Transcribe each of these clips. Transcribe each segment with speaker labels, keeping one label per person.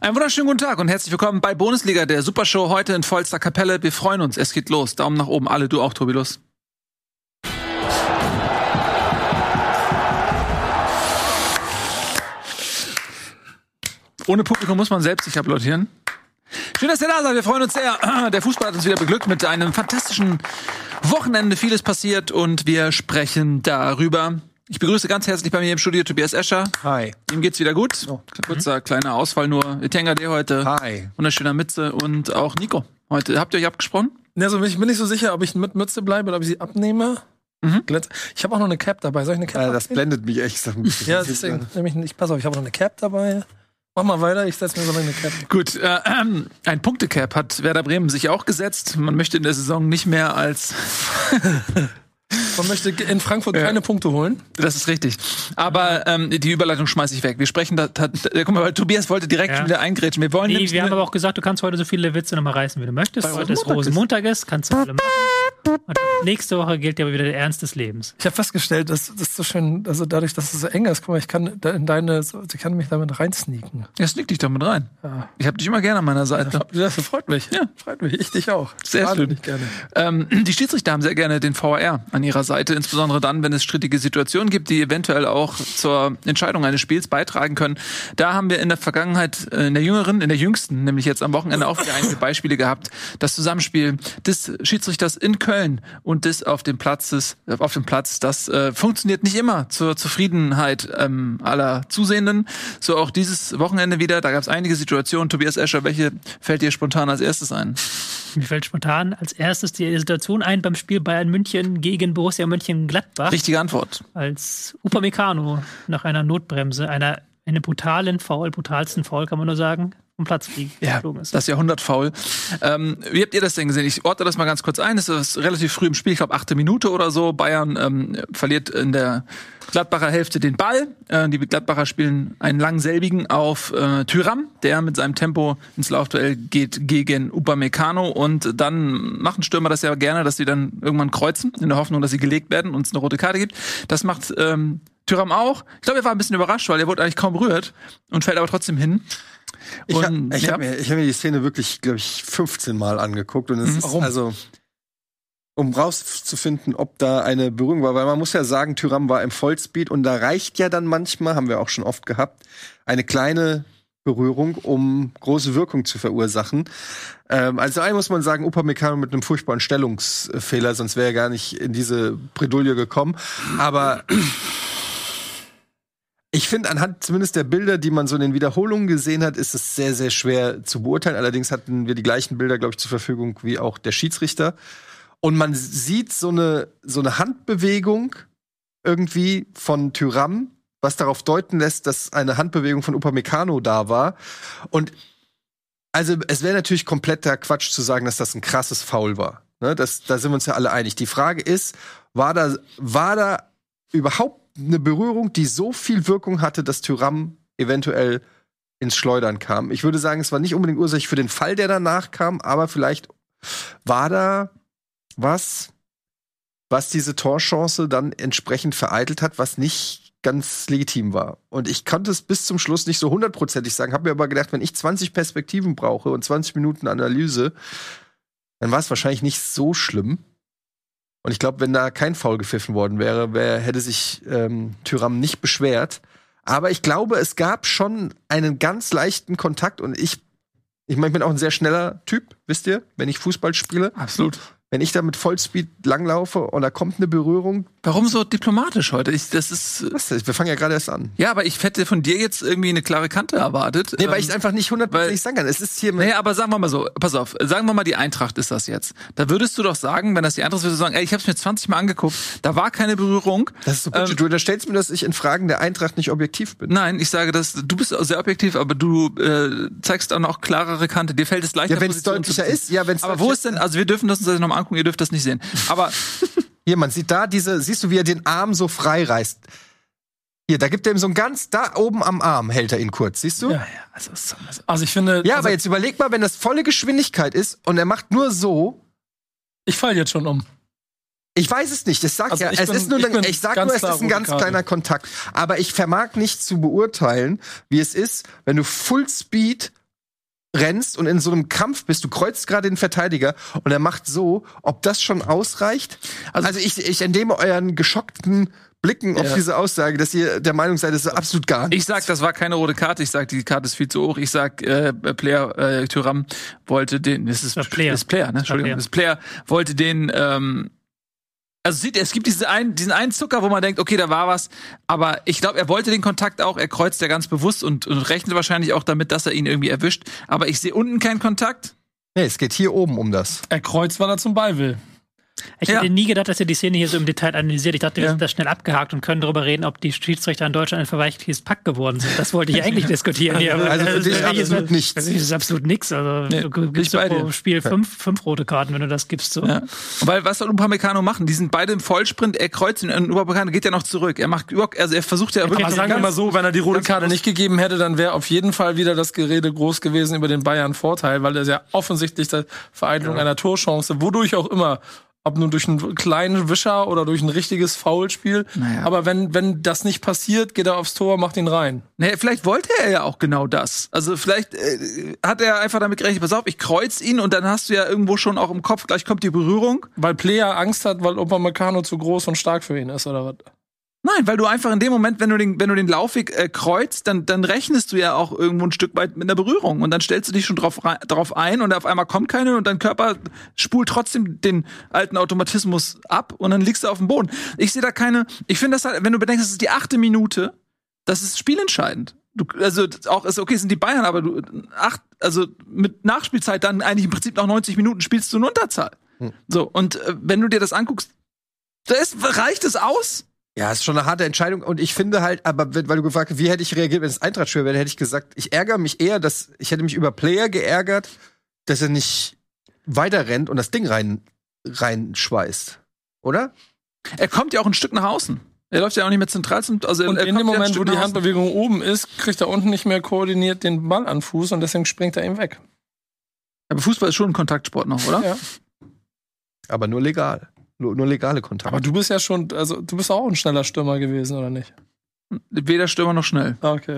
Speaker 1: Einen wunderschönen guten Tag und herzlich willkommen bei Bundesliga, der Supershow heute in vollster Kapelle. Wir freuen uns, es geht los. Daumen nach oben, alle, du auch, Tobi, los. Ohne Publikum muss man selbst sich applaudieren. Schön, dass ihr da seid, wir freuen uns sehr. Der Fußball hat uns wieder beglückt mit einem fantastischen Wochenende. Vieles passiert und wir sprechen darüber. Ich begrüße ganz herzlich bei mir im Studio Tobias Escher.
Speaker 2: Hi.
Speaker 1: Ihm geht's wieder gut. Oh. Kurzer, kleiner Ausfall nur. Itenga D heute.
Speaker 2: Hi.
Speaker 1: Wunderschöner Mütze und auch Nico. Heute, habt ihr euch abgesprochen?
Speaker 3: Also ich bin nicht so sicher, ob ich mit Mütze bleibe oder ob ich sie abnehme. Mhm. Ich habe auch noch eine Cap dabei. Soll ich eine Cap
Speaker 2: das blendet mich echt.
Speaker 3: Ja, deswegen pass auf, ich habe noch eine Cap dabei. Mach mal weiter, ich setze mir so eine Cap.
Speaker 1: Gut, ein Punkte-Cap hat Werder Bremen sich auch gesetzt. Man möchte in der Saison nicht mehr als...
Speaker 3: Man möchte in Frankfurt keine Punkte holen.
Speaker 1: Das ist richtig. Aber die Überleitung schmeiße ich weg. Wir sprechen guck mal, Tobias wollte direkt wieder eingrätschen. Wir haben
Speaker 4: aber auch gesagt, du kannst heute so viele Witze nochmal reißen, wie du möchtest. Heute ist Rosenmontag, kannst du alle machen. Und nächste Woche gilt ja wieder der Ernst des Lebens.
Speaker 3: Ich habe festgestellt, das ist so schön, also dadurch, dass es so eng ist, guck mal, ich kann mich damit reinsneaken.
Speaker 1: Ja, sneak dich damit rein.
Speaker 3: Ja.
Speaker 1: Ich habe dich immer gerne an meiner Seite.
Speaker 3: Das freut mich. Ja, freut mich. Ich dich auch.
Speaker 1: Sehr schön.
Speaker 3: Gerne.
Speaker 1: Die Schiedsrichter haben sehr gerne den VAR an ihrer Seite, insbesondere dann, wenn es strittige Situationen gibt, die eventuell auch zur Entscheidung eines Spiels beitragen können. Da haben wir in der Vergangenheit, in der jüngsten, nämlich jetzt am Wochenende auch wieder einige Beispiele gehabt. Das Zusammenspiel des Schiedsrichters in Köln und des auf dem Platz, das funktioniert nicht immer zur Zufriedenheit aller Zusehenden. So auch dieses Wochenende wieder, da gab es einige Situationen. Tobias Escher, welche fällt dir spontan als erstes ein?
Speaker 4: Mir fällt spontan als erstes die Situation ein beim Spiel Bayern München gegen Borussia Mönchengladbach.
Speaker 1: Richtige Antwort.
Speaker 4: Als Upamecano nach einer Notbremse, eine brutalsten Foul, kann man nur sagen, vom Platz geflogen ist.
Speaker 1: Das Jahrhundertfoul. Wie habt ihr das denn gesehen? Ich orte das mal ganz kurz ein. Es ist relativ früh im Spiel, ich glaube 8. Minute oder so. Bayern verliert in der Gladbacher Hälfte den Ball. Die Gladbacher spielen einen langselbigen auf Thuram, der mit seinem Tempo ins Laufduell geht gegen Upamecano. Und dann machen Stürmer das ja gerne, dass sie dann irgendwann kreuzen, in der Hoffnung, dass sie gelegt werden und es eine rote Karte gibt. Das macht Thuram auch. Ich glaube, er war ein bisschen überrascht, weil er wurde eigentlich kaum berührt und fällt aber trotzdem hin.
Speaker 2: Ich hab mir die Szene wirklich, glaube ich, 15 Mal angeguckt. Und es ist also, um rauszufinden, ob da eine Berührung war, weil man muss ja sagen, Thuram war im Vollspeed und da reicht ja dann manchmal, haben wir auch schon oft gehabt, eine kleine Berührung, um große Wirkung zu verursachen. Also einen muss man sagen, Upamecano mit einem furchtbaren Stellungsfehler, sonst wäre er gar nicht in diese Bredouille gekommen. Aber ich finde, anhand zumindest der Bilder, die man so in den Wiederholungen gesehen hat, ist es sehr, sehr schwer zu beurteilen. Allerdings hatten wir die gleichen Bilder, glaube ich, zur Verfügung wie auch der Schiedsrichter. Und man sieht so eine Handbewegung irgendwie von Thuram, was darauf deuten lässt, dass eine Handbewegung von Upamecano da war. Und also es wäre natürlich kompletter Quatsch zu sagen, dass das ein krasses Foul war. Ne? Da sind wir uns ja alle einig. Die Frage ist, war da überhaupt eine Berührung, die so viel Wirkung hatte, dass Thuram eventuell ins Schleudern kam? Ich würde sagen, es war nicht unbedingt ursächlich für den Fall, der danach kam, aber vielleicht war da was diese Torchance dann entsprechend vereitelt hat, was nicht ganz legitim war. Und ich konnte es bis zum Schluss nicht so 100%ig sagen, habe mir aber gedacht, wenn ich 20 Perspektiven brauche und 20 Minuten Analyse, dann war es wahrscheinlich nicht so schlimm. Und ich glaube, wenn da kein Foul gepfiffen worden wäre, hätte sich Thuram nicht beschwert. Aber ich glaube, es gab schon einen ganz leichten Kontakt. Und ich meine, ich bin auch ein sehr schneller Typ, wisst ihr, wenn ich Fußball spiele.
Speaker 1: Absolut.
Speaker 2: Wenn ich da mit Vollspeed langlaufe und da kommt eine Berührung.
Speaker 1: Warum so diplomatisch heute? Wir
Speaker 2: fangen ja gerade erst an.
Speaker 1: Ja, aber ich hätte von dir jetzt irgendwie eine klare Kante erwartet.
Speaker 2: Nee, weil ich einfach nicht 100% sagen kann. Es ist hier.
Speaker 1: Naja, aber sagen wir mal so, pass auf, sagen wir mal, die Eintracht ist das jetzt. Da würdest du doch sagen, wenn das die Eintracht ist, würdest du sagen, ey, ich hab's mir 20 Mal angeguckt, da war keine Berührung.
Speaker 2: Das ist so Bullshit. Du unterstellst mir, dass ich in Fragen der Eintracht nicht objektiv bin.
Speaker 1: Nein, ich sage, du bist sehr objektiv, aber du zeigst auch noch klarere Kante. Dir fällt es leichter.
Speaker 2: Ja, wenn es deutlicher ist. Ja, wenn's
Speaker 1: aber wo ist denn, also wir dürfen das uns nochmal angucken, ihr dürft das nicht sehen. Aber
Speaker 2: hier, man sieht da siehst du, wie er den Arm so frei reißt. Hier, da gibt er ihm so ein da oben am Arm hält er ihn kurz, siehst du?
Speaker 3: Ja. Also ich finde.
Speaker 2: Ja, aber jetzt überleg mal, wenn das volle Geschwindigkeit ist und er macht nur so.
Speaker 3: Ich fall jetzt schon um.
Speaker 2: Ich weiß es nicht. Ich sag nur, es ist ein ganz kleiner Kontakt. Aber ich vermag nicht zu beurteilen, wie es ist, wenn du Full Speed rennst und in so einem Kampf bist, du kreuzt gerade den Verteidiger und er macht so, ob das schon ausreicht? Also ich entnehme euren geschockten Blicken auf diese Aussage, dass ihr der Meinung seid, das ist absolut gar nichts.
Speaker 1: Ich sag, das war keine rote Karte. Ich sag, die Karte ist viel zu hoch. Ich sag, Player Thuram wollte den. Das ist Player, ne? Entschuldigung. Das Player wollte den. Also es gibt diesen einen Zucker, wo man denkt, okay, da war was. Aber ich glaube, er wollte den Kontakt auch. Er kreuzt ja ganz bewusst und rechnet wahrscheinlich auch damit, dass er ihn irgendwie erwischt. Aber ich sehe unten keinen Kontakt.
Speaker 2: Nee, es geht hier oben um das.
Speaker 3: Er kreuzt, weil er zum Ball will.
Speaker 4: Ich hätte nie gedacht, dass ihr die Szene hier so im Detail analysiert. Ich dachte, wir sind da schnell abgehakt und können darüber reden, ob die Schiedsrichter in Deutschland ein verweichliches Pack geworden sind. Das wollte ich eigentlich diskutieren hier.
Speaker 2: Also für dich absolut nichts.
Speaker 4: Das ist absolut nichts. Also du gibst pro Spiel fünf rote Karten, wenn du das gibst. So.
Speaker 1: Ja. Weil was soll Upamecano machen? Die sind beide im Vollsprint, er kreuzt und Upamecano geht ja noch zurück. Er versucht ja wirklich.
Speaker 3: Aber sagen wir mal so, wenn er die rote Karte nicht gegeben hätte, dann wäre auf jeden Fall wieder das Gerede groß gewesen über den Bayern-Vorteil, weil das ja offensichtlich die Vereitelung einer Torchance, wodurch auch immer, ob nur durch einen kleinen Wischer oder durch ein richtiges Foulspiel. Naja. Aber wenn das nicht passiert, geht er aufs Tor, macht ihn rein.
Speaker 1: Naja, vielleicht wollte er ja auch genau das. Also vielleicht hat er einfach damit gerechnet, pass auf, ich kreuz ihn und dann hast du ja irgendwo schon auch im Kopf, gleich kommt die Berührung.
Speaker 3: Weil Player Angst hat, weil Upamecano zu groß und stark für ihn ist, oder was?
Speaker 1: Nein, weil du einfach in dem Moment, wenn du den Laufweg kreuzt, dann rechnest du ja auch irgendwo ein Stück weit mit einer Berührung und dann stellst du dich schon drauf ein und auf einmal kommt keine und dein Körper spult trotzdem den alten Automatismus ab und dann liegst du auf dem Boden. Ich sehe da keine, ich finde das halt, wenn du bedenkst, das ist die 8. Minute, das ist spielentscheidend. Also auch ist okay, sind die Bayern, aber also mit Nachspielzeit dann eigentlich im Prinzip nach 90 Minuten spielst du in Unterzahl. So, und wenn du dir das anguckst, reicht es aus?
Speaker 2: Ja, ist schon eine harte Entscheidung. Und ich finde halt, aber weil du gefragt hast, wie hätte ich reagiert, wenn es Eintracht-Spiel wäre, hätte ich gesagt, ich ärgere mich eher, ich hätte mich über Player geärgert, dass er nicht weiter rennt und das Ding reinschweißt. Oder?
Speaker 1: Er kommt ja auch ein Stück nach außen. Er läuft ja auch nicht mehr zentral und
Speaker 3: in dem Moment, wo die Handbewegung oben ist, kriegt er unten nicht mehr koordiniert den Ball an Fuß und deswegen springt er ihm weg.
Speaker 1: Aber Fußball ist schon ein Kontaktsport noch, oder?
Speaker 2: Ja. Aber nur legal. Nur legale Kontakte.
Speaker 3: Aber du bist ja schon, also du bist auch ein schneller Stürmer gewesen, oder nicht?
Speaker 1: Weder Stürmer noch schnell.
Speaker 3: Okay.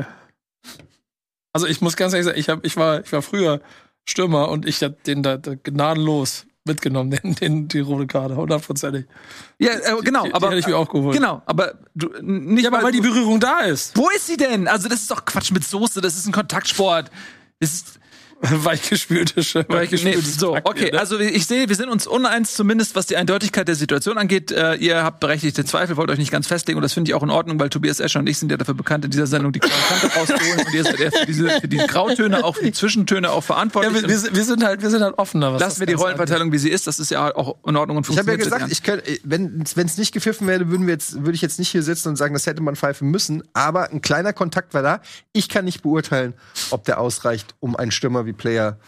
Speaker 3: Also ich muss ganz ehrlich sagen, ich war früher Stürmer und ich hab den da gnadenlos mitgenommen, die rote Karte, 100%.
Speaker 1: Ja, genau, aber
Speaker 3: hätte ich mir auch geholt.
Speaker 1: Genau, aber du nicht,
Speaker 3: ja, aber weil die Berührung da ist.
Speaker 1: Wo ist sie denn? Also das ist doch Quatsch mit Soße, das ist ein Kontaktsport. Das ist
Speaker 3: weichgespültes
Speaker 1: so, okay, also ich sehe, wir sind uns uneins, zumindest was die Eindeutigkeit der Situation angeht. Ihr habt berechtigte Zweifel, wollt euch nicht ganz festlegen und das finde ich auch in Ordnung, weil Tobias Escher und ich sind ja dafür bekannt, in dieser Sendung die grauen Kante rauszuholen und ihr seid für die Grautöne, auch für die Zwischentöne auch verantwortlich.
Speaker 3: Ja, wir sind halt offener.
Speaker 1: Lassen wir die Rollenverteilung, wie sie ist, das ist ja auch in Ordnung und funktioniert.
Speaker 2: Ich habe ja gesagt, wenn es nicht gepfiffen wäre, würde ich jetzt nicht hier sitzen und sagen, das hätte man pfeifen müssen, aber ein kleiner Kontakt war da. Ich kann nicht beurteilen, ob der ausreicht, um einen Stürmer wie Player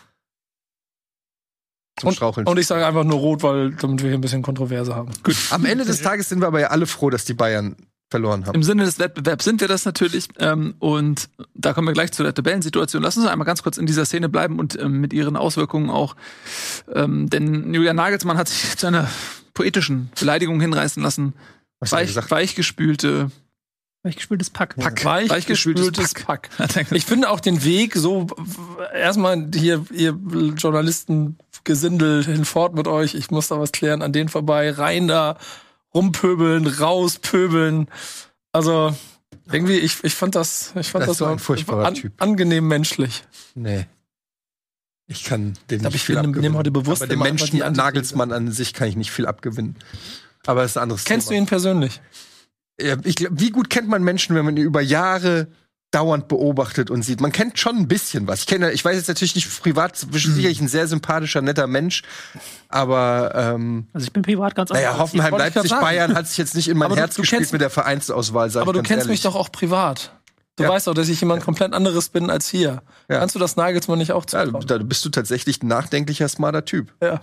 Speaker 2: zum Straucheln.
Speaker 3: Und ich sage einfach nur rot, damit wir hier ein bisschen Kontroverse haben.
Speaker 2: Gut. Am Ende des Tages sind wir aber ja alle froh, dass die Bayern verloren haben.
Speaker 1: Im Sinne des Wettbewerbs sind wir das natürlich. Und da kommen wir gleich zu der Tabellensituation. Lass uns einmal ganz kurz in dieser Szene bleiben und mit ihren Auswirkungen auch. Denn Julian Nagelsmann hat sich zu einer poetischen Beleidigung hinreißen lassen. Weichgespültes Pack.
Speaker 3: Weichgespültes Pack. Ich finde auch den Weg so, erstmal hier, ihr Journalistengesindel, hinfort mit euch, ich muss da was klären, an denen vorbei, rein da, rumpöbeln, rauspöbeln. Also, irgendwie, ich fand das
Speaker 2: so ein furchtbarer Typ.
Speaker 3: Angenehm menschlich.
Speaker 2: Nee. Ich kann dem nicht
Speaker 3: ich
Speaker 2: viel abgewinnen.
Speaker 3: nehme heute bewusst
Speaker 2: aber dem Menschen Nagelsmann an sich kann ich nicht viel abgewinnen. Aber es ist ein anderes
Speaker 3: Kennst
Speaker 2: Thema.
Speaker 3: du ihn persönlich?
Speaker 2: Ja, wie gut kennt man Menschen, wenn man ihn über Jahre dauernd beobachtet und sieht? Man kennt schon ein bisschen was. Ich weiß jetzt natürlich nicht privat, sicherlich ein sehr sympathischer, netter Mensch, aber
Speaker 4: also ich bin privat ganz anders.
Speaker 2: Naja, Hoffenheim, Leipzig, Bayern hat sich jetzt nicht in mein Herz gespielt mit der Vereinsauswahl.
Speaker 3: Aber du kennst mich doch auch privat. Du weißt doch, dass ich jemand komplett anderes bin als hier. Ja. Kannst du das Nagelsmann nicht auch zutrauen?
Speaker 2: Da bist du tatsächlich ein nachdenklicher, smarter Typ.
Speaker 3: Ja.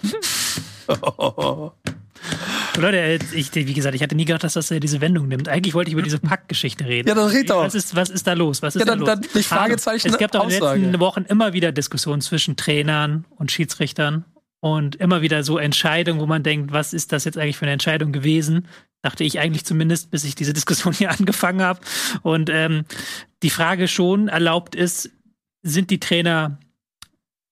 Speaker 4: Leute, wie gesagt, ich hatte nie gedacht, dass das diese Wendung nimmt. Eigentlich wollte ich über diese Packgeschichte reden.
Speaker 3: Ja, dann red doch.
Speaker 4: Was ist da los? Was ist
Speaker 3: da los? Nicht Fragezeichen,
Speaker 4: es gab doch in den letzten Wochen immer wieder Diskussionen zwischen Trainern und Schiedsrichtern und immer wieder so Entscheidungen, wo man denkt, was ist das jetzt eigentlich für eine Entscheidung gewesen? Dachte ich eigentlich zumindest, bis ich diese Diskussion hier angefangen habe. Und die Frage schon erlaubt ist, sind die Trainer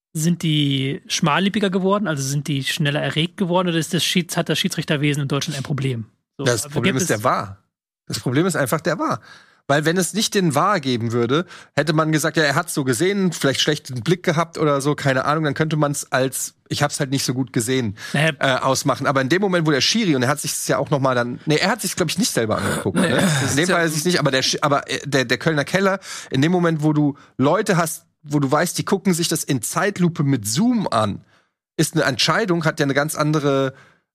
Speaker 4: sind die schmalliebiger geworden, also sind die schneller erregt geworden, oder hat das Schiedsrichterwesen in Deutschland ein Problem? So,
Speaker 2: das Problem ist der VAR. Das Problem ist einfach der VAR. Weil wenn es nicht den VAR geben würde, hätte man gesagt, ja, er hat so gesehen, vielleicht schlechten Blick gehabt oder so, keine Ahnung, dann könnte man es als, ich hab's halt nicht so gut gesehen, ausmachen. Aber in dem Moment, wo der Schiri, und er hat sich ja auch noch mal er hat sich, glaube ich, nicht selber angeguckt. Ne? In dem Fall hat er sich nicht, aber der Kölner Keller, in dem Moment, wo du Leute hast, wo du weißt, die gucken sich das in Zeitlupe mit Zoom an, ist eine Entscheidung, hat ja eine ganz andere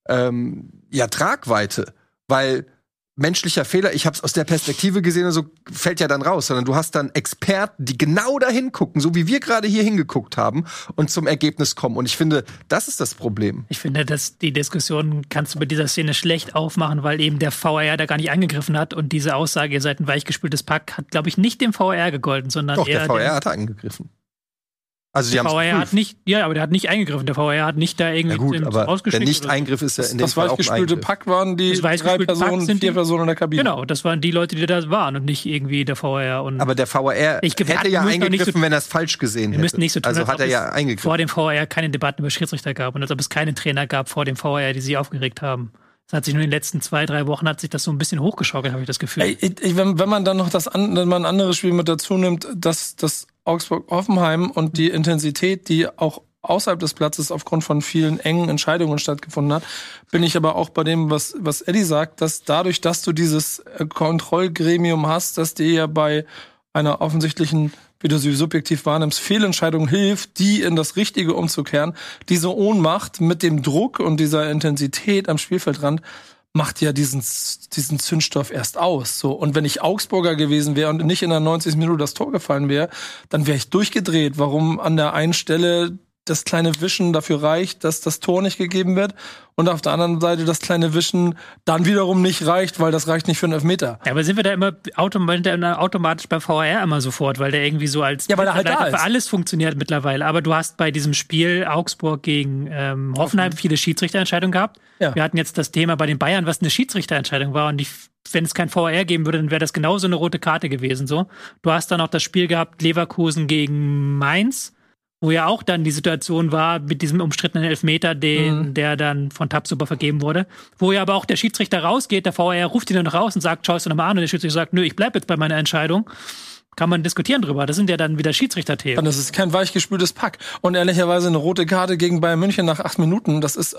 Speaker 2: Tragweite. Weil menschlicher Fehler, ich hab's aus der Perspektive gesehen, so fällt ja dann raus, sondern du hast dann Experten, die genau dahin gucken, so wie wir gerade hier hingeguckt haben und zum Ergebnis kommen. Und ich finde, das ist das Problem.
Speaker 4: Ich finde, dass die Diskussion kannst du bei dieser Szene schlecht aufmachen, weil eben der VAR da gar nicht eingegriffen hat und diese Aussage, ihr seid ein weichgespültes Pack, hat, glaube ich, nicht dem VAR gegolten, sondern
Speaker 2: doch,
Speaker 4: eher
Speaker 2: der VAR hat eingegriffen. Also die
Speaker 4: der VAR hat nicht, aber der hat nicht eingegriffen. Der VAR hat nicht da irgendwie
Speaker 2: der Nicht-Eingriff ist ja in dem Fall auch ein Eingriff. Das weichgespülte
Speaker 3: Pack waren die 3 Personen, 4 Personen in der Kabine.
Speaker 4: Genau, das waren die Leute, die da waren und nicht irgendwie der VAR.
Speaker 2: Aber der VAR hätte ja eingegriffen, wenn er es falsch gesehen hätte.
Speaker 4: Wir müssen nicht so tun,
Speaker 2: also hat er ja eingegriffen.
Speaker 4: Vor dem VAR keine Debatten über Schiedsrichter gab und als ob es keine Trainer gab vor dem VAR, die sich aufgeregt haben. Das hat sich nur in den letzten 2-3 Wochen hat sich das so ein bisschen hochgeschaukelt, habe ich das Gefühl.
Speaker 3: Wenn man dann noch wenn man ein anderes Spiel mit dazu nimmt, das Augsburg-Hoffenheim und die Intensität, die auch außerhalb des Platzes aufgrund von vielen engen Entscheidungen stattgefunden hat, bin ich aber auch bei dem, was Eddie sagt, dass dadurch, dass du dieses Kontrollgremium hast, dass dir ja bei einer offensichtlichen, wie du sie subjektiv wahrnimmst, Fehlentscheidung hilft, die in das Richtige umzukehren. Diese Ohnmacht mit dem Druck und dieser Intensität am Spielfeldrand macht ja diesen Zündstoff erst aus. So. Und wenn ich Augsburger gewesen wäre und nicht in der 90. Minute das Tor gefallen wäre, dann wäre ich durchgedreht. Warum an der einen Stelle das kleine Wischen dafür reicht, dass das Tor nicht gegeben wird und auf der anderen Seite das kleine Wischen dann wiederum nicht reicht, weil das reicht nicht für einen Elfmeter.
Speaker 4: Ja, aber sind wir da immer automatisch beim VAR immer sofort, weil der irgendwie so als
Speaker 3: weil er halt da ist.
Speaker 4: Für alles funktioniert mittlerweile. Aber du hast bei diesem Spiel Augsburg gegen Hoffenheim viele Schiedsrichterentscheidungen gehabt. Ja. Wir hatten jetzt das Thema bei den Bayern, was eine Schiedsrichterentscheidung war und wenn es kein VAR geben würde, dann wäre das genauso eine rote Karte gewesen. So. Du hast dann auch das Spiel gehabt, Leverkusen gegen Mainz, wo ja auch dann die Situation war mit diesem umstrittenen Elfmeter, der dann von Tabsoba vergeben wurde, wo ja aber auch der Schiedsrichter rausgeht, der VAR ruft ihn dann noch raus und sagt, schau es dir nochmal an, und der Schiedsrichter sagt, nö, ich bleib jetzt bei meiner Entscheidung. Kann man diskutieren drüber. Das sind ja dann wieder Schiedsrichterthemen.
Speaker 3: Und das ist kein weichgespültes Pack. Und ehrlicherweise eine rote Karte gegen Bayern München nach 8 Minuten, das ist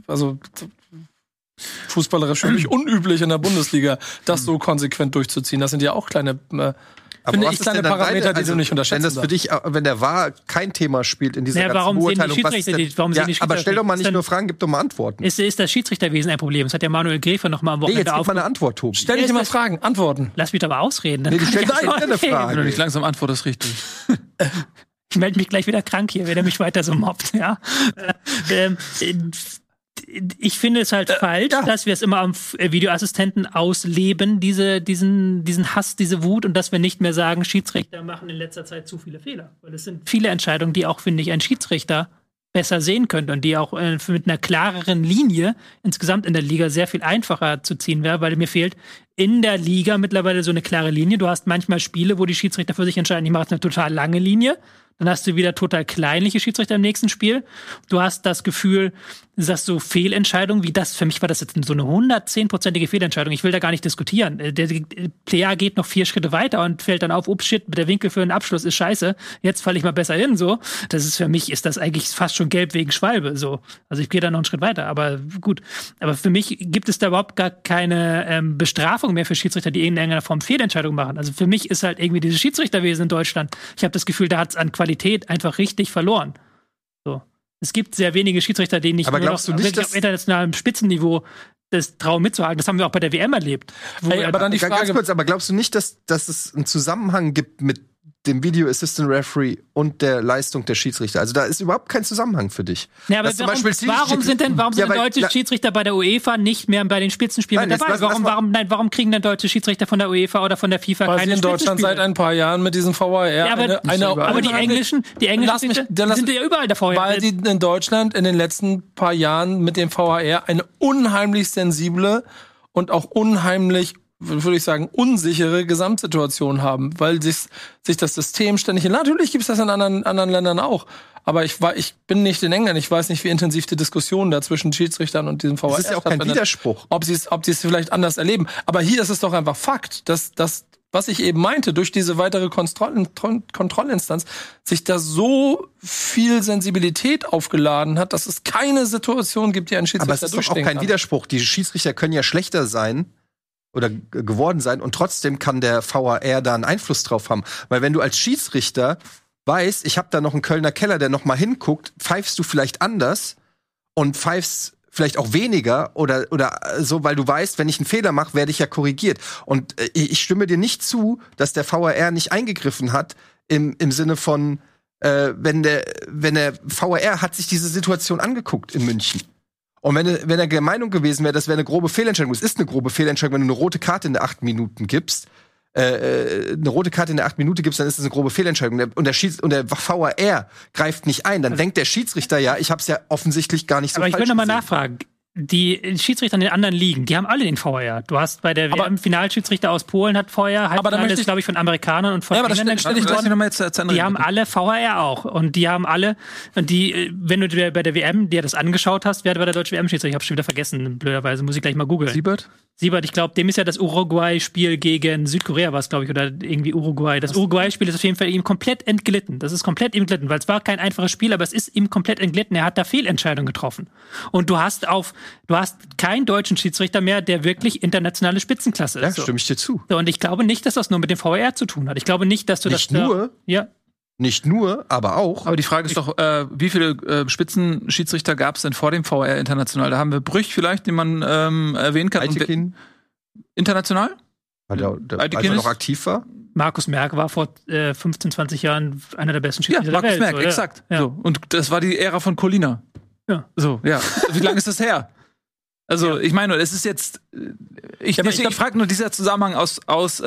Speaker 3: fußballerisch für mich unüblich in der Bundesliga, das so konsequent durchzuziehen. Das sind ja auch kleine kleine Parameter, die du nicht unterschätzen darfst.
Speaker 2: Wenn das für dich, wenn der VAR kein Thema spielt in dieser ganzen Beurteilung, aber stell doch mal nicht nur Fragen, gib doch mal Antworten.
Speaker 4: Ist das Schiedsrichterwesen ein Problem? Das hat ja Manuel Gräfer noch mal am Wochenende
Speaker 2: jetzt gib mal eine Antwort, Tobi.
Speaker 3: Stell dich immer Fragen, Antworten.
Speaker 4: Lass mich doch mal ausreden.
Speaker 2: Nee, du stellst eine Frage.
Speaker 1: Wenn du nicht langsam antwortest, richtig.
Speaker 4: Ich melde mich gleich wieder krank hier, wenn er mich weiter so mobbt, ja. Ich finde es halt falsch, dass wir es immer am Videoassistenten ausleben, diesen Hass, diese Wut, und dass wir nicht mehr sagen, Schiedsrichter machen in letzter Zeit zu viele Fehler. Weil es sind viele Entscheidungen, die auch, finde ich, ein Schiedsrichter besser sehen könnte und die auch mit einer klareren Linie insgesamt in der Liga sehr viel einfacher zu ziehen wäre, weil mir fehlt in der Liga mittlerweile so eine klare Linie. Du hast manchmal Spiele, wo die Schiedsrichter für sich entscheiden, ich mache jetzt eine total lange Linie. Dann hast du wieder total kleinliche Schiedsrichter im nächsten Spiel. Du hast das Gefühl, dass so Fehlentscheidungen wie das, für mich war das jetzt so eine 110-prozentige Fehlentscheidung. Ich will da gar nicht diskutieren. Der Player geht noch 4 Schritte weiter und fällt dann auf, shit, der Winkel für einen Abschluss ist scheiße. Jetzt falle ich mal besser hin, so. Das ist für mich, ist das eigentlich fast schon gelb wegen Schwalbe, so. Also ich gehe da noch einen Schritt weiter, aber gut. Aber für mich gibt es da überhaupt gar keine Bestrafung mehr für Schiedsrichter, die in irgendeiner Form Fehlentscheidungen machen. Also für mich ist halt irgendwie dieses Schiedsrichterwesen in Deutschland, ich habe das Gefühl, da hat es an Qualität einfach richtig verloren. So. Es gibt sehr wenige Schiedsrichter, die nicht
Speaker 2: aber
Speaker 4: nur
Speaker 2: glaubst du nicht,
Speaker 4: auf internationalem Spitzenniveau das trauen mitzuhalten. Das haben wir auch bei der WM erlebt.
Speaker 3: Aber dann die Frage,
Speaker 2: ganz kurz, aber glaubst du nicht, dass es einen Zusammenhang gibt mit dem Video Assistant Referee und der Leistung der Schiedsrichter? Also da ist überhaupt kein Zusammenhang für dich.
Speaker 4: Ja, aber warum sind denn deutsche Schiedsrichter bei der UEFA nicht mehr bei den Spitzenspielen mit dabei? Warum kriegen denn deutsche Schiedsrichter von der UEFA oder von der FIFA keine Spitzenspiele?
Speaker 3: In Deutschland seit ein paar Jahren mit diesem VAR.
Speaker 4: Ja, aber die englischen sind ja überall der VAR.
Speaker 3: Weil die in Deutschland in den letzten paar Jahren mit dem VAR eine unheimlich sensible und auch unheimlich würde ich sagen, unsichere Gesamtsituation haben, weil sich das System ständig... Natürlich gibt es das in anderen Ländern auch. Aber ich bin nicht in England. Ich weiß nicht, wie intensiv die Diskussion da zwischen Schiedsrichtern und diesem VAR
Speaker 2: Das ist ja auch kein Widerspruch.
Speaker 3: Ob sie es vielleicht anders erleben. Aber hier ist es doch einfach Fakt, dass was ich eben meinte, durch diese weitere Kontrollinstanz sich da so viel Sensibilität aufgeladen hat, dass es keine Situation gibt, die ein Schiedsrichter
Speaker 2: durchstehen kann. Aber es ist doch auch kein Widerspruch. Die Schiedsrichter können ja schlechter sein oder geworden sein und trotzdem kann der VAR da einen Einfluss drauf haben. Weil wenn du als Schiedsrichter weißt, ich habe da noch einen Kölner Keller, der noch mal hinguckt, pfeifst du vielleicht anders und pfeifst vielleicht auch weniger oder so, weil du weißt, wenn ich einen Fehler mache, werde ich ja korrigiert. Und ich stimme dir nicht zu, dass der VAR nicht eingegriffen hat im Sinne von, wenn der VAR hat sich diese Situation angeguckt in München. Und wenn er der Meinung gewesen wäre, das wäre eine grobe Fehlentscheidung, es ist eine grobe Fehlentscheidung, wenn du eine rote Karte in der 8 Minuten gibst, eine rote Karte in der 8 Minute gibst, dann ist das eine grobe Fehlentscheidung. Und der VAR greift nicht ein. Dann denkt der Schiedsrichter, ja, ich habe es ja offensichtlich gar nicht so falsch
Speaker 4: gesehen. Aber ich will noch mal
Speaker 2: gesehen.
Speaker 4: nachfragen. Die Schiedsrichter in den anderen Ligen, die haben alle den VAR. Du hast bei der WM-Finalschiedsrichter aus Polen hat VAR, Halbfinale ist, glaube ich, von Amerikanern und von Engländern. Die haben alle VAR auch. Und die haben alle, wenn du bei der WM dir das angeschaut hast, wer hat bei der deutschen WM-Schiedsrichter? Ich habe schon wieder vergessen, blöderweise, muss ich gleich mal googeln. Siebert, ich glaube, dem ist ja das Uruguay-Spiel gegen Südkorea war es, glaube ich, oder irgendwie Uruguay. Das Uruguay-Spiel ist auf jeden Fall ihm komplett entglitten. Das ist komplett ihm entglitten, weil es war kein einfaches Spiel, aber es ist ihm komplett entglitten. Er hat da Fehlentscheidungen getroffen. Und du hast keinen deutschen Schiedsrichter mehr, der wirklich internationale Spitzenklasse ist.
Speaker 2: Ja, stimme ich dir zu.
Speaker 4: So, und ich glaube nicht, dass das nur mit dem VAR zu tun hat. Ich glaube nicht, dass du
Speaker 2: nicht nur,
Speaker 4: ja.
Speaker 2: Nicht nur, aber auch.
Speaker 1: Aber die Frage ist doch, wie viele Spitzenschiedsrichter gab es denn vor dem VAR international? Da haben wir Brüch vielleicht, den man erwähnen kann. International?
Speaker 2: Weil er noch aktiv war?
Speaker 4: Markus Merck war vor 15, 20 Jahren einer der besten Schiedsrichter der Welt.
Speaker 1: Markus Merck, exakt. Ja. So. Und das war die Ära von Colina. Ja. So, ja. Wie lange ist das her? Also, ich meine, es ist jetzt, ich frage nur dieser Zusammenhang aus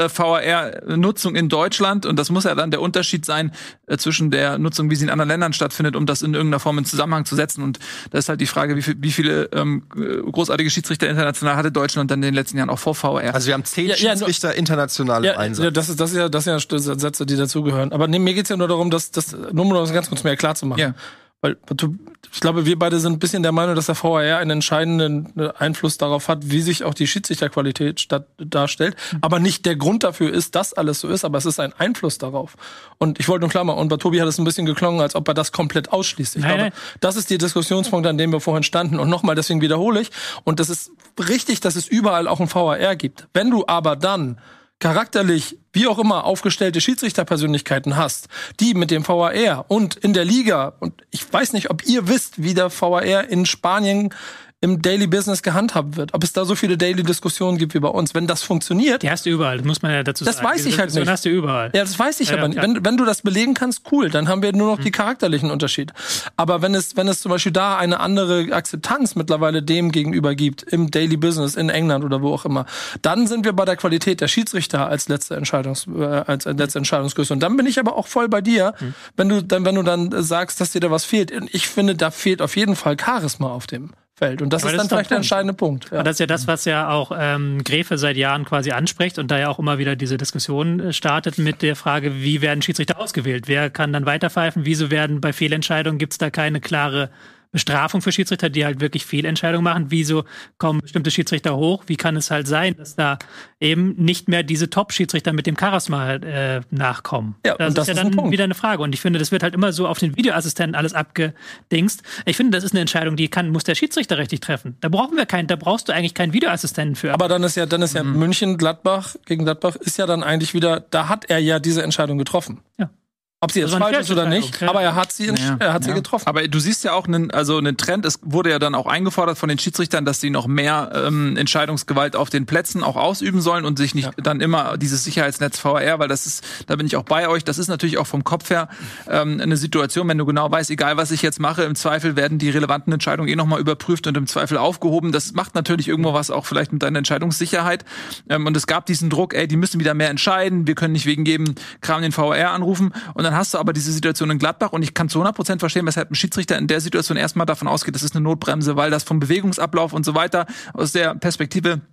Speaker 1: VAR-Nutzung in Deutschland, und das muss ja dann der Unterschied sein zwischen der Nutzung, wie sie in anderen Ländern stattfindet, um das in irgendeiner Form in Zusammenhang zu setzen. Und da ist halt die Frage, wie viele großartige Schiedsrichter international hatte Deutschland dann in den letzten Jahren auch vor VAR?
Speaker 2: Also wir haben 10 Schiedsrichter international im Einsatz.
Speaker 3: Ja, das sind ja Sätze, die dazugehören. Aber mir geht's ja nur darum, nur um das ganz kurz mehr klar zu machen. Ja. Weil ich glaube, wir beide sind ein bisschen der Meinung, dass der VAR einen entscheidenden Einfluss darauf hat, wie sich auch die Schiedsrichterqualität darstellt. Aber nicht der Grund dafür ist, dass alles so ist, aber es ist ein Einfluss darauf. Und ich wollte nur klar machen, und bei Tobi hat es ein bisschen geklungen, als ob er das komplett ausschließt. Ich glaube, das ist der Diskussionspunkt, an dem wir vorhin standen. Und nochmal, deswegen wiederhole ich. Und das ist richtig, dass es überall auch ein VAR gibt. Wenn du aber dann charakterlich, wie auch immer, aufgestellte Schiedsrichterpersönlichkeiten hast, die mit dem VAR und in der Liga, und ich weiß nicht, ob ihr wisst, wie der VAR in Spanien im Daily Business gehandhabt wird, ob es da so viele Daily-Diskussionen gibt wie bei uns. Wenn das funktioniert...
Speaker 4: Die hast du überall, das muss man ja dazu sagen.
Speaker 3: Das weiß ich halt nicht.
Speaker 4: hast du überall.
Speaker 3: Ja, das weiß ich aber nicht. Wenn du das belegen kannst, cool, dann haben wir nur noch die charakterlichen Unterschiede. Aber wenn es zum Beispiel da eine andere Akzeptanz mittlerweile dem gegenüber gibt, im Daily Business, in England oder wo auch immer, dann sind wir bei der Qualität der Schiedsrichter als letzte Entscheidungsgröße. Und dann bin ich aber auch voll bei dir, wenn du dann sagst, dass dir da was fehlt. Und ich finde, da fehlt auf jeden Fall Charisma auf dem Feld. Und das ist dann vielleicht der entscheidende Punkt. Ja.
Speaker 4: Und das ist ja das, was ja auch Gräfe seit Jahren quasi anspricht und da ja auch immer wieder diese Diskussion startet mit der Frage, wie werden Schiedsrichter ausgewählt? Wer kann dann weiterpfeifen? Wieso werden bei Fehlentscheidungen, gibt es da keine klare Bestrafung für Schiedsrichter, die halt wirklich Fehlentscheidungen machen? Wieso kommen bestimmte Schiedsrichter hoch? Wie kann es halt sein, dass da eben nicht mehr diese Top-Schiedsrichter mit dem Charisma nachkommen?
Speaker 3: Ja,
Speaker 4: das ist ja dann wieder eine Frage. Und ich finde, das wird halt immer so auf den Videoassistenten alles abgedingst. Ich finde, das ist eine Entscheidung, muss der Schiedsrichter richtig treffen. Da brauchst du eigentlich keinen Videoassistenten für.
Speaker 3: Aber dann ist ja München, Gladbach gegen Gladbach ist ja dann eigentlich wieder, da hat er ja diese Entscheidung getroffen. Ja. Ob sie jetzt falsch ist oder nicht, aber er hat sie getroffen.
Speaker 1: Aber du siehst ja auch einen Trend, es wurde ja dann auch eingefordert von den Schiedsrichtern, dass sie noch mehr Entscheidungsgewalt auf den Plätzen auch ausüben sollen und sich nicht dann immer dieses Sicherheitsnetz VAR, weil das ist, da bin ich auch bei euch, das ist natürlich auch vom Kopf her eine Situation, wenn du genau weißt, egal was ich jetzt mache, im Zweifel werden die relevanten Entscheidungen nochmal überprüft und im Zweifel aufgehoben. Das macht natürlich irgendwo was auch vielleicht mit deiner Entscheidungssicherheit. Und es gab diesen Druck, die müssen wieder mehr entscheiden, wir können nicht wegen jedem Kram den VAR anrufen. Und dann hast du aber diese Situation in Gladbach und ich kann zu 100% verstehen, weshalb ein Schiedsrichter in der Situation erstmal davon ausgeht, das ist eine Notbremse, weil das vom Bewegungsablauf und so weiter aus der Perspektive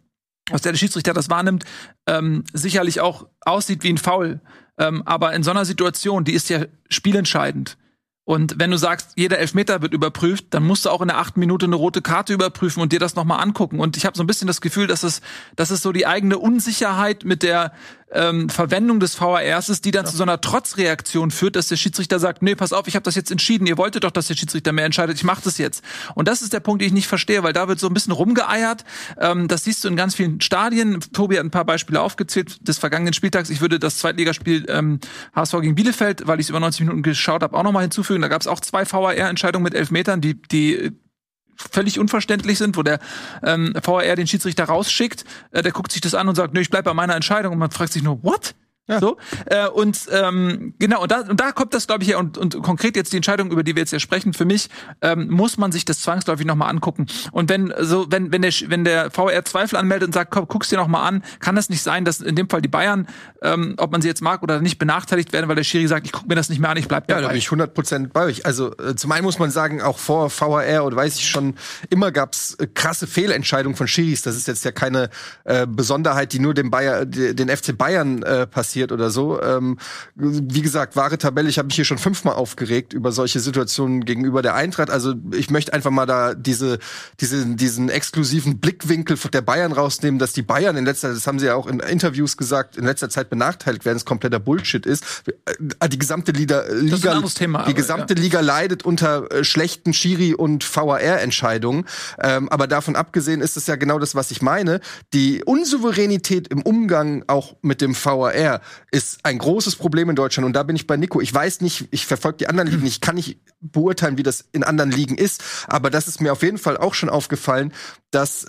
Speaker 1: aus der Schiedsrichter das wahrnimmt, sicherlich auch aussieht wie ein Foul. Aber in so einer Situation, die ist ja spielentscheidend. Und wenn du sagst, jeder Elfmeter wird überprüft, dann musst du auch in der 8. Minute eine rote Karte überprüfen und dir das nochmal angucken. Und ich habe so ein bisschen das Gefühl, dass es so die eigene Unsicherheit mit der Verwendung des VARs ist, die dann zu so einer Trotzreaktion führt, dass der Schiedsrichter sagt, nee, pass auf, ich habe das jetzt entschieden, ihr wolltet doch, dass der Schiedsrichter mehr entscheidet, ich mache das jetzt. Und das ist der Punkt, den ich nicht verstehe, weil da wird so ein bisschen rumgeeiert. Das siehst du in ganz vielen Stadien. Tobi hat ein paar Beispiele aufgezählt des vergangenen Spieltags. Ich würde das Zweitligaspiel HSV gegen Bielefeld, weil ich es über 90 Minuten geschaut habe, auch nochmal hinzufügen. Da gab es auch 2 VAR-Entscheidungen mit Elfmetern, die völlig unverständlich sind, wo der VAR den Schiedsrichter rausschickt, der guckt sich das an und sagt, nö, ich bleib bei meiner Entscheidung, und man fragt sich nur, what? Ja. So, genau, und da kommt das, glaube ich, her, und konkret jetzt die Entscheidung, über die wir jetzt ja sprechen, für mich muss man sich das zwangsläufig nochmal angucken. Und wenn der VAR Zweifel anmeldet und sagt, komm, guck's dir nochmal an, kann das nicht sein, dass in dem Fall die Bayern, ob man sie jetzt mag oder nicht, benachteiligt werden, weil der Schiri sagt, ich guck mir das nicht mehr an, ich bleib dabei.
Speaker 2: Ja, da bin ich 100% bei euch. Also zum einen muss man sagen, auch vor VAR oder weiß ich schon, immer gab's krasse Fehlentscheidungen von Schiris. Das ist jetzt ja keine Besonderheit, die nur den FC Bayern passiert oder so. Wie gesagt, wahre Tabelle, ich habe mich hier schon 5-mal aufgeregt über solche Situationen gegenüber der Eintracht. Also ich möchte einfach mal da diesen exklusiven Blickwinkel der Bayern rausnehmen, dass die Bayern in letzter Zeit, das haben sie ja auch in Interviews gesagt, in letzter Zeit benachteiligt werden, es kompletter Bullshit ist. Die gesamte Liga leidet unter schlechten Schiri- und VAR-Entscheidungen. Aber davon abgesehen ist es ja genau das, was ich meine. Die Unsouveränität im Umgang auch mit dem VAR ist ein großes Problem in Deutschland. Und da bin ich bei Nico. Ich weiß nicht, ich verfolge die anderen Ligen nicht. Ich kann nicht beurteilen, wie das in anderen Ligen ist. Aber das ist mir auf jeden Fall auch schon aufgefallen, dass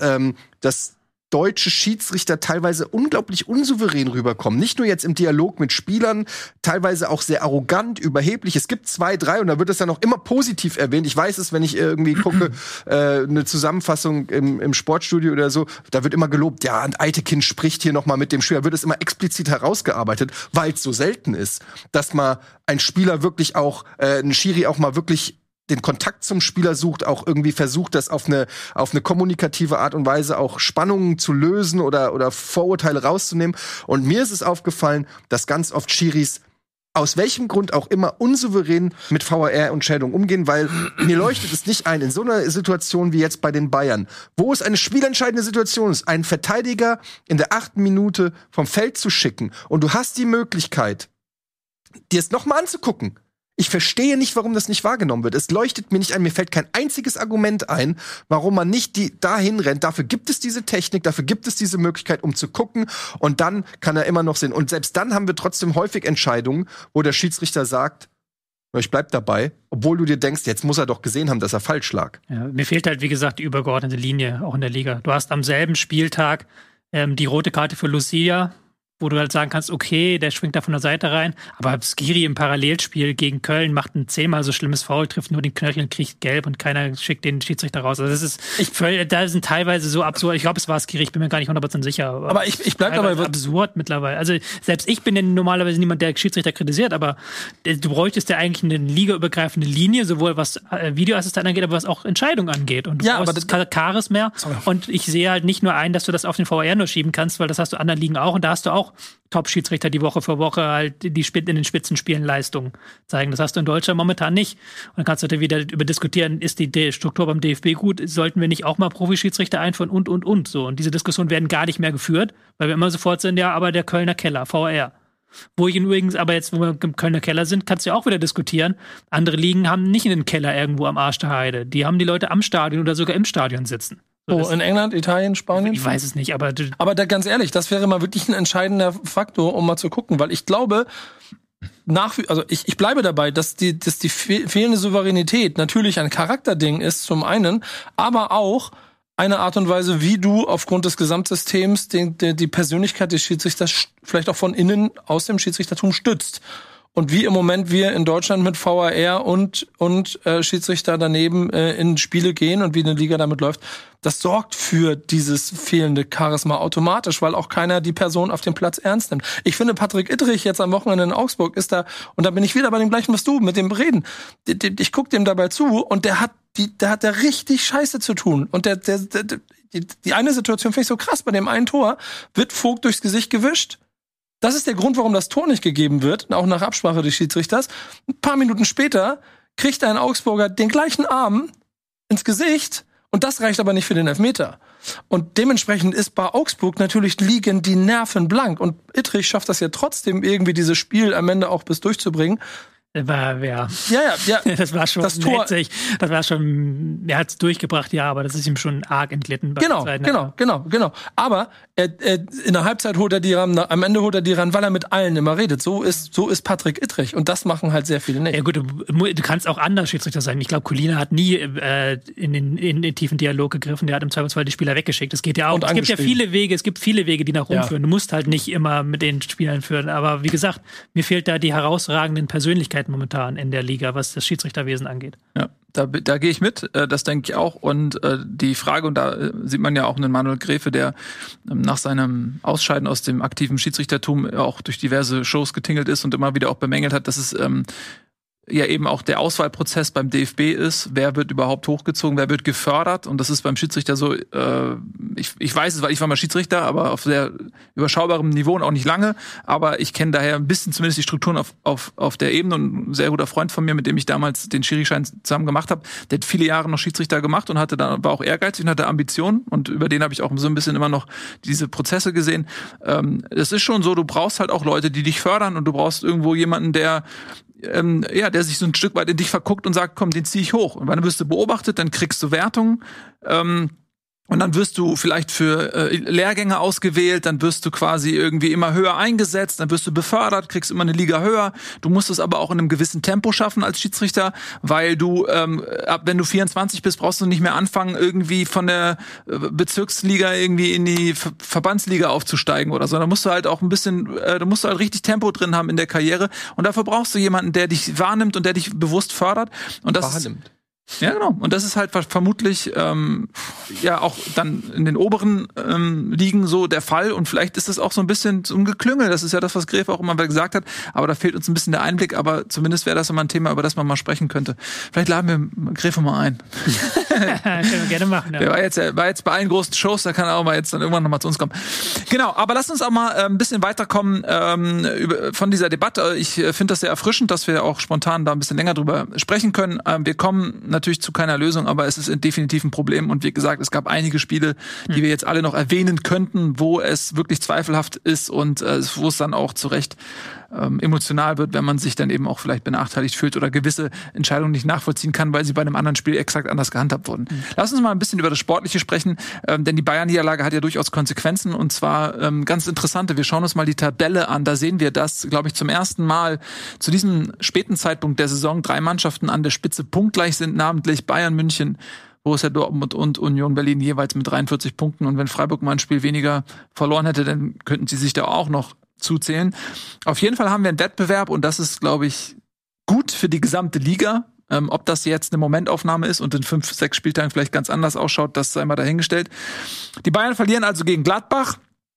Speaker 2: deutsche Schiedsrichter teilweise unglaublich unsouverän rüberkommen. Nicht nur jetzt im Dialog mit Spielern, teilweise auch sehr arrogant, überheblich. Es gibt 2, 3 und da wird es dann auch immer positiv erwähnt. Ich weiß es, wenn ich irgendwie gucke, eine Zusammenfassung im Sportstudio oder so, da wird immer gelobt, ja, und Eitekin spricht hier nochmal mit dem Spieler, wird es immer explizit herausgearbeitet, weil es so selten ist, dass mal ein Spieler wirklich auch, ein Schiri auch mal wirklich den Kontakt zum Spieler sucht, auch irgendwie versucht, das auf eine kommunikative Art und Weise auch Spannungen zu lösen oder Vorurteile rauszunehmen. Und mir ist es aufgefallen, dass ganz oft Schiris aus welchem Grund auch immer unsouverän mit VAR-Entscheidungen umgehen, weil mir leuchtet es nicht ein, in so einer Situation wie jetzt bei den Bayern, wo es eine spielentscheidende Situation ist, einen Verteidiger in der 8. Minute vom Feld zu schicken und du hast die Möglichkeit, dir es nochmal anzugucken. Ich verstehe nicht, warum das nicht wahrgenommen wird. Es leuchtet mir nicht ein. Mir fällt kein einziges Argument ein, warum man nicht dahin rennt. Dafür gibt es diese Technik, dafür gibt es diese Möglichkeit, um zu gucken. Und dann kann er immer noch sehen. Und selbst dann haben wir trotzdem häufig Entscheidungen, wo der Schiedsrichter sagt, ich bleib dabei, obwohl du dir denkst, jetzt muss er doch gesehen haben, dass er falsch lag.
Speaker 4: Ja, mir fehlt halt, wie gesagt, die übergeordnete Linie, auch in der Liga. Du hast am selben Spieltag die rote Karte für Lucia, wo du halt sagen kannst, okay, der schwingt da von der Seite rein, aber Skiri im Parallelspiel gegen Köln macht ein 10-mal so schlimmes Foul, trifft nur den Knöchel und kriegt gelb und keiner schickt den Schiedsrichter raus. Also das ist, da sind teilweise so absurd, ich glaube, es war Skiri, ich bin mir gar nicht 100% sicher.
Speaker 3: Aber ich bleib dabei.
Speaker 4: Absurd mittlerweile. Also selbst ich bin ja normalerweise niemand, der Schiedsrichter kritisiert, aber du bräuchtest ja eigentlich eine ligaübergreifende Linie, sowohl was Videoassistenten angeht, aber was auch Entscheidungen angeht. Und du brauchst Kares mehr. Und ich sehe halt nicht nur ein, dass du das auf den VAR nur schieben kannst, weil das hast du in anderen Ligen auch und da hast du auch Top-Schiedsrichter, die Woche für Woche halt in den Spitzenspielen Leistungen zeigen. Das hast du in Deutschland momentan nicht. Und dann kannst du da wieder über diskutieren, ist die Struktur beim DFB gut? Sollten wir nicht auch mal Profischiedsrichter einführen und so. Und diese Diskussionen werden gar nicht mehr geführt, weil wir immer sofort sind, ja, aber der Kölner Keller, VAR. Wo ich übrigens, aber jetzt, wo wir im Kölner Keller sind, kannst du ja auch wieder diskutieren. Andere Ligen haben nicht einen Keller irgendwo am Arsch der Heide. Die haben die Leute am Stadion oder sogar im Stadion sitzen.
Speaker 3: In England, Italien, Spanien?
Speaker 4: Ich weiß es nicht, aber
Speaker 3: da ganz ehrlich, das wäre mal wirklich ein entscheidender Faktor, um mal zu gucken, weil ich glaube, ich bleibe dabei, dass die fehlende Souveränität natürlich ein Charakterding ist zum einen, aber auch eine Art und Weise, wie du aufgrund des Gesamtsystems die Persönlichkeit des Schiedsrichters vielleicht auch von innen aus dem Schiedsrichtertum stützt. Und wie im Moment wir in Deutschland mit VAR und Schiedsrichter daneben in Spiele gehen und wie eine Liga damit läuft, das sorgt für dieses fehlende Charisma automatisch, weil auch keiner die Person auf dem Platz ernst nimmt. Ich finde, Patrick Ittrich jetzt am Wochenende in Augsburg ist da, und da bin ich wieder bei dem gleichen, was du mit dem reden. Ich guck dem dabei zu und der hat da richtig Scheiße zu tun. Und die eine Situation finde ich so krass. Bei dem einen Tor wird Vogt durchs Gesicht gewischt. Das ist der Grund, warum das Tor nicht gegeben wird, auch nach Absprache des Schiedsrichters. Ein paar Minuten später kriegt ein Augsburger den gleichen Arm ins Gesicht und das reicht aber nicht für den Elfmeter. Und dementsprechend ist bei Augsburg natürlich liegen die Nerven blank. Und Ittrich schafft das ja trotzdem irgendwie, dieses Spiel am Ende auch bis durchzubringen.
Speaker 4: Das war Das war schon
Speaker 3: das Tor.
Speaker 4: witzig. Das war schon, er hat's durchgebracht, ja, aber das ist ihm schon arg entglitten.
Speaker 3: Genau. Aber in der Halbzeit holt er die ran, am Ende holt er die ran, weil er mit allen immer redet. So ist Patrick Ittrich. Und das machen halt sehr viele nicht.
Speaker 4: Ja gut, du kannst auch anders Schiedsrichter sein. Ich glaube, Colina hat nie in den tiefen Dialog gegriffen. Der hat im Zweifelsfall die Spieler weggeschickt. Das geht ja auch. Es gibt viele Wege, die nach Rom führen. Du musst halt nicht immer mit den Spielern führen. Aber wie gesagt, mir fehlt da die herausragenden Persönlichkeiten momentan in der Liga, was das Schiedsrichterwesen angeht.
Speaker 1: Ja, da gehe ich mit, das denke ich auch. Und die Frage, und da sieht man ja auch einen Manuel Gräfe, der nach seinem Ausscheiden aus dem aktiven Schiedsrichtertum auch durch diverse Shows getingelt ist und immer wieder auch bemängelt hat, dass es ja eben auch der Auswahlprozess beim DFB ist. Wer wird überhaupt hochgezogen, wer wird gefördert? Und das ist beim Schiedsrichter so, ich weiß es, weil ich war mal Schiedsrichter, aber auf sehr überschaubarem Niveau und auch nicht lange. Aber ich kenne daher ein bisschen zumindest die Strukturen auf der Ebene. Und ein sehr guter Freund von mir, mit dem ich damals den Schiri-Schein zusammen gemacht habe, der hat viele Jahre noch Schiedsrichter gemacht und war auch ehrgeizig und hatte Ambitionen. Und über den habe ich auch so ein bisschen immer noch diese Prozesse gesehen. Es ist schon so, du brauchst halt auch Leute, die dich fördern und du brauchst irgendwo jemanden, der sich so ein Stück weit in dich verguckt und sagt, komm, den zieh ich hoch. Und dann wirst du beobachtet, dann kriegst du Wertungen. Und dann wirst du vielleicht für Lehrgänge ausgewählt, dann wirst du quasi irgendwie immer höher eingesetzt, dann wirst du befördert, kriegst immer eine Liga höher. Du musst es aber auch in einem gewissen Tempo schaffen als Schiedsrichter, weil du, wenn du 24 bist, brauchst du nicht mehr anfangen, irgendwie von der Bezirksliga irgendwie in die Verbandsliga aufzusteigen oder so. Da musst du halt auch ein bisschen, da musst du halt richtig Tempo drin haben in der Karriere. Und dafür brauchst du jemanden, der dich wahrnimmt und der dich bewusst fördert. Und das
Speaker 2: wahrnimmt.
Speaker 1: Ja, genau. Und das ist halt vermutlich auch dann in den oberen Ligen so der Fall. Und vielleicht ist das auch so ein bisschen so ein Geklüngel. Das ist ja das, was Gräfe auch immer gesagt hat. Aber da fehlt uns ein bisschen der Einblick. Aber zumindest wäre das immer ein Thema, über das man mal sprechen könnte. Vielleicht laden wir Gräfe mal ein.
Speaker 4: Können wir gerne machen. Ja.
Speaker 1: Der war jetzt bei allen großen Shows. Da kann er auch mal jetzt dann irgendwann noch mal zu uns kommen. Genau. Aber lasst uns auch mal ein bisschen weiterkommen von dieser Debatte. Ich finde das sehr erfrischend, dass wir auch spontan da ein bisschen länger drüber sprechen können. Wir kommen natürlich zu keiner Lösung, aber es ist definitiv ein Problem. Und wie gesagt, es gab einige Spiele, die wir jetzt alle noch erwähnen könnten, wo es wirklich zweifelhaft ist und wo es dann auch zu Recht emotional wird, wenn man sich dann eben auch vielleicht benachteiligt fühlt oder gewisse Entscheidungen nicht nachvollziehen kann, weil sie bei einem anderen Spiel exakt anders gehandhabt wurden. Lass uns mal ein bisschen über das Sportliche sprechen, denn die Bayern-Niederlage hat ja durchaus Konsequenzen und zwar ganz interessante. Wir schauen uns mal die Tabelle an. Da sehen wir, dass, glaube ich, zum ersten Mal zu diesem späten Zeitpunkt der Saison 3 Mannschaften an der Spitze punktgleich sind, namentlich Bayern München, Borussia Dortmund und Union Berlin jeweils mit 43 Punkten. Und wenn Freiburg mal ein Spiel weniger verloren hätte, dann könnten sie sich da auch noch zuzählen. Auf jeden Fall haben wir einen Wettbewerb und das ist, glaube ich, gut für die gesamte Liga. Ob das jetzt eine Momentaufnahme ist und in 5, 6 Spieltagen vielleicht ganz anders ausschaut, das sei mal dahingestellt. Die Bayern verlieren also gegen Gladbach.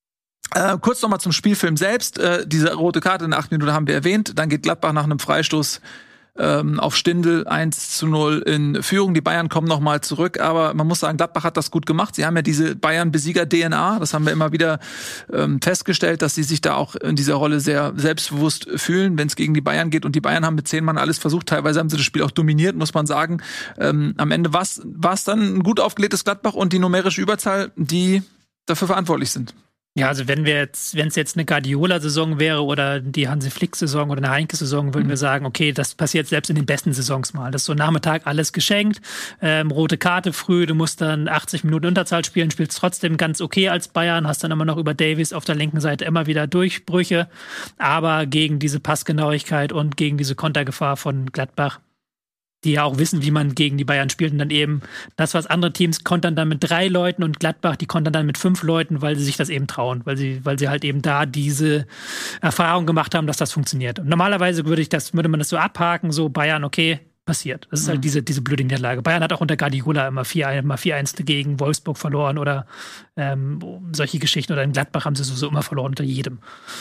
Speaker 1: Kurz nochmal zum Spielfilm selbst. Diese rote Karte in der 8. Minute haben wir erwähnt. Dann geht Gladbach nach einem Freistoß auf Stindl 1:0 in Führung. Die Bayern kommen nochmal zurück, aber man muss sagen, Gladbach hat das gut gemacht. Sie haben ja diese Bayern-Besieger-DNA, das haben wir immer wieder festgestellt, dass sie sich da auch in dieser Rolle sehr selbstbewusst fühlen, wenn es gegen die Bayern geht. Und die Bayern haben mit 10 Mann alles versucht. Teilweise haben sie das Spiel auch dominiert, muss man sagen. Am Ende war es dann ein gut aufgelegtes Gladbach und die numerische Überzahl, die dafür verantwortlich sind.
Speaker 4: Ja, also wenn es jetzt eine Guardiola-Saison wäre oder die Hansi-Flick-Saison oder eine Heinke-Saison, würden wir sagen, okay, das passiert selbst in den besten Saisons mal. Das ist so Nachmittag alles geschenkt, rote Karte früh, du musst dann 80 Minuten Unterzahl spielen, spielst trotzdem ganz okay als Bayern, hast dann immer noch über Davies auf der linken Seite immer wieder Durchbrüche, aber gegen diese Passgenauigkeit und gegen diese Kontergefahr von Gladbach, die ja auch wissen, wie man gegen die Bayern spielt und dann eben das, was andere Teams kontern dann mit 3 Leuten und Gladbach, die kontern dann mit 5 Leuten, weil sie sich das eben trauen, weil sie halt eben da diese Erfahrung gemacht haben, dass das funktioniert. Und normalerweise würde man das so abhaken, so Bayern, okay, passiert. Das ist halt diese blöde Niederlage. Bayern hat auch unter Guardiola immer 4-1 gegen Wolfsburg verloren oder solche Geschichten. Oder in Gladbach haben sie sowieso immer verloren unter jedem.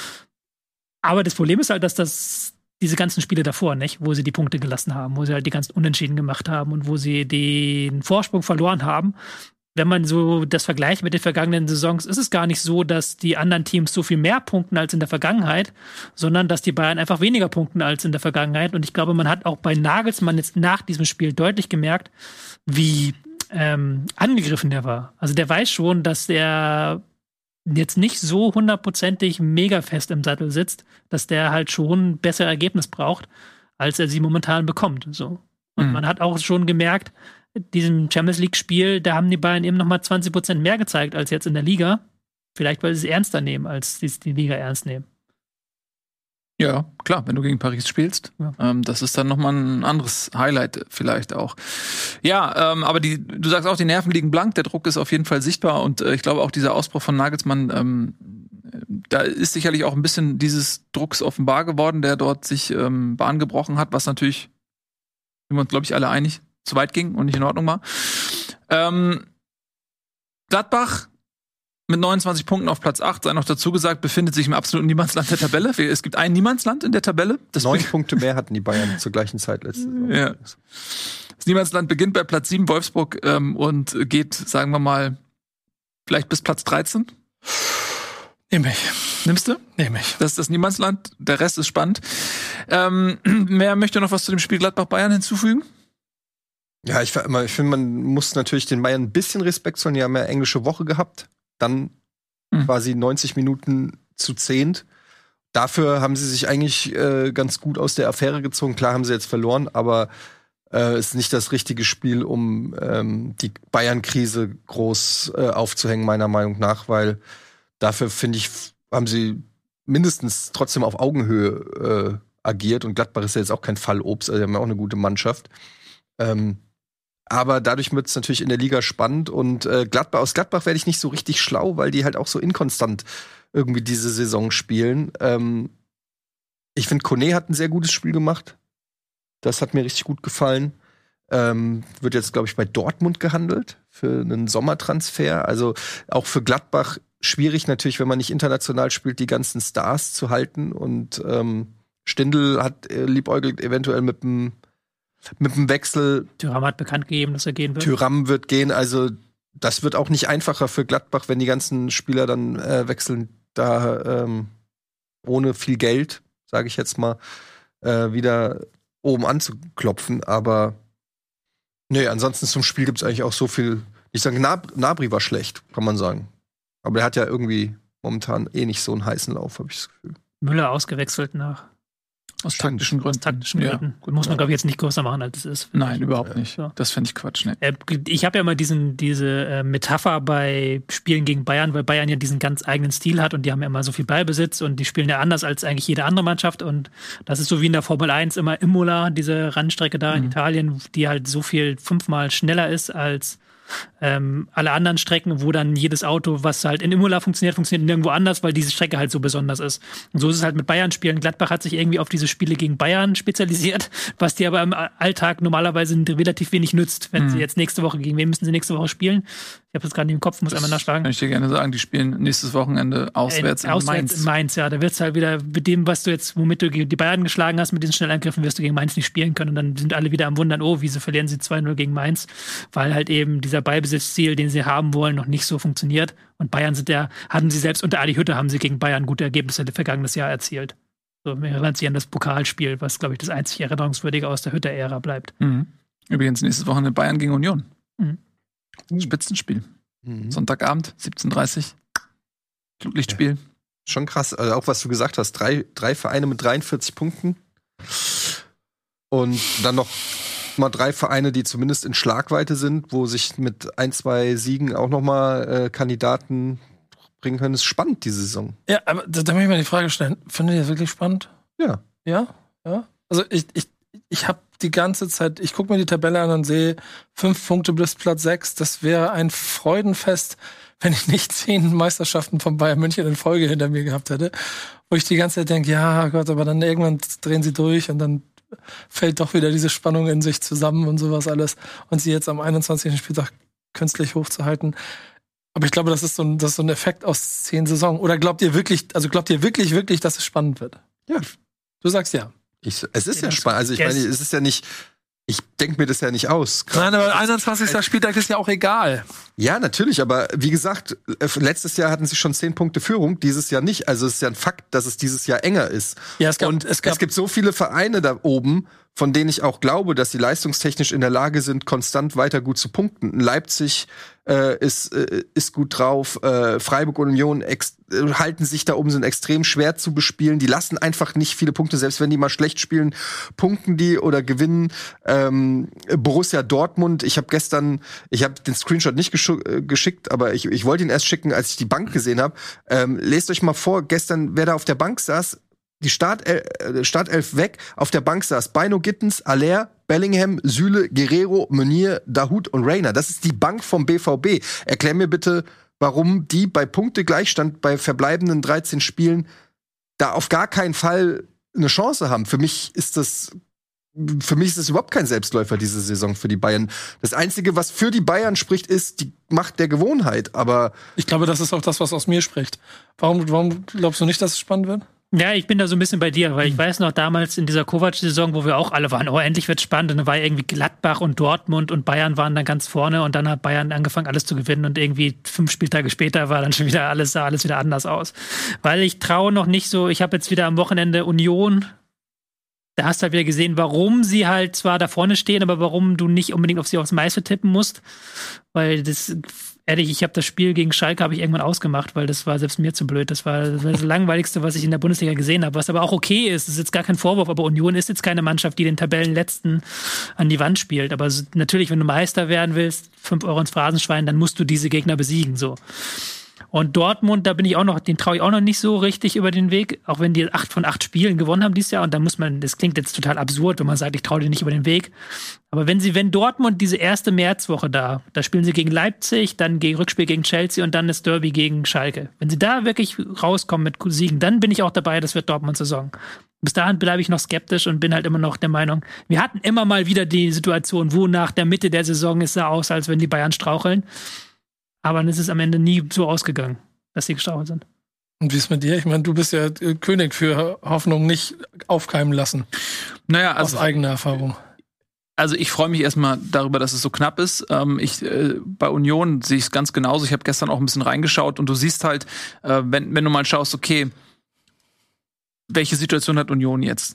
Speaker 4: Aber das Problem ist halt, dass diese ganzen Spiele davor, nicht, wo sie die Punkte gelassen haben, wo sie halt die ganzen Unentschieden gemacht haben und wo sie den Vorsprung verloren haben, wenn man so das vergleicht mit den vergangenen Saisons, ist es gar nicht so, dass die anderen Teams so viel mehr punkten als in der Vergangenheit, sondern dass die Bayern einfach weniger punkten als in der Vergangenheit. Und ich glaube, man hat auch bei Nagelsmann jetzt nach diesem Spiel deutlich gemerkt, wie angegriffen der war. Also der weiß schon, dass der jetzt nicht so hundertprozentig mega fest im Sattel sitzt, dass der halt schon ein besseres Ergebnis braucht, als er sie momentan bekommt. So. Und man hat auch schon gemerkt, diesem Champions-League-Spiel, da haben die Bayern eben noch mal 20% mehr gezeigt als jetzt in der Liga. Vielleicht, weil sie es ernster nehmen, als sie die Liga ernst nehmen.
Speaker 1: Ja, klar, wenn du gegen Paris spielst.
Speaker 4: Ja.
Speaker 1: Das ist dann noch mal ein anderes Highlight vielleicht auch. Ja, aber du sagst auch, die Nerven liegen blank, der Druck ist auf jeden Fall sichtbar und ich glaube auch dieser Ausbruch von Nagelsmann, da ist sicherlich auch ein bisschen dieses Drucks offenbar geworden, der dort sich Bahn gebrochen hat, was natürlich, sind wir uns, glaube ich, alle einig, zu weit ging und nicht in Ordnung war. Gladbach mit 29 Punkten auf Platz 8, sei noch dazu gesagt, befindet sich im absoluten Niemandsland der Tabelle. Es gibt ein Niemandsland in der Tabelle.
Speaker 2: 9 Punkte mehr hatten die Bayern zur gleichen Zeit letzte Saison.
Speaker 1: Ja. Das Niemandsland beginnt bei Platz 7 Wolfsburg und geht, sagen wir mal, vielleicht bis Platz 13.
Speaker 3: Nehme ich.
Speaker 1: Nimmst du?
Speaker 3: Nehme ich.
Speaker 1: Das ist das Niemandsland. Der Rest ist spannend. Wer möchte noch was zu dem Spiel Gladbach-Bayern hinzufügen?
Speaker 2: Ja, ich finde, man muss natürlich den Bayern ein bisschen Respekt zollen. Die haben ja englische Woche gehabt. Dann quasi 90 Minuten zu 10. Dafür haben sie sich eigentlich ganz gut aus der Affäre gezogen. Klar haben sie jetzt verloren, aber ist nicht das richtige Spiel, um die Bayern-Krise groß aufzuhängen, meiner Meinung nach, weil dafür, finde ich, haben sie mindestens trotzdem auf Augenhöhe agiert. Und Gladbach ist ja jetzt auch kein Fallobst, also die haben ja auch eine gute Mannschaft. Aber dadurch wird es natürlich in der Liga spannend. Und aus Gladbach werde ich nicht so richtig schlau, weil die halt auch so inkonstant irgendwie diese Saison spielen. Ich finde, Kone hat ein sehr gutes Spiel gemacht. Das hat mir richtig gut gefallen. Wird jetzt, glaube ich, bei Dortmund gehandelt für einen Sommertransfer. Also auch für Gladbach schwierig natürlich, wenn man nicht international spielt, die ganzen Stars zu halten. Und Stindl hat liebäugelt eventuell mit dem Wechsel.
Speaker 4: Thuram hat bekannt gegeben, dass er gehen wird.
Speaker 2: Thuram wird gehen, also das wird auch nicht einfacher für Gladbach, wenn die ganzen Spieler dann wechseln, da ohne viel Geld, sage ich jetzt mal, wieder oben anzuklopfen. Aber nee, ansonsten zum Spiel gibt es eigentlich auch so viel. Ich sage, Gnabry war schlecht, kann man sagen. Aber der hat ja irgendwie momentan nicht so einen heißen Lauf, habe ich das Gefühl.
Speaker 4: Müller ausgewechselt
Speaker 1: aus taktischen Gründen.
Speaker 4: Ja. Muss man, glaube ich, jetzt nicht größer machen, als es ist.
Speaker 1: Nein, überhaupt nicht.
Speaker 4: So.
Speaker 1: Das fände ich Quatsch. Ne?
Speaker 4: Ich habe ja immer diese Metapher bei Spielen gegen Bayern, weil Bayern ja diesen ganz eigenen Stil hat und die haben ja immer so viel Ballbesitz und die spielen ja anders als eigentlich jede andere Mannschaft. Und das ist so wie in der Formel 1 immer Imola, diese Randstrecke da in Italien, die halt so viel 5-mal schneller ist als alle anderen Strecken, wo dann jedes Auto, was halt in Imola funktioniert nirgendwo anders, weil diese Strecke halt so besonders ist. Und so ist es halt mit Bayern-Spielen. Gladbach hat sich irgendwie auf diese Spiele gegen Bayern spezialisiert, was die aber im Alltag normalerweise relativ wenig nützt. Wenn sie jetzt nächste Woche, gegen wen müssen sie nächste Woche spielen? Ich habe das gerade nicht im Kopf, muss einmal nachschlagen.
Speaker 1: Kann ich dir gerne sagen, die spielen nächstes Wochenende auswärts in Mainz.
Speaker 4: In Mainz, ja. Da wird es halt wieder mit dem, womit du die Bayern geschlagen hast, mit diesen Schnellangriffen, wirst du gegen Mainz nicht spielen können. Und dann sind alle wieder am Wundern, oh, wieso verlieren sie 2-0 gegen Mainz? Weil halt eben dieser Ballbesitzziel, den sie haben wollen, noch nicht so funktioniert. Und Bayern hatten sie selbst unter Adi Hütter, haben sie gegen Bayern gute Ergebnisse vergangenes Jahr erzielt. So, mir erinnert sich an das Pokalspiel, was, glaube ich, das einzig Erinnerungswürdige aus der Hütter-Ära bleibt.
Speaker 1: Übrigens nächstes Wochenende Bayern gegen Union. Spitzenspiel. Sonntagabend, 17:30 Flutlichtspiel.
Speaker 2: Schon krass. Also auch was du gesagt hast, drei Vereine mit 43 Punkten. Und dann noch mal 3 Vereine, die zumindest in Schlagweite sind, wo sich mit 1, 2 Siegen auch noch mal Kandidaten bringen können. Das ist spannend, diese Saison.
Speaker 3: Ja, aber da möchte ich mal die Frage stellen. Findet ihr das wirklich spannend?
Speaker 2: Ja.
Speaker 3: Ja? Also ich habe die ganze Zeit, ich gucke mir die Tabelle an und sehe 5 Punkte bis Platz 6. Das wäre ein Freudenfest, wenn ich nicht 10 Meisterschaften von Bayern München in Folge hinter mir gehabt hätte. Wo ich die ganze Zeit denke, ja Gott, aber dann irgendwann drehen sie durch und dann fällt doch wieder diese Spannung in sich zusammen und sowas alles. Und sie jetzt am 21. Spieltag künstlich hochzuhalten. Aber ich glaube, das ist so ein Effekt aus 10 Saisons. Oder glaubt ihr wirklich, dass es spannend wird?
Speaker 2: Ja.
Speaker 3: Du sagst ja.
Speaker 2: Es ist ja spannend. Also ich meine, es ist ja nicht, Ich denke mir das ja nicht aus.
Speaker 3: Nein, aber 21. Spieltag ist ja auch egal.
Speaker 2: Ja, natürlich, aber wie gesagt, letztes Jahr hatten sie schon 10 Punkte Führung, dieses Jahr nicht. Also es ist ja ein Fakt, dass es dieses Jahr enger ist.
Speaker 3: Ja, es
Speaker 2: gibt so viele Vereine da oben, von denen ich auch glaube, dass sie leistungstechnisch in der Lage sind, konstant weiter gut zu punkten. Leipzig ist gut drauf, Freiburg und Union halten sich da oben, sind extrem schwer zu bespielen. Die lassen einfach nicht viele Punkte, selbst wenn die mal schlecht spielen, punkten die oder gewinnen. Borussia Dortmund, ich habe den Screenshot nicht geschickt, aber ich wollte ihn erst schicken, als ich die Bank gesehen habe. Lest euch mal vor, gestern, wer da auf der Bank saß, die Startelf weg, auf der Bank saß Beino Gittens, Aller, Bellingham, Süle, Guerrero, Meunier, Dahoud und Reina. Das ist die Bank vom BVB. Erklär mir bitte, warum die bei Punktegleichstand bei verbleibenden 13 Spielen da auf gar keinen Fall eine Chance haben. Für mich ist das überhaupt kein Selbstläufer, diese Saison für die Bayern. Das Einzige, was für die Bayern spricht, ist die Macht der Gewohnheit. Aber
Speaker 3: ich glaube, das ist auch das, was aus mir spricht. Warum glaubst du nicht, dass es spannend wird?
Speaker 4: Ja, ich bin da so ein bisschen bei dir, weil ich weiß noch damals in dieser Kovac-Saison, wo wir auch alle waren, endlich wird's spannend. Und dann war irgendwie Gladbach und Dortmund und Bayern waren dann ganz vorne und dann hat Bayern angefangen, alles zu gewinnen und irgendwie 5 Spieltage später war dann schon wieder sah alles wieder anders aus. Weil ich traue noch nicht so, ich habe jetzt wieder am Wochenende Union, da hast du halt wieder gesehen, warum sie halt zwar da vorne stehen, aber warum du nicht unbedingt auf sie aufs Meiste tippen musst. Weil ich habe das Spiel gegen Schalke habe ich irgendwann ausgemacht, weil das war selbst mir zu blöd. Das war das Langweiligste, was ich in der Bundesliga gesehen habe. Was aber auch okay ist. Das ist jetzt gar kein Vorwurf, aber Union ist jetzt keine Mannschaft, die den Tabellenletzten an die Wand spielt. Aber natürlich, wenn du Meister werden willst, 5 Euro ins Phrasenschwein, dann musst du diese Gegner besiegen, so. Und Dortmund, den traue ich auch noch nicht so richtig über den Weg, auch wenn die 8 von 8 Spielen gewonnen haben dieses Jahr. Und da das klingt jetzt total absurd, wenn man sagt, ich traue dir nicht über den Weg. Aber wenn Dortmund diese erste Märzwoche da spielen sie gegen Leipzig, dann gegen Rückspiel gegen Chelsea und dann das Derby gegen Schalke. Wenn sie da wirklich rauskommen mit Siegen, dann bin ich auch dabei, das wird Dortmunds Saison. Bis dahin bleibe ich noch skeptisch und bin halt immer noch der Meinung, wir hatten immer mal wieder die Situation, wo nach der Mitte der Saison es sah aus, als wenn die Bayern straucheln. Aber es ist am Ende nie so ausgegangen, dass sie gestrauchelt sind.
Speaker 3: Und wie ist mit dir? Ich meine, du bist ja König für Hoffnung nicht aufkeimen lassen.
Speaker 1: Naja, also
Speaker 3: aus eigener Erfahrung.
Speaker 1: Also ich freue mich erstmal darüber, dass es so knapp ist. Bei Union sehe ich es ganz genauso. Ich habe gestern auch ein bisschen reingeschaut und du siehst halt, wenn du mal schaust, okay, welche Situation hat Union jetzt?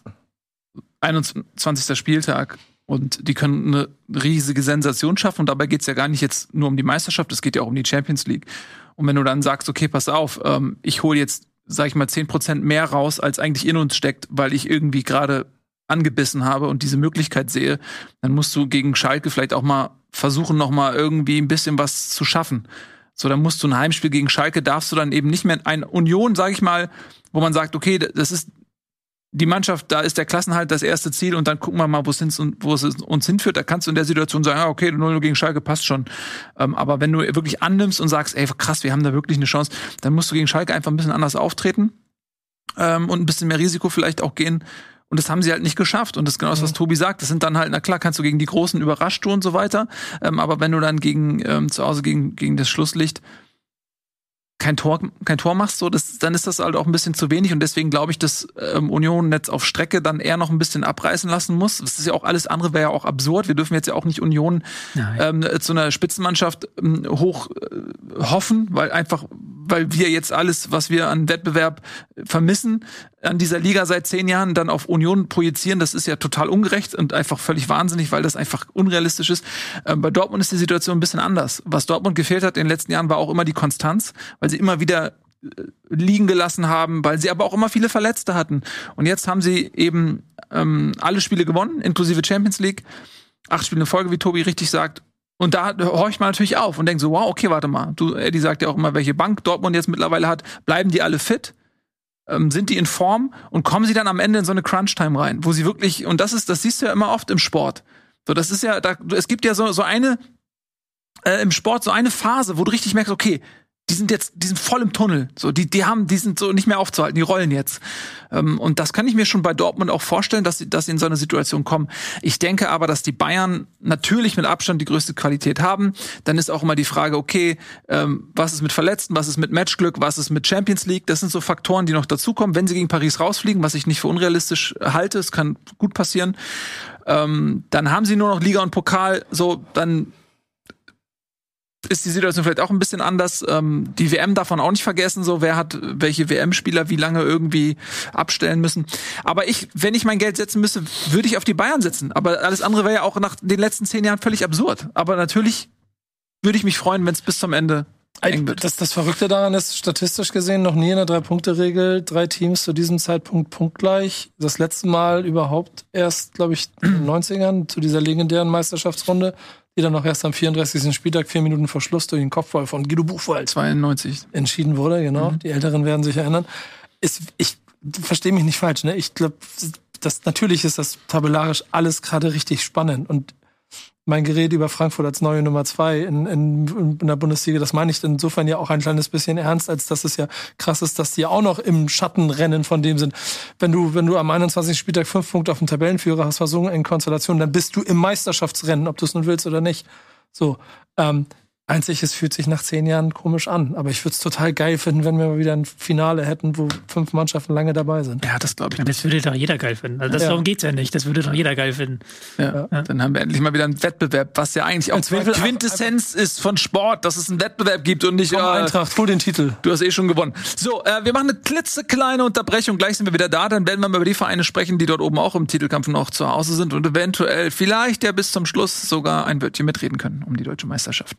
Speaker 1: 21. Spieltag. Und die können eine riesige Sensation schaffen. Und dabei geht es ja gar nicht jetzt nur um die Meisterschaft, es geht ja auch um die Champions League. Und wenn du dann sagst, okay, pass auf, ich hole jetzt, sag ich mal, 10% mehr raus, als eigentlich in uns steckt, weil ich irgendwie gerade angebissen habe und diese Möglichkeit sehe, dann musst du gegen Schalke vielleicht auch mal versuchen, noch mal irgendwie ein bisschen was zu schaffen. So, dann musst du ein Heimspiel gegen Schalke, darfst du dann eben nicht mehr ein Union, sag ich mal, wo man sagt, okay, das ist die Mannschaft, da ist der Klassenhalt das erste Ziel und dann gucken wir mal, wo es uns hinführt. Da kannst du in der Situation sagen, ja, okay, 0-0 gegen Schalke passt schon. Aber wenn du wirklich annimmst und sagst, ey, krass, wir haben da wirklich eine Chance, dann musst du gegen Schalke einfach ein bisschen anders auftreten und ein bisschen mehr Risiko vielleicht auch gehen. Und das haben sie halt nicht geschafft. Und das ist genau das, was Tobi sagt. Das sind dann halt, na klar, kannst du gegen die Großen überrascht und so weiter. Aber wenn du dann zu Hause gegen das Schlusslicht kein Tor machst, dann ist das halt auch ein bisschen zu wenig. Und deswegen glaube ich, dass Union jetzt auf Strecke dann eher noch ein bisschen abreißen lassen muss. Das ist ja auch alles andere, wäre ja auch absurd. Wir dürfen jetzt ja auch nicht Union zu einer Spitzenmannschaft hoch hoffen, weil wir jetzt alles, was wir an Wettbewerb vermissen, an dieser Liga seit 10 Jahren dann auf Union projizieren. Das ist ja total ungerecht und einfach völlig wahnsinnig, weil das einfach unrealistisch ist. Bei Dortmund ist die Situation ein bisschen anders. Was Dortmund gefehlt hat in den letzten Jahren, war auch immer die Konstanz, weil sie immer wieder liegen gelassen haben, weil sie aber auch immer viele Verletzte hatten. Und jetzt haben sie eben alle Spiele gewonnen, inklusive Champions League. 8 Spiele in Folge, wie Tobi richtig sagt. Und da horcht man natürlich auf und denkt so, wow, okay, warte mal. Eddie sagt ja auch immer, welche Bank Dortmund jetzt mittlerweile hat. Bleiben die alle fit? Sind die in Form? Und kommen sie dann am Ende in so eine Crunch-Time rein, wo sie wirklich, und das siehst du ja immer oft im Sport. So, das ist ja, es gibt ja so eine, im Sport so eine Phase, wo du richtig merkst, okay, die sind voll im Tunnel. So, die sind so nicht mehr aufzuhalten, die rollen jetzt. Und das kann ich mir schon bei Dortmund auch vorstellen, dass sie in so eine Situation kommen. Ich denke aber, dass die Bayern natürlich mit Abstand die größte Qualität haben. Dann ist auch immer die Frage, okay, was ist mit Verletzten, was ist mit Matchglück, was ist mit Champions League? Das sind so Faktoren, die noch dazukommen. Wenn sie gegen Paris rausfliegen, was ich nicht für unrealistisch halte, es kann gut passieren, dann haben sie nur noch Liga und Pokal, so, dann ist die Situation vielleicht auch ein bisschen anders. Die WM darf man auch nicht vergessen, so wer hat welche WM-Spieler wie lange irgendwie abstellen müssen. Aber wenn ich mein Geld setzen müsste, würde ich auf die Bayern setzen. Aber alles andere wäre ja auch nach den letzten 10 Jahren völlig absurd. Aber natürlich würde ich mich freuen, wenn es bis zum Ende eng wird.
Speaker 3: Das Verrückte daran ist, statistisch gesehen, noch nie in der 3-Punkte-Regel 3 Teams zu diesem Zeitpunkt punktgleich. Das letzte Mal überhaupt erst, glaube ich, in den 90ern zu dieser legendären Meisterschaftsrunde, die dann noch erst am 34. Spieltag 4 Minuten vor Schluss durch den Kopfball von Guido Buchwald
Speaker 1: 92
Speaker 3: entschieden wurde, genau. Die Älteren werden sich erinnern. Ich verstehe mich nicht falsch, ne? Ich glaube, natürlich ist das tabellarisch alles gerade richtig spannend. Und mein Gerät über Frankfurt als neue Nummer 2 in der Bundesliga, das meine ich insofern ja auch ein kleines bisschen ernst, als dass es ja krass ist, dass die ja auch noch im Schattenrennen von dem sind. Wenn du am 21. Spieltag 5 Punkte auf dem Tabellenführer hast, war so in Konstellation, dann bist du im Meisterschaftsrennen, ob du es nun willst oder nicht. So, einzig, es fühlt sich nach 10 Jahren komisch an. Aber ich würde es total geil finden, wenn wir mal wieder ein Finale hätten, wo 5 Mannschaften lange dabei sind.
Speaker 1: Ja, das glaube ich.
Speaker 4: Das würde doch jeder geil finden. Also darum geht's ja nicht. Das würde doch jeder geil finden.
Speaker 1: Ja. Dann haben wir endlich mal wieder einen Wettbewerb, was ja eigentlich auch Quintessenz ist von Sport, dass es einen Wettbewerb gibt und nicht
Speaker 3: Eintracht, hol den Titel.
Speaker 1: Du hast schon gewonnen. So, wir machen eine klitzekleine Unterbrechung. Gleich sind wir wieder da. Dann werden wir mal über die Vereine sprechen, die dort oben auch im Titelkampf noch zu Hause sind und eventuell vielleicht ja bis zum Schluss sogar ein Wörtchen mitreden können um die deutsche Meisterschaft.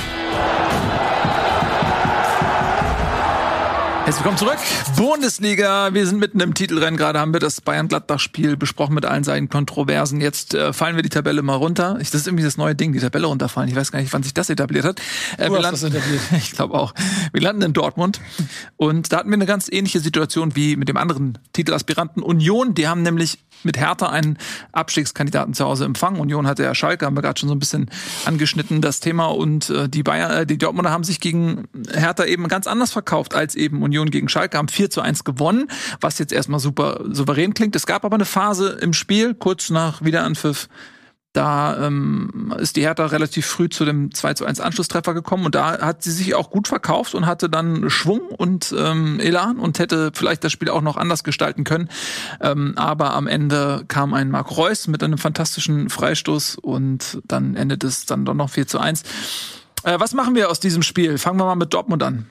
Speaker 1: Herzlich willkommen zurück. Bundesliga. Wir sind mitten im Titelrennen. Gerade haben wir das Bayern-Gladbach-Spiel besprochen mit allen seinen Kontroversen. Jetzt fallen wir die Tabelle mal runter. Das ist irgendwie das neue Ding, die Tabelle runterfallen. Ich weiß gar nicht, wann sich das etabliert hat.
Speaker 3: Du hast das etabliert.
Speaker 1: Ich glaube auch. Wir landen in Dortmund. Und da hatten wir eine ganz ähnliche Situation wie mit dem anderen Titelaspiranten Union. Die haben nämlich mit Hertha einen Abstiegskandidaten zu Hause empfangen. Union hatte ja Schalke, haben wir gerade schon so ein bisschen angeschnitten, das Thema. Und die Dortmunder haben sich gegen Hertha eben ganz anders verkauft als eben Union gegen Schalke, haben 4:1 gewonnen, was jetzt erstmal super souverän klingt. Es gab aber eine Phase im Spiel, kurz nach Wiederanpfiff, da ist die Hertha relativ früh zu dem 2:1 Anschlusstreffer gekommen und da hat sie sich auch gut verkauft und hatte dann Schwung und Elan und hätte vielleicht das Spiel auch noch anders gestalten können. Aber am Ende kam ein Marc Reus mit einem fantastischen Freistoß und dann endet es dann doch noch 4:1. Was machen wir aus diesem Spiel? Fangen wir mal mit Dortmund an.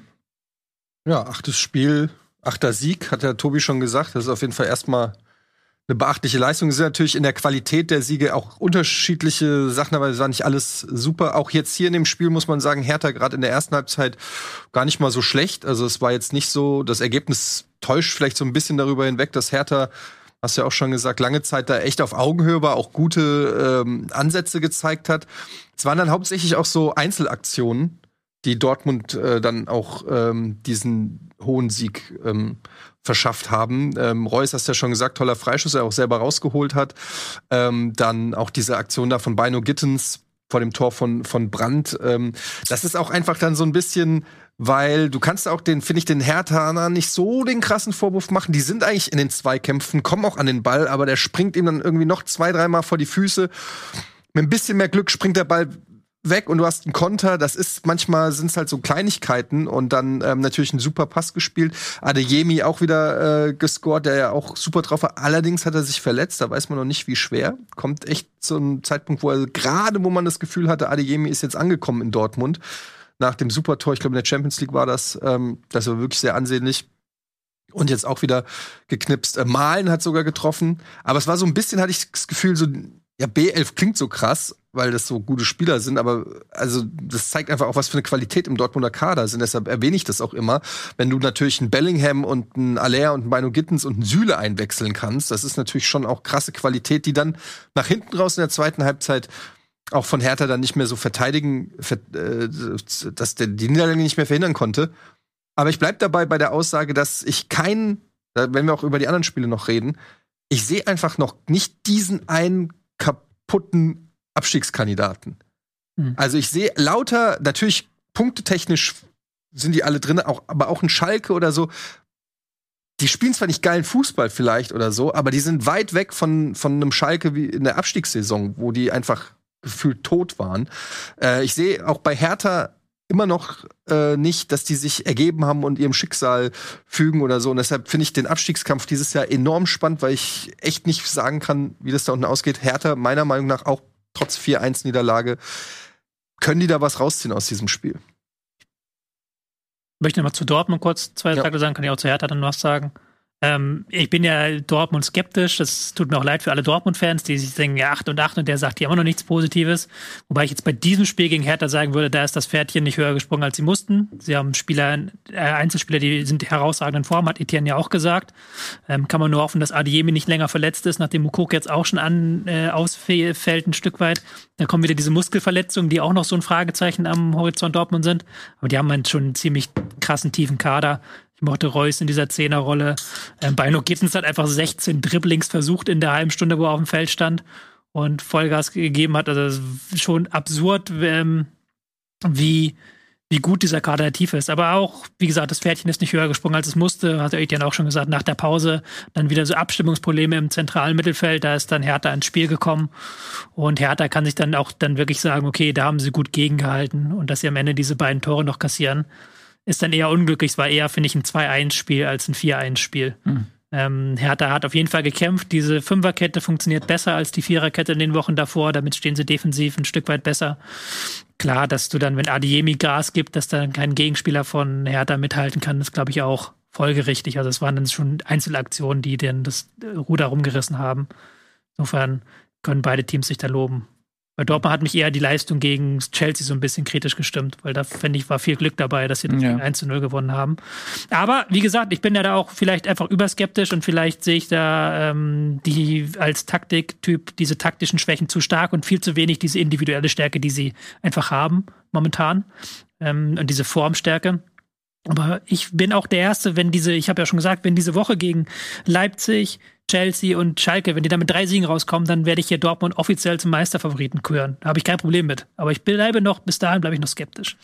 Speaker 2: Ja, 8. Spiel, 8. Sieg, hat der Tobi schon gesagt. Das ist auf jeden Fall erstmal eine beachtliche Leistung. Es sind natürlich in der Qualität der Siege auch unterschiedliche Sachen, aber es war nicht alles super. Auch jetzt hier in dem Spiel muss man sagen, Hertha gerade in der ersten Halbzeit gar nicht mal so schlecht. Also es war jetzt nicht so, das Ergebnis täuscht vielleicht so ein bisschen darüber hinweg, dass Hertha, hast du ja auch schon gesagt, lange Zeit da echt auf Augenhöhe war, auch gute Ansätze gezeigt hat. Es waren dann hauptsächlich auch so Einzelaktionen, die Dortmund dann auch diesen hohen Sieg verschafft haben. Reus, hast du ja schon gesagt, toller Freischuss, er auch selber rausgeholt hat. Dann auch diese Aktion da von Bino Gittens vor dem Tor von Brandt. Das ist auch einfach dann so ein bisschen, weil du kannst auch den Herthanern nicht so den krassen Vorwurf machen. Die sind eigentlich in den Zweikämpfen, kommen auch an den Ball, aber der springt ihm dann irgendwie noch 2-3 Mal vor die Füße. Mit ein bisschen mehr Glück springt der Ball weg und du hast einen Konter. Das ist, manchmal sind es halt so Kleinigkeiten und dann natürlich ein super Pass gespielt. Adeyemi auch wieder gescored, der ja auch super drauf war. Allerdings hat er sich verletzt, da weiß man noch nicht, wie schwer. Kommt echt zu einem Zeitpunkt, wo man das Gefühl hatte, Adeyemi ist jetzt angekommen in Dortmund. Nach dem Supertor, ich glaube in der Champions League war das, das war wirklich sehr ansehnlich. Und jetzt auch wieder geknipst. Malen hat sogar getroffen. Aber es war so ein bisschen, hatte ich das Gefühl, so, ja, B11 klingt so krass, weil das so gute Spieler sind, aber also das zeigt einfach auch, was für eine Qualität im Dortmunder Kader sind. Deshalb erwähne ich das auch immer. Wenn du natürlich einen Bellingham und einen Aller und einen Bino Gittens und einen Süle einwechseln kannst, das ist natürlich schon auch krasse Qualität, die dann nach hinten raus in der zweiten Halbzeit auch von Hertha dann nicht mehr so verteidigen, dass der die Niederlage nicht mehr verhindern konnte. Aber ich bleib dabei bei der Aussage, dass ich wenn wir auch über die anderen Spiele noch reden, ich sehe einfach noch nicht diesen einen kaputten Abstiegskandidaten. Also ich sehe lauter, natürlich punktetechnisch sind die alle drin, aber auch ein Schalke oder so. Die spielen zwar nicht geilen Fußball vielleicht oder so, aber die sind weit weg von einem Schalke wie in der Abstiegssaison, wo die einfach gefühlt tot waren. Ich sehe auch bei Hertha immer noch nicht, dass die sich ergeben haben und ihrem Schicksal fügen oder so. Und deshalb finde ich den Abstiegskampf dieses Jahr enorm spannend, weil ich echt nicht sagen kann, wie das da unten ausgeht. Hertha, meiner Meinung nach, auch trotz 4-1-Niederlage, können die da was rausziehen aus diesem Spiel.
Speaker 4: Ich möchte noch mal zu Dortmund kurz zwei Tage sagen, kann ich auch zu Hertha dann was sagen. Ich bin ja Dortmund skeptisch. Das tut mir auch leid für alle Dortmund-Fans, die sich denken, ja, 8 und der sagt ja immer noch nichts Positives. Wobei ich jetzt bei diesem Spiel gegen Hertha sagen würde, da ist das Pferdchen nicht höher gesprungen, als sie mussten. Sie haben Einzelspieler, die sind in herausragenden Form, hat Etienne ja auch gesagt. Kann man nur hoffen, dass Adeyemi nicht länger verletzt ist, nachdem Moukoko jetzt auch schon ausfällt ein Stück weit. Da kommen wieder diese Muskelverletzungen, die auch noch so ein Fragezeichen am Horizont Dortmund sind. Aber die haben halt schon einen ziemlich krassen, tiefen Kader. Ich mochte Reus in dieser Zehnerrolle. Bino Gittens hat einfach 16 Dribblings versucht in der halben Stunde, wo er auf dem Feld stand und Vollgas gegeben hat. Also schon absurd, wie gut dieser Kader tief ist. Aber auch, wie gesagt, das Pferdchen ist nicht höher gesprungen, als es musste. Hat Etienne auch schon gesagt, nach der Pause dann wieder so Abstimmungsprobleme im zentralen Mittelfeld. Da ist dann Hertha ins Spiel gekommen. Und Hertha kann sich dann auch wirklich sagen, okay, da haben sie gut gegengehalten. Und dass sie am Ende diese beiden Tore noch kassieren, ist dann eher unglücklich. Es war eher, finde ich, ein 2-1-Spiel als ein 4-1-Spiel. Hertha hat auf jeden Fall gekämpft. Diese Fünferkette funktioniert besser als die Viererkette in den Wochen davor. Damit stehen sie defensiv ein Stück weit besser. Klar, dass du dann, wenn Adeyemi Gas gibt, dass dann kein Gegenspieler von Hertha mithalten kann, ist, glaube ich, auch folgerichtig. Also es waren dann schon Einzelaktionen, die dann das Ruder rumgerissen haben. Insofern können beide Teams sich da loben. Bei Dortmund hat mich eher die Leistung gegen Chelsea so ein bisschen kritisch gestimmt, weil da, finde ich, war viel Glück dabei, dass sie das 1-0 gewonnen haben. Aber, wie gesagt, ich bin ja da auch vielleicht einfach überskeptisch und vielleicht sehe ich da die als Taktiktyp diese taktischen Schwächen zu stark und viel zu wenig diese individuelle Stärke, die sie einfach haben momentan und diese Formstärke. Aber ich bin auch der Erste, ich habe ja schon gesagt, wenn diese Woche gegen Leipzig, Chelsea und Schalke, wenn die da mit 3 Siegen rauskommen, dann werde ich hier Dortmund offiziell zum Meisterfavoriten küren. Da habe ich kein Problem mit. Aber bis dahin bleibe ich noch skeptisch.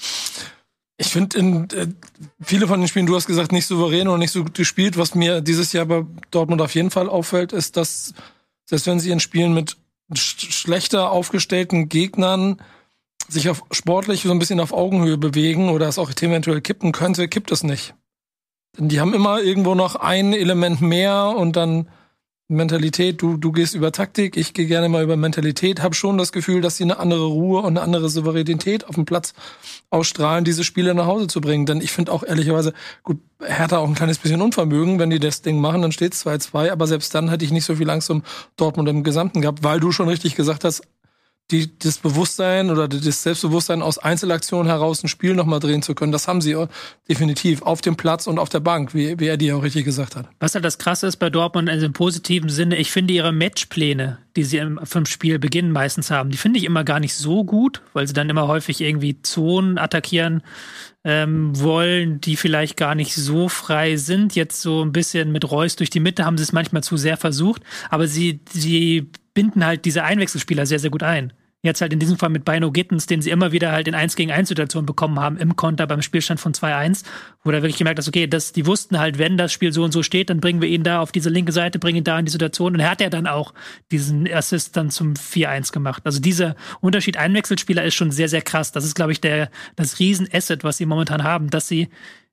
Speaker 3: Ich finde, viele von den Spielen, du hast gesagt, nicht souverän oder nicht so gut gespielt. Was mir dieses Jahr bei Dortmund auf jeden Fall auffällt, ist, dass, selbst wenn sie in Spielen mit schlechter aufgestellten Gegnern sich sportlich so ein bisschen auf Augenhöhe bewegen oder es auch eventuell kippen könnte, kippt es nicht. Denn die haben immer irgendwo noch ein Element mehr und dann Mentalität. Du gehst über Taktik, ich gehe gerne mal über Mentalität. Hab schon das Gefühl, dass sie eine andere Ruhe und eine andere Souveränität auf dem Platz ausstrahlen, diese Spiele nach Hause zu bringen. Denn ich finde auch ehrlicherweise, gut, Hertha auch ein kleines bisschen Unvermögen, wenn die das Ding machen, dann steht es 2-2. Aber selbst dann hätte ich nicht so viel Angst um Dortmund im Gesamten gehabt, weil du schon richtig gesagt hast, das Bewusstsein oder das Selbstbewusstsein aus Einzelaktionen heraus ein Spiel nochmal drehen zu können, das haben sie definitiv auf dem Platz und auf der Bank, wie er dir auch richtig gesagt hat.
Speaker 4: Was halt das Krasse ist bei Dortmund, also im positiven Sinne, ich finde ihre Matchpläne, die sie vom Spielbeginn meistens haben, die finde ich immer gar nicht so gut, weil sie dann immer häufig irgendwie Zonen attackieren wollen, die vielleicht gar nicht so frei sind. Jetzt so ein bisschen mit Reus durch die Mitte haben sie es manchmal zu sehr versucht, aber sie binden halt diese Einwechselspieler sehr, sehr gut ein. Jetzt halt in diesem Fall mit Bino Gittens, den sie immer wieder halt in 1-gegen-1-Situationen bekommen haben im Konter beim Spielstand von 2-1, wo da wirklich gemerkt hast, okay, die wussten halt, wenn das Spiel so und so steht, dann bringen wir ihn da auf diese linke Seite, bringen ihn da in die Situation und er hat ja dann auch diesen Assist dann zum 4-1 gemacht. Also dieser Unterschied Einwechselspieler ist schon sehr, sehr krass. Das ist, glaube ich, das Riesen-Asset, was sie momentan haben, dass sie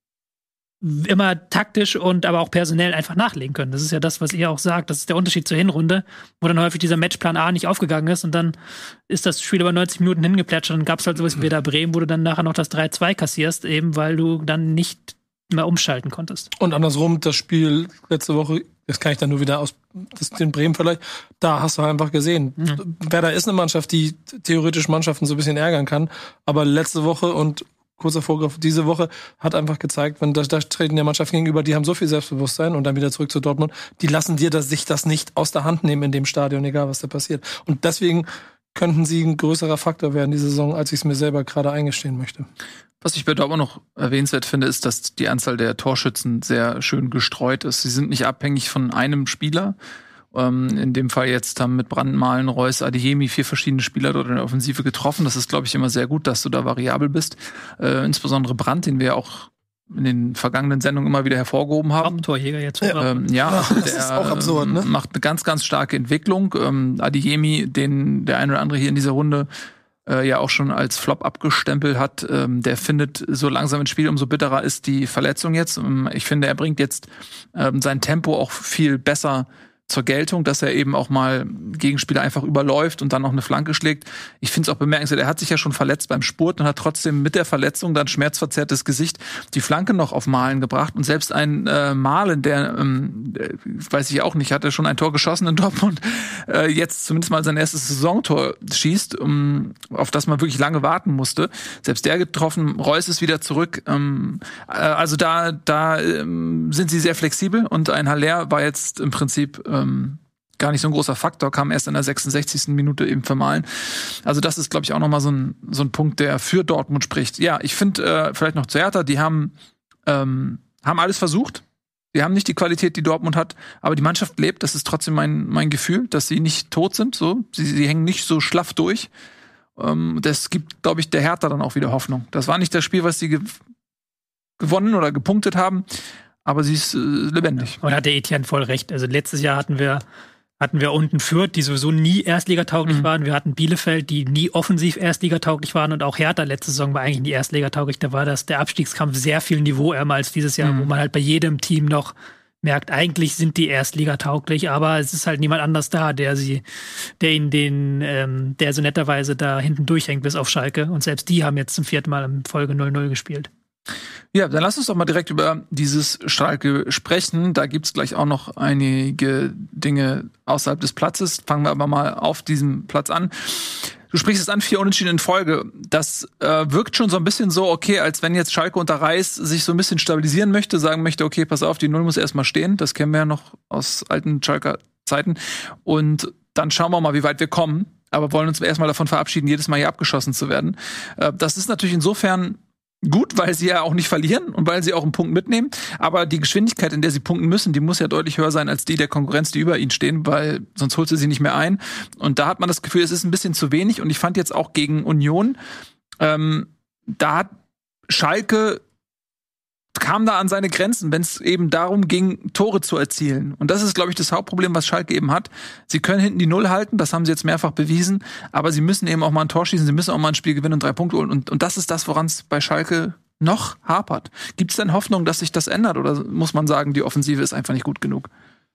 Speaker 4: immer taktisch und aber auch personell einfach nachlegen können. Das ist ja das, was ihr auch sagt. Das ist der Unterschied zur Hinrunde, wo dann häufig dieser Matchplan A nicht aufgegangen ist und dann ist das Spiel über 90 Minuten hingeplätschert und dann gab es halt sowas wie Werder Bremen, wo du dann nachher noch das 3-2 kassierst, eben weil du dann nicht mehr umschalten konntest.
Speaker 3: Und andersrum, das Spiel letzte Woche, das kann ich dann nur wieder aus den Bremen vielleicht, da hast du einfach gesehen. Werder ist eine Mannschaft, die theoretisch Mannschaften so ein bisschen ärgern kann, aber letzte Woche und kurzer Vorgriff, diese Woche hat einfach gezeigt, wenn da treten der Mannschaft gegenüber, die haben so viel Selbstbewusstsein und dann wieder zurück zu Dortmund, die lassen dir sich das nicht aus der Hand nehmen in dem Stadion, egal was da passiert. Und deswegen könnten sie ein größerer Faktor werden diese Saison, als ich es mir selber gerade eingestehen möchte.
Speaker 1: Was ich bei Dortmund noch erwähnenswert finde, ist, dass die Anzahl der Torschützen sehr schön gestreut ist. Sie sind nicht abhängig von einem Spieler. In dem Fall jetzt haben mit Brandmalen, Reus, Adeyemi 4 verschiedene Spieler dort in der Offensive getroffen. Das ist, glaube ich, immer sehr gut, dass du da variabel bist. Insbesondere Brandt, den wir auch in den vergangenen Sendungen immer wieder hervorgehoben haben.
Speaker 4: Torjäger jetzt.
Speaker 3: Das ist auch absurd, ne?
Speaker 1: Macht eine ganz, ganz starke Entwicklung. Adeyemi, den der eine oder andere hier in dieser Runde ja auch schon als Flop abgestempelt hat, der findet so langsam ins Spiel, umso bitterer ist die Verletzung jetzt. Ich finde, er bringt jetzt sein Tempo auch viel besser zur Geltung, dass er eben auch mal Gegenspieler einfach überläuft und dann noch eine Flanke schlägt. Ich finde es auch bemerkenswert, er hat sich ja schon verletzt beim Spurt und hat trotzdem mit der Verletzung dann schmerzverzerrtes Gesicht die Flanke noch auf Malen gebracht. Und selbst ein Malen, der, weiß ich auch nicht, hat er schon ein Tor geschossen in Dortmund, jetzt zumindest mal sein erstes Saisontor schießt, auf das man wirklich lange warten musste. Selbst der getroffen, Reus ist wieder zurück. Also da sind sie sehr flexibel und ein Haller war jetzt im Prinzip gar nicht so ein großer Faktor, kam erst in der 66. Minute eben vermahlen. Also das ist, glaube ich, auch nochmal so ein Punkt, der für Dortmund spricht. Ja, ich finde, vielleicht noch zu Hertha, die haben alles versucht. Die haben nicht die Qualität, die Dortmund hat, aber die Mannschaft lebt. Das ist trotzdem mein Gefühl, dass sie nicht tot sind. So, sie hängen nicht so schlaff durch. Das gibt, glaube ich, der Hertha dann auch wieder Hoffnung. Das war nicht das Spiel, was sie gewonnen oder gepunktet haben, aber sie ist lebendig.
Speaker 4: Und hat der Etienne voll recht. Also letztes Jahr hatten wir unten Fürth, die sowieso nie erstligatauglich waren. Wir hatten Bielefeld, die nie offensiv erstligatauglich waren. Und auch Hertha letzte Saison war eigentlich nie erstligatauglich. Da war der Abstiegskampf sehr viel niveauärmer als dieses Jahr, wo man halt bei jedem Team noch merkt, eigentlich sind die erstligatauglich, aber es ist halt niemand anders da, der so netterweise da hinten durchhängt bis auf Schalke. Und selbst die haben jetzt zum 4. Mal in Folge 0-0 gespielt.
Speaker 1: Ja, dann lass uns doch mal direkt über dieses Schalke sprechen. Da gibt's gleich auch noch einige Dinge außerhalb des Platzes. Fangen wir aber mal auf diesem Platz an. Du sprichst es an, 4 Unentschieden in Folge. Das wirkt schon so ein bisschen so, okay, als wenn jetzt Schalke unter Reis sich so ein bisschen stabilisieren möchte, sagen möchte, okay, pass auf, die 0 muss erstmal stehen. Das kennen wir ja noch aus alten Schalker Zeiten. Und dann schauen wir mal, wie weit wir kommen. Aber wollen uns erstmal davon verabschieden, jedes Mal hier abgeschossen zu werden. Das ist natürlich insofern gut, weil sie ja auch nicht verlieren und weil sie auch einen Punkt mitnehmen. Aber die Geschwindigkeit, in der sie punkten müssen, die muss ja deutlich höher sein als die der Konkurrenz, die über ihnen stehen, weil sonst holt sie nicht mehr ein. Und da hat man das Gefühl, es ist ein bisschen zu wenig. Und ich fand jetzt auch gegen Union, da hat Schalke kam da an seine Grenzen, wenn es eben darum ging, Tore zu erzielen. Und das ist, glaube ich, das Hauptproblem, was Schalke eben hat. Sie können hinten die 0 halten, das haben sie jetzt mehrfach bewiesen, aber sie müssen eben auch mal ein Tor schießen, sie müssen auch mal ein Spiel gewinnen und 3 Punkte holen. Und das ist das, woran es bei Schalke noch hapert. Gibt es denn Hoffnung, dass sich das ändert? Oder muss man sagen, die Offensive ist einfach nicht gut genug?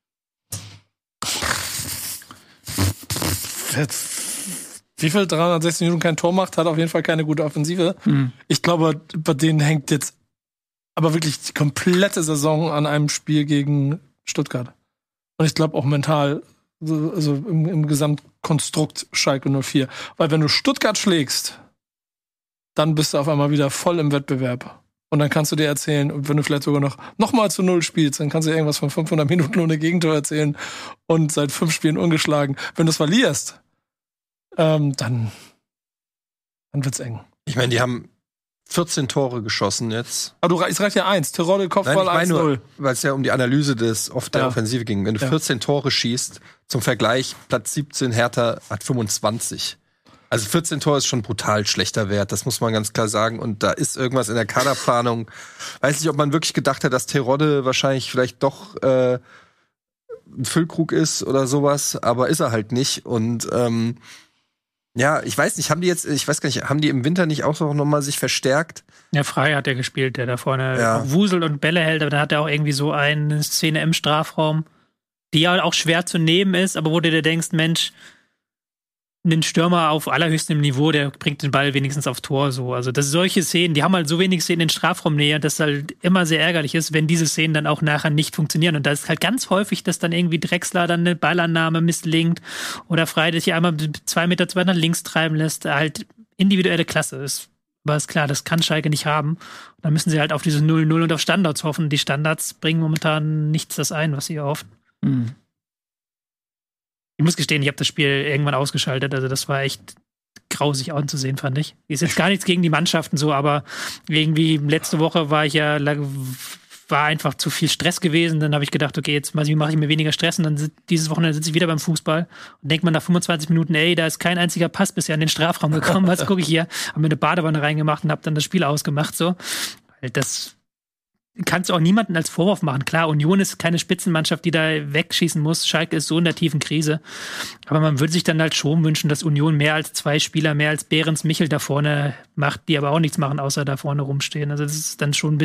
Speaker 3: Wie viel 360 Minuten kein Tor macht, hat auf jeden Fall keine gute Offensive. Ich glaube, bei denen hängt jetzt aber wirklich die komplette Saison an einem Spiel gegen Stuttgart. Und ich glaube auch mental, also im Gesamtkonstrukt Schalke 04. Weil wenn du Stuttgart schlägst, dann bist du auf einmal wieder voll im Wettbewerb. Und dann kannst du dir erzählen, wenn du vielleicht sogar noch mal zu 0 spielst, dann kannst du dir irgendwas von 500 Minuten ohne Gegentor erzählen und seit 5 Spielen ungeschlagen. Wenn du es verlierst, dann wird's eng.
Speaker 2: Ich meine, die haben 14 Tore geschossen jetzt.
Speaker 3: Aber es reicht ja 1. Tirol, Kopfball 1-0.
Speaker 2: Weil es ja um die Analyse der Offensive ging. Wenn du 14 Tore schießt, zum Vergleich, Platz 17, Hertha hat 25. Also 14 Tore ist schon brutal schlechter Wert, das muss man ganz klar sagen. Und da ist irgendwas in der Kaderplanung. Weiß nicht, ob man wirklich gedacht hat, dass Terodde wahrscheinlich vielleicht doch ein Füllkrug ist oder sowas, aber ist er halt nicht. Und ja, ich weiß nicht, haben die im Winter nicht auch noch mal sich verstärkt?
Speaker 4: Ja, Frey hat er gespielt, der da vorne wuselt und Bälle hält, aber dann hat er auch irgendwie so eine Szene im Strafraum, die ja auch schwer zu nehmen ist, aber wo du dir denkst, Mensch, ein Stürmer auf allerhöchstem Niveau, der bringt den Ball wenigstens aufs Tor so. Also das solche Szenen, die haben halt so wenig Szenen in Strafraumnähe, dass halt immer sehr ärgerlich ist, wenn diese Szenen dann auch nachher nicht funktionieren. Und da ist halt ganz häufig, dass dann irgendwie Drexler dann eine Ballannahme misslingt oder Frey dich einmal 2 Meter zu weit nach links treiben lässt. Halt individuelle Klasse ist. Aber ist klar, das kann Schalke nicht haben. Und dann müssen sie halt auf diese 0-0 und auf Standards hoffen. Die Standards bringen momentan nichts das ein, was sie erhoffen. Ich muss gestehen, ich habe das Spiel irgendwann ausgeschaltet. Also das war echt grausig anzusehen, fand ich. Ist jetzt gar nichts gegen die Mannschaften so, aber irgendwie letzte Woche war ich ja war einfach zu viel Stress gewesen. Dann habe ich gedacht, okay, jetzt mache ich mir weniger Stress. Und dann dieses Wochenende sitze ich wieder beim Fußball und denkt man nach 25 Minuten, ey, da ist kein einziger Pass bisher in den Strafraum gekommen. Was gucke ich hier? Habe mir eine Badewanne reingemacht und habe dann das Spiel ausgemacht. So, das kannst du auch niemanden als Vorwurf machen. Klar, Union ist keine Spitzenmannschaft, die da wegschießen muss. Schalke ist so in der tiefen Krise. Aber man würde sich dann halt schon wünschen, dass Union mehr als 2 Spieler, mehr als Behrens, Michel da vorne macht, die aber auch nichts machen, außer da vorne rumstehen. Also das ist dann schon ein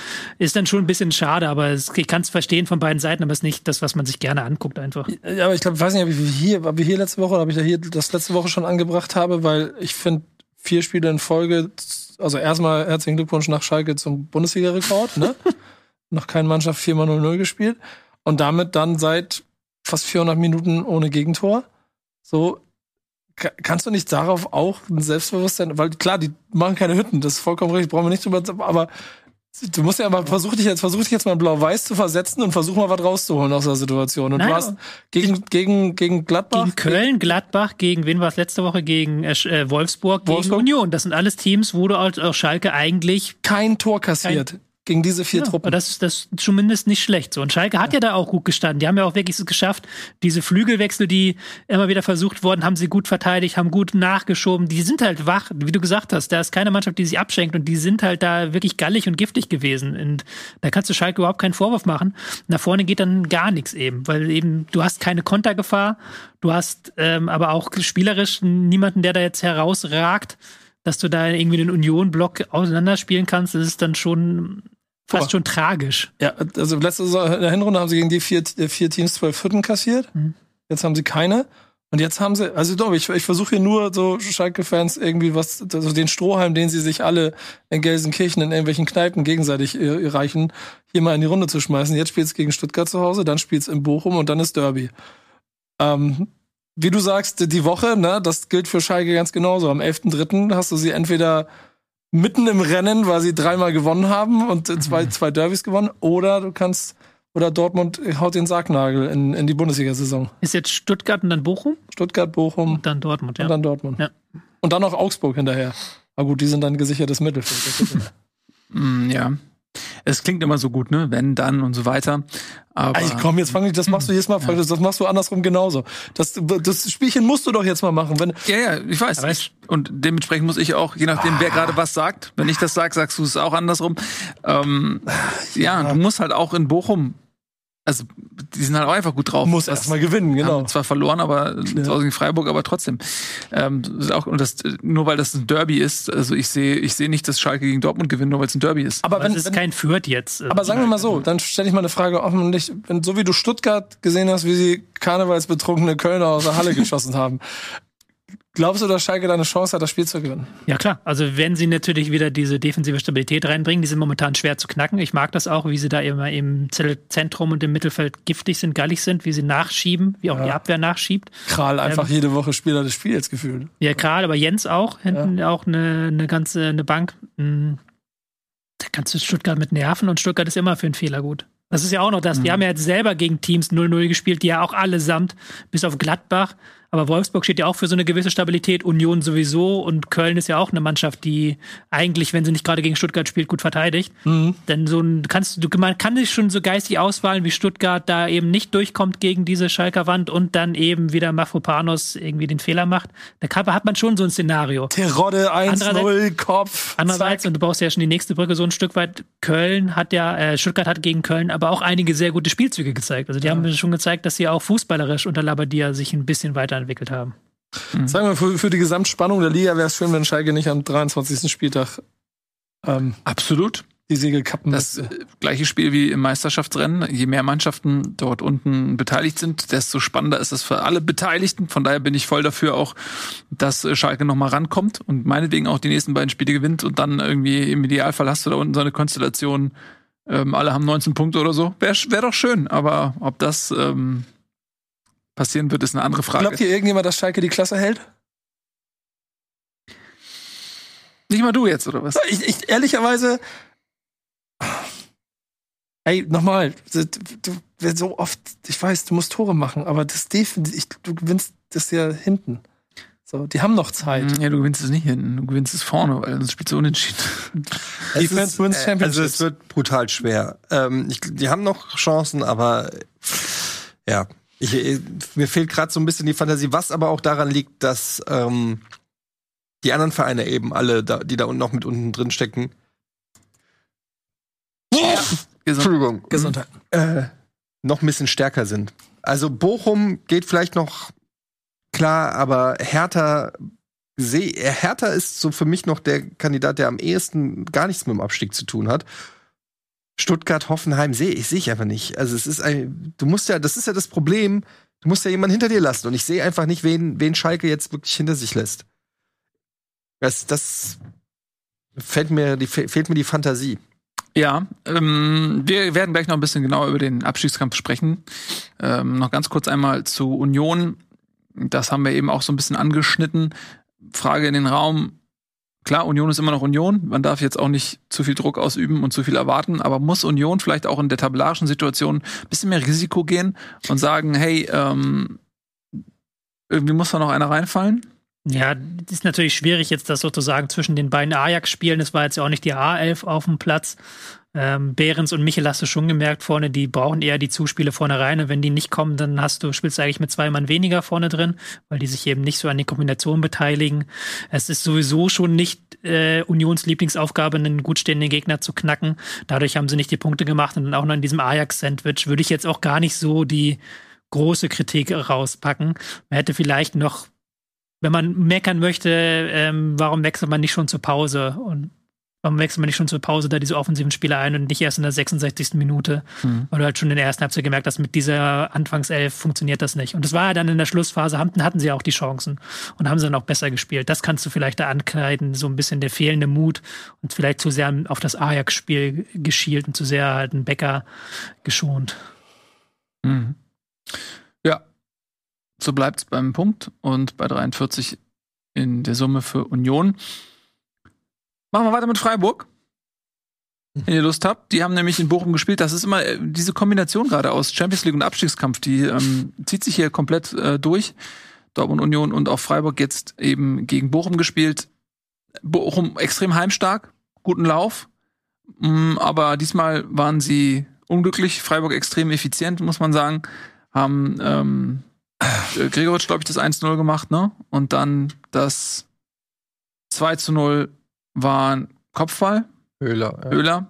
Speaker 4: bisschen schade, aber ich kann es verstehen von beiden Seiten, aber es ist nicht das, was man sich gerne anguckt einfach.
Speaker 3: Ja, aber ich glaube, ich weiß nicht, ob wir hier letzte Woche oder ob ich da hier das letzte Woche schon angebracht habe, weil ich finde, 4 Spiele in Folge. Also erstmal herzlichen Glückwunsch nach Schalke zum Bundesliga-Rekord, ne? Noch keine Mannschaft 4-0 gespielt. Und damit dann seit fast 400 Minuten ohne Gegentor. So, kannst du nicht darauf auch ein Selbstbewusstsein, weil klar, die machen keine Hütten, das ist vollkommen richtig, brauchen wir nicht drüber, aber du musst ja mal, versuch dich jetzt mal blau-weiß zu versetzen und versuch mal was rauszuholen aus der Situation. Und
Speaker 4: Nein,
Speaker 3: du hast gegen Gladbach.
Speaker 4: Gegen Köln, Gladbach, gegen wen war es letzte Woche? Gegen Wolfsburg, gegen Union. Das sind alles Teams, wo du auch Schalke eigentlich
Speaker 3: kein Tor kassiert. Gegen diese 4 Truppen.
Speaker 4: Das ist zumindest nicht schlecht so. Und Schalke hat ja da auch gut gestanden. Die haben ja auch wirklich es geschafft. Diese Flügelwechsel, die immer wieder versucht wurden, haben sie gut verteidigt, haben gut nachgeschoben. Die sind halt wach, wie du gesagt hast. Da ist keine Mannschaft, die sich abschenkt. Und die sind halt da wirklich gallig und giftig gewesen. Und da kannst du Schalke überhaupt keinen Vorwurf machen. Nach vorne geht dann gar nichts eben. Weil eben, du hast keine Kontergefahr. Du hast aber auch spielerisch niemanden, der da jetzt herausragt, dass du da irgendwie den Union-Block auseinanderspielen kannst. Das ist dann schon fast schon tragisch.
Speaker 3: Ja, also letzte Saison in der Hinrunde haben sie gegen die 4 Teams 12 Hütten kassiert. Jetzt haben sie keine. Und jetzt haben sie, also doch, ich versuche hier nur so Schalke-Fans irgendwie also den Strohhalm, den sie sich alle in Gelsenkirchen in irgendwelchen Kneipen gegenseitig reichen, hier mal in die Runde zu schmeißen. Jetzt spielt's gegen Stuttgart zu Hause, dann spielt's in Bochum und dann ist Derby. Wie du sagst, die Woche, ne, das gilt für Schalke ganz genauso. Am 11.3. hast du sie entweder mitten im Rennen, weil sie 3-mal gewonnen haben und zwei Derbys gewonnen, oder Dortmund haut den Sargnagel in die Bundesliga-Saison.
Speaker 4: Ist jetzt Stuttgart und dann Bochum?
Speaker 3: Stuttgart, Bochum.
Speaker 4: Und dann Dortmund, ja.
Speaker 3: Und dann Dortmund. Ja. Und dann noch Augsburg hinterher. Aber gut, die sind dann gesichertes Mittelfeld.
Speaker 1: Ja. Es klingt immer so gut, ne? Wenn, dann und so weiter. Aber
Speaker 3: komm, das machst du jedes Mal, das machst du andersrum genauso. Das Spielchen musst du doch jetzt mal machen.
Speaker 1: Ja, ich weiß. Und dementsprechend muss ich auch, je nachdem, wer gerade was sagt, wenn ich das sage, sagst du es auch andersrum. Du musst halt auch in Bochum, also die sind halt auch einfach gut drauf.
Speaker 3: Muss erst mal gewinnen, genau.
Speaker 1: Haben zwar verloren, aber draußen in Freiburg, aber trotzdem. Nur weil das ein Derby ist, also ich sehe nicht, dass Schalke gegen Dortmund gewinnt, nur weil es ein Derby ist.
Speaker 4: Aber es ist kein Fürth jetzt.
Speaker 3: Aber sagen wir mal so, dann stelle ich mal eine Frage offen, so wie du Stuttgart gesehen hast, wie sie karnevalsbetrunkene Kölner aus der Halle geschossen haben. Glaubst du, dass Schalke da eine Chance hat, das Spiel zu gewinnen?
Speaker 4: Ja, klar. Also wenn sie natürlich wieder diese defensive Stabilität reinbringen, die sind momentan schwer zu knacken. Ich mag das auch, wie sie da immer im Zentrum und im Mittelfeld giftig sind, gallig sind, wie sie nachschieben, wie auch die Abwehr nachschiebt.
Speaker 3: Kral einfach jede Woche Spieler des Spiels gefühlt.
Speaker 4: Ja, Kral, aber Jens auch. Hinten auch eine Bank. Da kannst du Stuttgart mit nerven und Stuttgart ist immer für einen Fehler gut. Das ist ja auch noch das. Die haben ja jetzt selber gegen Teams 0-0 gespielt, die ja auch allesamt, bis auf Gladbach. Aber Wolfsburg steht ja auch für so eine gewisse Stabilität, Union sowieso und Köln ist ja auch eine Mannschaft, die eigentlich, wenn sie nicht gerade gegen Stuttgart spielt, gut verteidigt. Denn man kann sich schon so geistig auswählen, wie Stuttgart da eben nicht durchkommt gegen diese Schalker Wand und dann eben wieder Mafropanos irgendwie den Fehler macht. Da hat man schon so ein Szenario.
Speaker 3: Terodde 1-0, Kopf.
Speaker 4: Andererseits, und du brauchst ja schon die nächste Brücke so ein Stück weit, Stuttgart hat gegen Köln aber auch einige sehr gute Spielzüge gezeigt. Also die haben schon gezeigt, dass sie auch fußballerisch unter Labbadia sich ein bisschen weiterentwickelt haben.
Speaker 3: Sagen wir, für die Gesamtspannung der Liga wäre es schön, wenn Schalke nicht am 23. Spieltag
Speaker 1: absolut
Speaker 3: die Segel kappen
Speaker 1: das gleiche Spiel wie im Meisterschaftsrennen. Je mehr Mannschaften dort unten beteiligt sind, desto spannender ist es für alle Beteiligten. Von daher bin ich voll dafür auch, dass Schalke noch mal rankommt und meinetwegen auch die nächsten beiden Spiele gewinnt und dann irgendwie im Idealfall hast du da unten so eine Konstellation, alle haben 19 Punkte oder so. Wär doch schön, aber ob das passieren wird, ist eine andere Frage.
Speaker 3: Glaubt ihr irgendjemand, dass Schalke die Klasse hält?
Speaker 1: Nicht mal du jetzt, oder was?
Speaker 3: Ich ehrlicherweise. Ey, nochmal, du wirst so oft, ich weiß, du musst Tore machen, aber du gewinnst das ja hinten. So, die haben noch Zeit.
Speaker 1: Ja, du gewinnst es nicht hinten, du gewinnst es vorne, weil sonst spielst du unentschieden.
Speaker 3: Defense wins Championships.
Speaker 2: Also es wird brutal schwer. Die haben noch Chancen, aber ja, mir fehlt gerade so ein bisschen die Fantasie, was aber auch daran liegt, dass die anderen Vereine eben alle, die da noch mit unten drin stecken, Entschuldigung,
Speaker 3: Gesundheit.
Speaker 2: noch ein bisschen stärker sind. Also Bochum geht vielleicht noch klar, aber Hertha ist so für mich noch der Kandidat, der am ehesten gar nichts mit dem Abstieg zu tun hat. Stuttgart, Hoffenheim sehe ich einfach nicht. Also es ist das ist ja das Problem, du musst ja jemanden hinter dir lassen und ich sehe einfach nicht, wen Schalke jetzt wirklich hinter sich lässt. Das fehlt mir die Fantasie.
Speaker 1: Ja, wir werden gleich noch ein bisschen genauer über den Abstiegskampf sprechen. Noch ganz kurz einmal zu Union. Das haben wir eben auch so ein bisschen angeschnitten. Frage in den Raum. Klar, Union ist immer noch Union. Man darf jetzt auch nicht zu viel Druck ausüben und zu viel erwarten. Aber muss Union vielleicht auch in der tabellarischen Situation ein bisschen mehr Risiko gehen und sagen, hey, irgendwie muss da noch einer reinfallen?
Speaker 4: Ja, das ist natürlich schwierig, jetzt das sozusagen zwischen den beiden Ajax-Spielen. Es war jetzt ja auch nicht die A11 auf dem Platz. Behrens und Michel hast du schon gemerkt vorne, die brauchen eher die Zuspiele vorne rein. Und wenn die nicht kommen, dann spielst du eigentlich mit 2 Mann weniger vorne drin, weil die sich eben nicht so an den Kombinationen beteiligen. Es ist sowieso schon nicht Unions Lieblingsaufgabe, einen gut stehenden Gegner zu knacken. Dadurch haben sie nicht die Punkte gemacht. Und dann auch noch in diesem Ajax-Sandwich würde ich jetzt auch gar nicht so die große Kritik rauspacken. Man hätte vielleicht noch, wenn man meckern möchte, warum wechselt man nicht schon zur Pause? Und warum wechselt man nicht schon zur Pause da diese offensiven Spieler ein und nicht erst in der 66. Minute? Weil du halt schon in der ersten Halbzeit gemerkt hast, mit dieser Anfangself funktioniert das nicht. Und das war ja dann in der Schlussphase, hatten sie auch die Chancen und haben sie dann auch besser gespielt. Das kannst du vielleicht da ankreiden, so ein bisschen der fehlende Mut und vielleicht zu sehr auf das Ajax-Spiel geschielt und zu sehr halt einen Becker geschont.
Speaker 1: Mhm. Ja. So bleibt's beim Punkt und bei 43 in der Summe für Union. Machen wir weiter mit Freiburg. Wenn ihr Lust habt. Die haben nämlich in Bochum gespielt. Das ist immer diese Kombination gerade aus Champions League und Abstiegskampf. Die zieht sich hier komplett durch. Dortmund, Union und auch Freiburg jetzt eben gegen Bochum gespielt. Bochum extrem heimstark, guten Lauf. Aber diesmal waren sie unglücklich. Freiburg extrem effizient, muss man sagen. Haben Gregoritsch, glaube ich, das 1-0 gemacht, ne? Und dann das 2-0 war ein Kopfball. Höhler.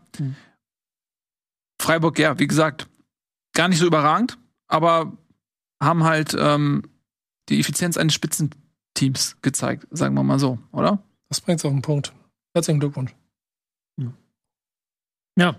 Speaker 1: Freiburg, ja, wie gesagt, gar nicht so überragend, aber haben halt die Effizienz eines Spitzenteams gezeigt, sagen wir mal so, oder?
Speaker 3: Das bringt's auf den Punkt. Herzlichen Glückwunsch.
Speaker 4: Ja.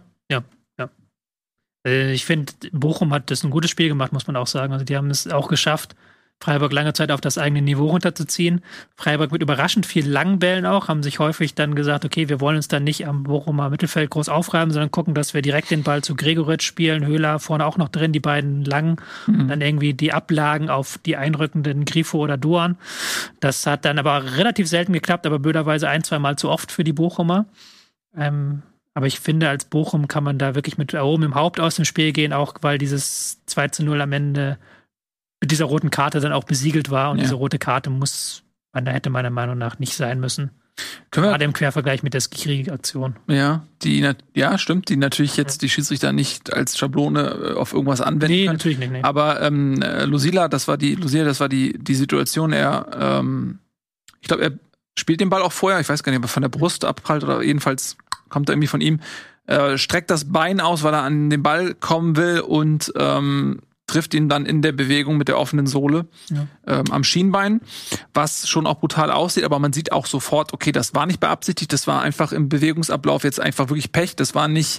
Speaker 4: Ich finde, Bochum hat das ein gutes Spiel gemacht, muss man auch sagen. Also die haben es auch geschafft, Freiburg lange Zeit auf das eigene Niveau runterzuziehen. Freiburg mit überraschend viel langen Bällen auch, haben sich häufig dann gesagt, okay, wir wollen uns dann nicht am Bochumer Mittelfeld groß aufreiben, sondern gucken, dass wir direkt den Ball zu Gregoritsch spielen, Höhler vorne auch noch drin, die beiden langen, und dann irgendwie die Ablagen auf die einrückenden Grifo oder Doan. Das hat dann aber relativ selten geklappt, aber blöderweise 1-2 Mal zu oft für die Bochumer. Aber ich finde, als Bochum kann man da wirklich mit oben im Haupt aus dem Spiel gehen, auch weil dieses 2-0 am Ende mit dieser roten Karte dann auch besiegelt war. Und diese rote Karte hätte meiner Meinung nach nicht sein müssen. Gerade im Quervergleich mit der Skiri-Aktion.
Speaker 1: Ja, stimmt, die natürlich jetzt die Schiedsrichter nicht als Schablone auf irgendwas anwenden können.
Speaker 4: Natürlich nicht. Nee.
Speaker 1: Aber Lusila, das war die Situation, ich glaube, er spielt den Ball auch vorher, ich weiß gar nicht, ob er von der Brust abprallt oder jedenfalls kommt er irgendwie von ihm, streckt das Bein aus, weil er an den Ball kommen will und trifft ihn dann in der Bewegung mit der offenen Sohle am Schienbein, was schon auch brutal aussieht, aber man sieht auch sofort, okay, das war nicht beabsichtigt, das war einfach im Bewegungsablauf jetzt einfach wirklich Pech, das war nicht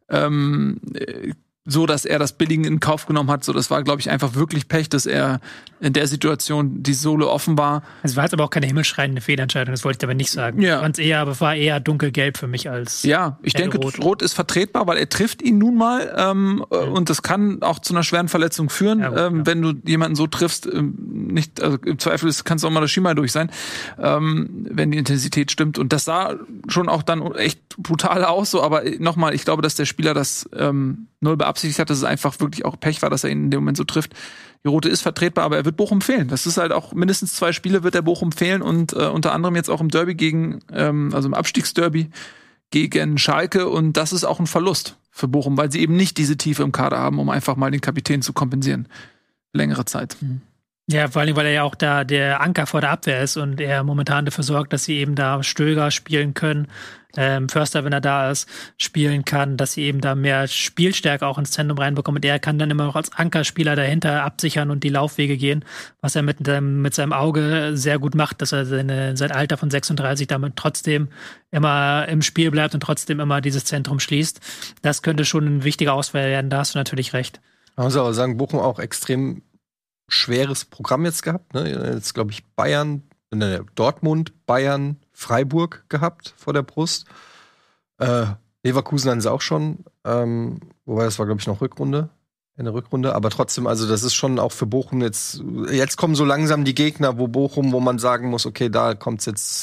Speaker 1: so, dass er das Billigen in Kauf genommen hat. So, das war, glaube ich, einfach wirklich Pech, dass er in der Situation die Sohle offen war.
Speaker 4: Es war jetzt aber auch keine himmelschreiende Fehlentscheidung, das wollte ich aber nicht sagen.
Speaker 1: Ja.
Speaker 4: Es war eher dunkelgelb für mich als
Speaker 1: ich denke, Rot ist vertretbar, weil er trifft ihn nun mal und das kann auch zu einer schweren Verletzung führen, wenn du jemanden so triffst. Nicht, also im Zweifel kann es auch mal das Schienbein durch sein, wenn die Intensität stimmt. Und das sah schon auch dann echt brutal aus, so, aber nochmal, ich glaube, dass der Spieler das null beabsichtigt beabsichtigt hat, dass es einfach wirklich auch Pech war, dass er ihn in dem Moment so trifft. Die rote ist vertretbar, aber er wird Bochum fehlen. Das ist halt auch mindestens 2 Spiele wird er Bochum fehlen und unter anderem jetzt auch im Derby also im Abstiegsderby gegen Schalke, und das ist auch ein Verlust für Bochum, weil sie eben nicht diese Tiefe im Kader haben, um einfach mal den Kapitän zu kompensieren. Längere Zeit.
Speaker 4: Ja, vor allem, weil er ja auch da der Anker vor der Abwehr ist und er momentan dafür sorgt, dass sie eben da Stöger spielen können, Förster, wenn er da ist, spielen kann, dass sie eben da mehr Spielstärke auch ins Zentrum reinbekommen. Und er kann dann immer noch als Ankerspieler dahinter absichern und die Laufwege gehen, was er mit seinem Auge sehr gut macht, dass er sein Alter von 36 damit trotzdem immer im Spiel bleibt und trotzdem immer dieses Zentrum schließt. Das könnte schon ein wichtiger Auswahl werden, da hast du natürlich recht.
Speaker 2: Man muss aber sagen, Bochum auch extrem schweres Programm jetzt gehabt. Ne? Jetzt, glaube ich, Dortmund, Bayern, Freiburg gehabt vor der Brust. Leverkusen hatten sie auch schon. Wobei, das war, glaube ich, noch in der Rückrunde. Aber trotzdem, also das ist schon auch für Bochum jetzt kommen so langsam die Gegner, wo man sagen muss, okay, da kommt's jetzt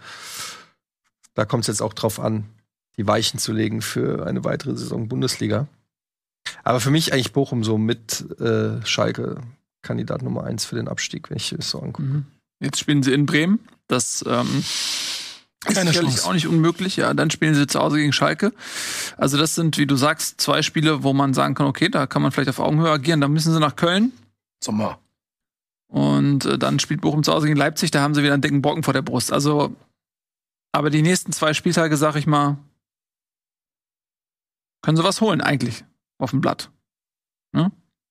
Speaker 2: auch drauf an, die Weichen zu legen für eine weitere Saison Bundesliga. Aber für mich eigentlich Bochum so mit Schalke Kandidat Nummer 1 für den Abstieg, wenn ich es so angucke.
Speaker 1: Jetzt spielen sie in Bremen. Das ist sicherlich auch nicht unmöglich. Ja, dann spielen sie zu Hause gegen Schalke. Also das sind, wie du sagst, 2 Spiele, wo man sagen kann, okay, da kann man vielleicht auf Augenhöhe agieren. Dann müssen sie nach Köln.
Speaker 3: Sommer.
Speaker 1: Und dann spielt Bochum zu Hause gegen Leipzig. Da haben sie wieder einen dicken Brocken vor der Brust. Also, aber die nächsten 2 Spieltage, sag ich mal, können sie was holen eigentlich auf dem Blatt. Ne?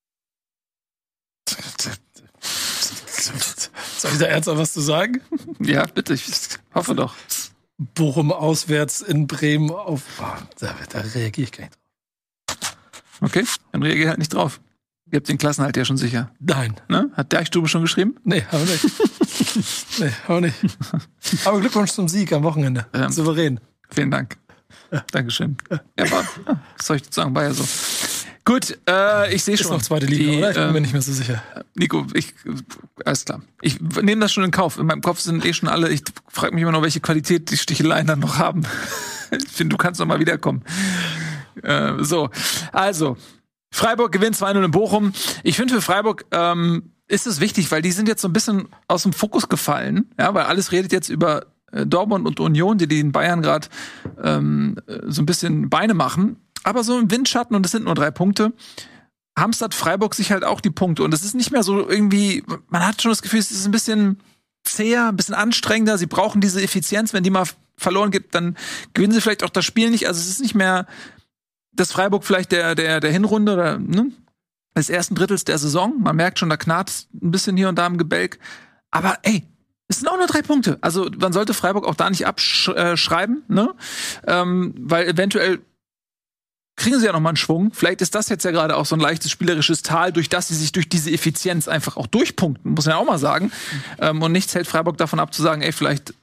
Speaker 3: Soll ich da ernsthaft was zu sagen?
Speaker 1: Ja, bitte, ich hoffe doch.
Speaker 3: Bochum auswärts in Bremen da reagiere ich gar nicht drauf.
Speaker 1: Okay, dann reagiere halt nicht drauf. Ihr habt den Klassenhalt ja schon sicher.
Speaker 3: Nein.
Speaker 1: Ne? Hat Deichstube schon geschrieben?
Speaker 3: Nee, haben wir nicht. Aber Glückwunsch zum Sieg am Wochenende. Souverän.
Speaker 1: Vielen Dank. Dankeschön. Ja, was soll ich sagen, war ja so. Gut, ich sehe schon.
Speaker 3: Ist noch 2. Liga, oder? Ich bin mir nicht mehr so sicher.
Speaker 1: Nico, alles klar. Ich nehme das schon in Kauf. In meinem Kopf sind schon alle, ich frage mich immer noch, welche Qualität die Sticheleien dann noch haben. Ich finde, du kannst noch mal wiederkommen. So, also, Freiburg gewinnt 2-0 in Bochum. Ich finde, für Freiburg ist es wichtig, weil die sind jetzt so ein bisschen aus dem Fokus gefallen. Ja, weil alles redet jetzt über Dortmund und Union, die den Bayern gerade so ein bisschen Beine machen. Aber so im Windschatten, und es sind nur 3 Punkte, hamstert Freiburg sich halt auch die Punkte. Und es ist nicht mehr so irgendwie, man hat schon das Gefühl, es ist ein bisschen zäher, ein bisschen anstrengender. Sie brauchen diese Effizienz. Wenn die mal verloren geht, dann gewinnen sie vielleicht auch das Spiel nicht. Also es ist nicht mehr das Freiburg vielleicht der Hinrunde oder des ersten Drittels der Saison. Man merkt schon, da knarrt ein bisschen hier und da im Gebälk. Aber ey, es sind auch nur 3 Punkte. Also man sollte Freiburg auch da nicht abschreiben, ne? Weil eventuell kriegen sie ja noch mal einen Schwung. Vielleicht ist das jetzt ja gerade auch so ein leichtes spielerisches Tal, durch das sie sich durch diese Effizienz einfach auch durchpunkten, muss man ja auch mal sagen. Und nichts hält Freiburg davon ab zu sagen, ey, vielleicht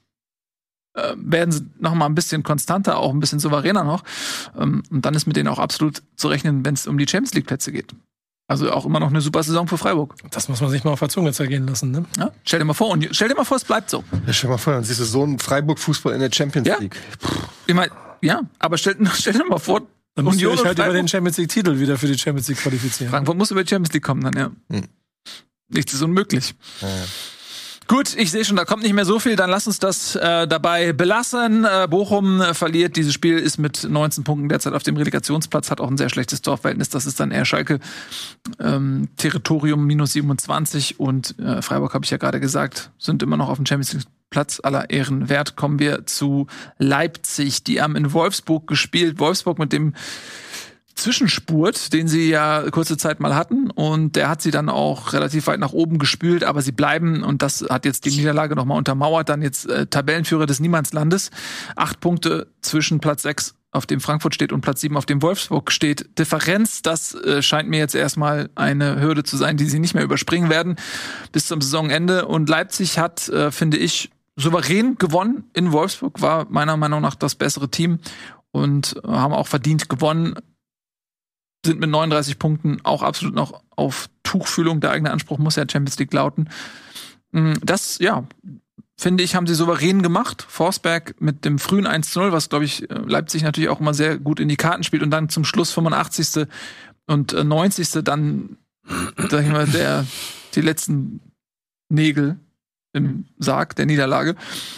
Speaker 1: werden sie noch mal ein bisschen konstanter, auch ein bisschen souveräner noch. Und dann ist mit denen auch absolut zu rechnen, wenn es um die Champions-League-Plätze geht. Also auch immer noch eine super Saison für Freiburg.
Speaker 3: Das muss man sich mal auf der Zunge zergehen lassen, ne?
Speaker 1: Ja? Stell dir mal vor, es bleibt so.
Speaker 2: Ja, stell dir mal vor, dann siehst du so einen Freiburg-Fußball in der Champions League.
Speaker 1: Ich meine, ja, aber stell dir mal vor,
Speaker 3: dann musst du dich halt über den Champions League-Titel wieder für die Champions League qualifizieren.
Speaker 1: Frankfurt muss über die Champions League kommen dann, ja. Nichts ist unmöglich. Ja. Gut, ich sehe schon, da kommt nicht mehr so viel. Dann lass uns das dabei belassen. Bochum verliert. Dieses Spiel ist mit 19 Punkten derzeit auf dem Relegationsplatz, hat auch ein sehr schlechtes Torverhältnis. Das ist dann eher Schalke Territorium minus 27. Und Freiburg, habe ich ja gerade gesagt, sind immer noch auf dem Champions League Platz aller Ehren wert. Kommen wir zu Leipzig. Die haben in Wolfsburg gespielt. Wolfsburg mit dem Zwischenspurt, den sie ja kurze Zeit mal hatten, und der hat sie dann auch relativ weit nach oben gespült, aber sie bleiben, und das hat jetzt die Niederlage nochmal untermauert, dann jetzt Tabellenführer des Niemandslandes. 8 Punkte zwischen Platz 6, auf dem Frankfurt steht, und Platz 7, auf dem Wolfsburg steht. Differenz, das scheint mir jetzt erstmal eine Hürde zu sein, die sie nicht mehr überspringen werden bis zum Saisonende. Und Leipzig hat, finde ich, souverän gewonnen in Wolfsburg, war meiner Meinung nach das bessere Team und haben auch verdient gewonnen. Sind mit 39 Punkten auch absolut noch auf Tuchfühlung. Der eigene Anspruch muss ja Champions League lauten. Das, ja, finde ich, haben sie souverän gemacht. Forsberg mit dem frühen 1-0, was, glaube ich, Leipzig natürlich auch immer sehr gut in die Karten spielt. Und dann zum Schluss 85. Und 90. dann, sag ich mal, die letzten Nägel im Sarg der Niederlage.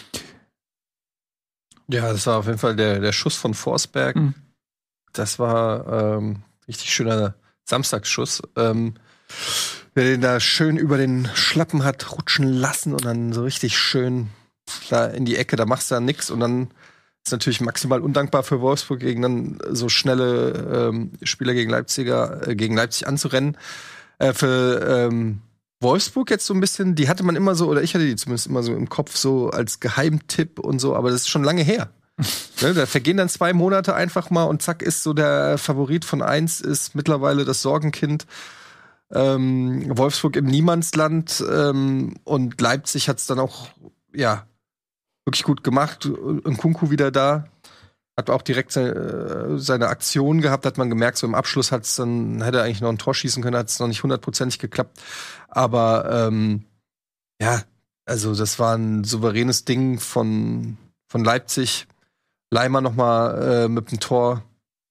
Speaker 2: Ja, das war auf jeden Fall der Schuss von Forsberg. Das war richtig schöner Samstagsschuss. Der den da schön über den Schlappen hat rutschen lassen und dann so richtig schön da in die Ecke, da machst du dann nix und dann ist natürlich maximal undankbar für Wolfsburg, gegen dann so schnelle Spieler gegen Leipzig anzurennen. Für Wolfsburg jetzt so ein bisschen, die hatte man immer so, oder ich hatte die zumindest immer so im Kopf so als Geheimtipp und so, aber das ist schon lange her. Ne, da vergehen dann 2 Monate einfach mal und zack ist so der Favorit von 1 ist mittlerweile das Sorgenkind. Wolfsburg im Niemandsland und Leipzig hat es dann auch wirklich gut gemacht. Nkunku wieder da, hat auch direkt seine Aktion gehabt, hat man gemerkt, so im Abschluss hätte er eigentlich noch ein Tor schießen können, hat es noch nicht 100%ig geklappt. Aber also das war ein souveränes Ding von Leipzig. Leimer noch mal mit dem Tor.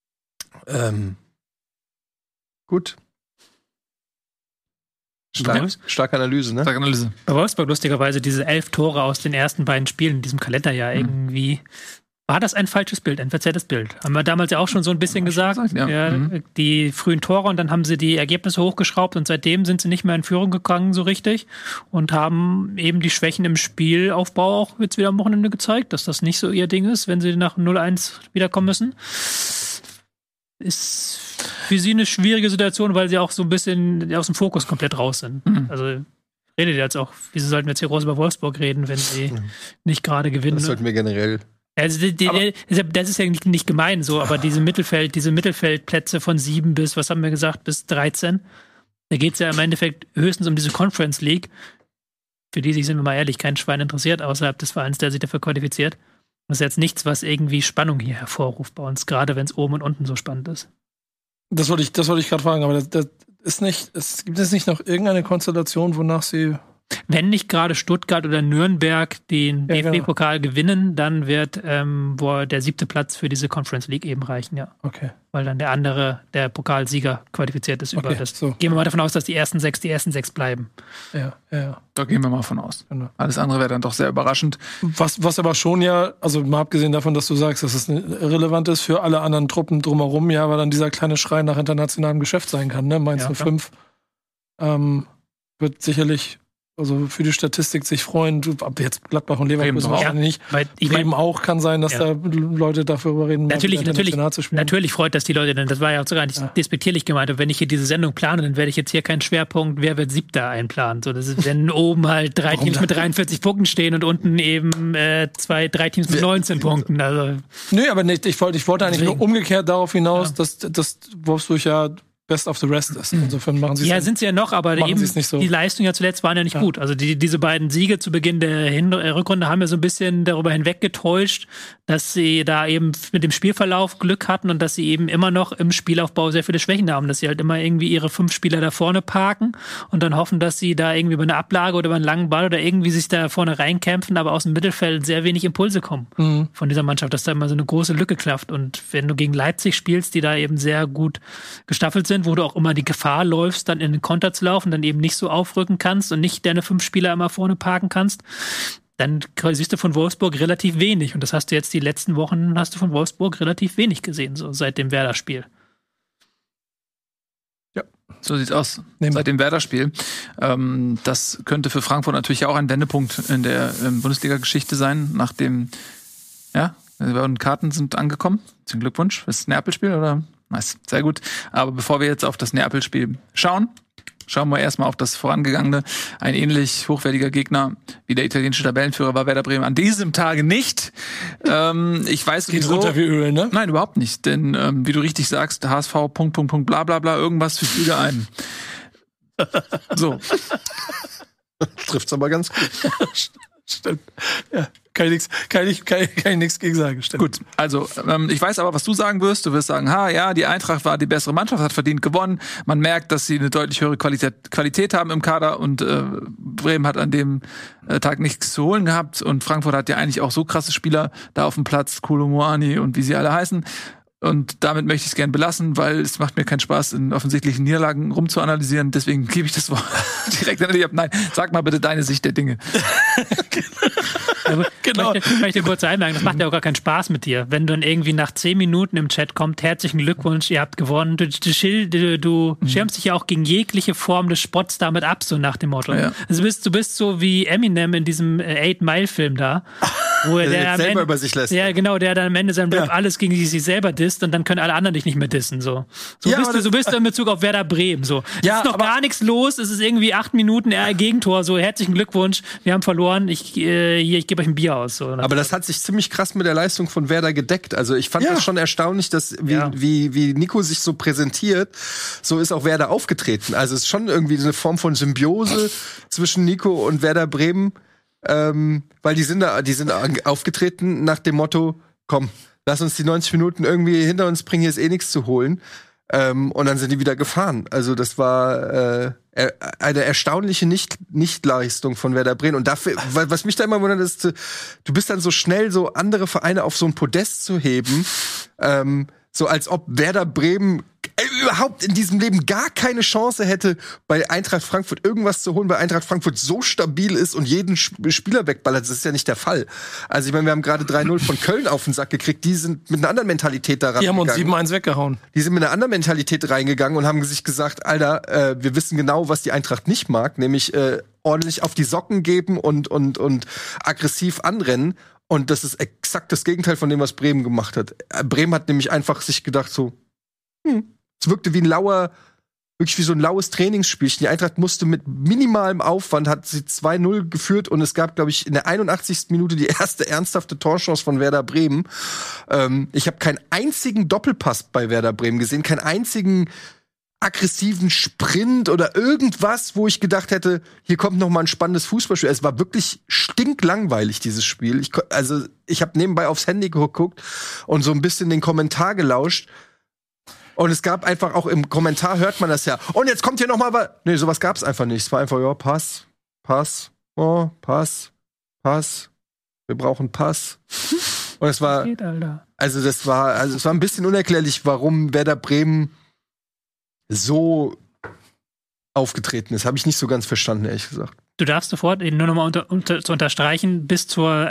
Speaker 2: Gut. Starke Analyse, ne?
Speaker 1: Starke Analyse.
Speaker 4: Bei Wolfsburg lustigerweise diese 11 Tore aus den ersten beiden Spielen in diesem Kalenderjahr irgendwie. War das ein falsches Bild, ein verzerrtes Bild? Haben wir damals ja auch schon so ein bisschen gesagt. Die frühen Tore und dann haben sie die Ergebnisse hochgeschraubt und seitdem sind sie nicht mehr in Führung gegangen so richtig und haben eben die Schwächen im Spielaufbau auch jetzt wieder am Wochenende gezeigt, dass das nicht so ihr Ding ist, wenn sie nach 0-1 wiederkommen müssen. Ist für sie eine schwierige Situation, weil sie auch so ein bisschen aus dem Fokus komplett raus sind. Also redet ihr jetzt auch, wieso sollten wir jetzt hier groß über Wolfsburg reden, wenn sie nicht gerade gewinnen? Das
Speaker 2: sollten wir generell.
Speaker 4: Also das ist ja nicht gemein so, aber diese Mittelfeldplätze von 7 bis, was haben wir gesagt, bis 13, da geht es ja im Endeffekt höchstens um diese Conference League, für die sich, sind wir mal ehrlich, kein Schwein interessiert, außerhalb des Vereins, der sich dafür qualifiziert. Das ist jetzt nichts, was irgendwie Spannung hier hervorruft bei uns, gerade wenn es oben und unten so spannend ist.
Speaker 3: Das wollte ich gerade fragen, aber das ist nicht, gibt es nicht noch irgendeine Konstellation, wonach sie.
Speaker 4: Wenn nicht gerade Stuttgart oder Nürnberg den DFB-Pokal gewinnen, dann wird der 7. Platz für diese Conference League eben reichen, ja.
Speaker 3: Okay.
Speaker 4: Weil dann der Pokalsieger qualifiziert ist über das. So. Gehen wir mal davon aus, dass die ersten sechs bleiben.
Speaker 3: Ja.
Speaker 1: Da gehen wir mal von aus. Genau. Alles andere wäre dann doch sehr überraschend.
Speaker 3: Was aber schon also mal abgesehen davon, dass du sagst, dass es irrelevant ist für alle anderen Truppen drumherum, weil dann dieser kleine Schrei nach internationalem Geschäft sein kann, ne? Mainz 05 wird sicherlich also für die Statistik sich freuen, ob jetzt Gladbach und Leverkusen wahrscheinlich nicht. Bremen auch kann sein, dass da Leute darüber reden, international zu spielen.
Speaker 4: Natürlich freut das die Leute, denn das war ja auch sogar nicht despektierlich gemeint. Und wenn ich hier diese Sendung plane, dann werde ich jetzt hier keinen Schwerpunkt, wer wird 7. einplanen. So, das ist, wenn oben halt 3 Teams mit 43 Punkten stehen und unten eben 3 Teams mit 19 Punkten. Also.
Speaker 3: Nö, aber nicht. Ich wollte eigentlich nur umgekehrt darauf hinaus, dass Wolfsburg ja Best of the Rest ist. Insofern machen sie es
Speaker 4: sind sie ja noch, aber eben die Leistungen ja zuletzt waren ja nicht gut. Also diese beiden Siege zu Beginn der Rückrunde haben ja so ein bisschen darüber hinweggetäuscht, dass sie da eben mit dem Spielverlauf Glück hatten und dass sie eben immer noch im Spielaufbau sehr viele Schwächen haben, dass sie halt immer irgendwie ihre 5 Spieler da vorne parken und dann hoffen, dass sie da irgendwie über eine Ablage oder über einen langen Ball oder irgendwie sich da vorne reinkämpfen, aber aus dem Mittelfeld sehr wenig Impulse kommen von dieser Mannschaft, dass da immer so eine große Lücke klafft. Und wenn du gegen Leipzig spielst, die da eben sehr gut gestaffelt sind, wo du auch immer die Gefahr läufst, dann in den Konter zu laufen, dann eben nicht so aufrücken kannst und nicht deine 5 Spieler immer vorne parken kannst, dann siehst du von Wolfsburg relativ wenig. Und das hast du jetzt die letzten Wochen, von Wolfsburg relativ wenig gesehen, so seit dem Werder-Spiel.
Speaker 1: Ja, so sieht's aus. Seit dem Werder-Spiel. Das könnte für Frankfurt natürlich auch ein Wendepunkt in der Bundesliga-Geschichte sein, nachdem, Karten sind angekommen. Herzlichen Glückwunsch fürs Neapel-Spiel, oder? Nice, sehr gut. Aber bevor wir jetzt auf das Neapel-Spiel schauen wir erstmal auf das vorangegangene. Ein ähnlich hochwertiger Gegner wie der italienische Tabellenführer war Werder Bremen an diesem Tage nicht. Ich weiß
Speaker 3: geht runter wie Öl, ne?
Speaker 1: Nein, überhaupt nicht. Denn wie du richtig sagst, HSV, bla bla bla, irgendwas für Flüge ein. So.
Speaker 2: Trifft's aber ganz gut.
Speaker 3: Stimmt. Ja, kann ich nichts gegen sagen. Stimmt.
Speaker 1: Gut, also ich weiß aber, was du sagen wirst. Du wirst sagen, die Eintracht war die bessere Mannschaft, hat verdient gewonnen. Man merkt, dass sie eine deutlich höhere Qualität haben im Kader und Bremen hat an dem Tag nichts zu holen gehabt und Frankfurt hat ja eigentlich auch so krasse Spieler da auf dem Platz, Kolo Muani und wie sie alle heißen. Und damit möchte ich es gern belassen, weil es macht mir keinen Spaß, in offensichtlichen Niederlagen rumzuanalysieren. Deswegen gebe ich das Wort direkt an dich ab. Nein, sag mal bitte deine Sicht der Dinge.
Speaker 4: Genau. Ich möchte kurz einmerken, das macht ja auch gar keinen Spaß mit dir. Wenn dann irgendwie nach 10 Minuten im Chat kommt, herzlichen Glückwunsch, ihr habt gewonnen. Du schirmst dich ja auch gegen jegliche Form des Spotts damit ab, so nach dem Motto.
Speaker 1: Ja.
Speaker 4: Also du bist so wie Eminem in diesem 8 Mile Film da, wo der
Speaker 2: selber über sich lässt.
Speaker 4: Ja, genau, der dann am Ende sein Rap alles gegen sich selber disst und dann können alle anderen dich nicht mehr dissen. So bist du in Bezug auf Werder Bremen. So.
Speaker 3: Ja,
Speaker 4: es ist noch gar nichts los, es ist irgendwie 8 Minuten Gegentor, so herzlichen Glückwunsch, wir haben verloren, ich gebe euch ein Bier aus. So.
Speaker 2: Aber das hat sich ziemlich krass mit der Leistung von Werder gedeckt. Also ich fand das schon erstaunlich, dass wie Nico sich so präsentiert, so ist auch Werder aufgetreten. Also es ist schon irgendwie eine Form von Symbiose zwischen Nico und Werder Bremen, weil die sind aufgetreten nach dem Motto, komm, lass uns die 90 Minuten irgendwie hinter uns bringen, hier ist eh nichts zu holen. Und dann sind die wieder gefahren. Also das war eine erstaunliche Nichtleistung von Werder Bremen. Und dafür, was mich da immer wundert, ist, du bist dann so schnell, so andere Vereine auf so ein Podest zu heben, so als ob Werder Bremen überhaupt in diesem Leben gar keine Chance hätte, bei Eintracht Frankfurt irgendwas zu holen, weil Eintracht Frankfurt so stabil ist und jeden Spieler wegballert. Das ist ja nicht der Fall. Also ich meine, wir haben gerade 3-0 von Köln auf den Sack gekriegt. Die sind mit einer anderen Mentalität da rangegangen.
Speaker 3: Die haben uns 7-1 weggehauen.
Speaker 2: Die sind mit einer anderen Mentalität reingegangen und haben sich gesagt, Alter, wir wissen genau, was die Eintracht nicht mag, nämlich ordentlich auf die Socken geben und aggressiv anrennen. Und das ist exakt das Gegenteil von dem, was Bremen gemacht hat. Bremen hat nämlich einfach sich gedacht so, es wirkte wie wirklich wie so ein laues Trainingsspielchen. Die Eintracht musste mit minimalem Aufwand, hat sie 2-0 geführt und es gab, glaube ich, in der 81. Minute die erste ernsthafte Torchance von Werder Bremen. Ich habe keinen einzigen Doppelpass bei Werder Bremen gesehen, keinen einzigen aggressiven Sprint oder irgendwas, wo ich gedacht hätte, hier kommt noch mal ein spannendes Fußballspiel. Es war wirklich stinklangweilig, dieses Spiel. Ich habe nebenbei aufs Handy geguckt und so ein bisschen den Kommentar gelauscht. Und es gab einfach auch im Kommentar, hört man das ja. Und jetzt kommt hier noch mal was. Nee, sowas gab's einfach nicht. Es war einfach, ja, Pass. Oh, Pass. Wir brauchen Pass. Und es war, es war ein bisschen unerklärlich, warum Werder Bremen so aufgetreten ist. Habe ich nicht so ganz verstanden, ehrlich gesagt.
Speaker 4: Du darfst sofort nur noch mal zu unterstreichen, bis zur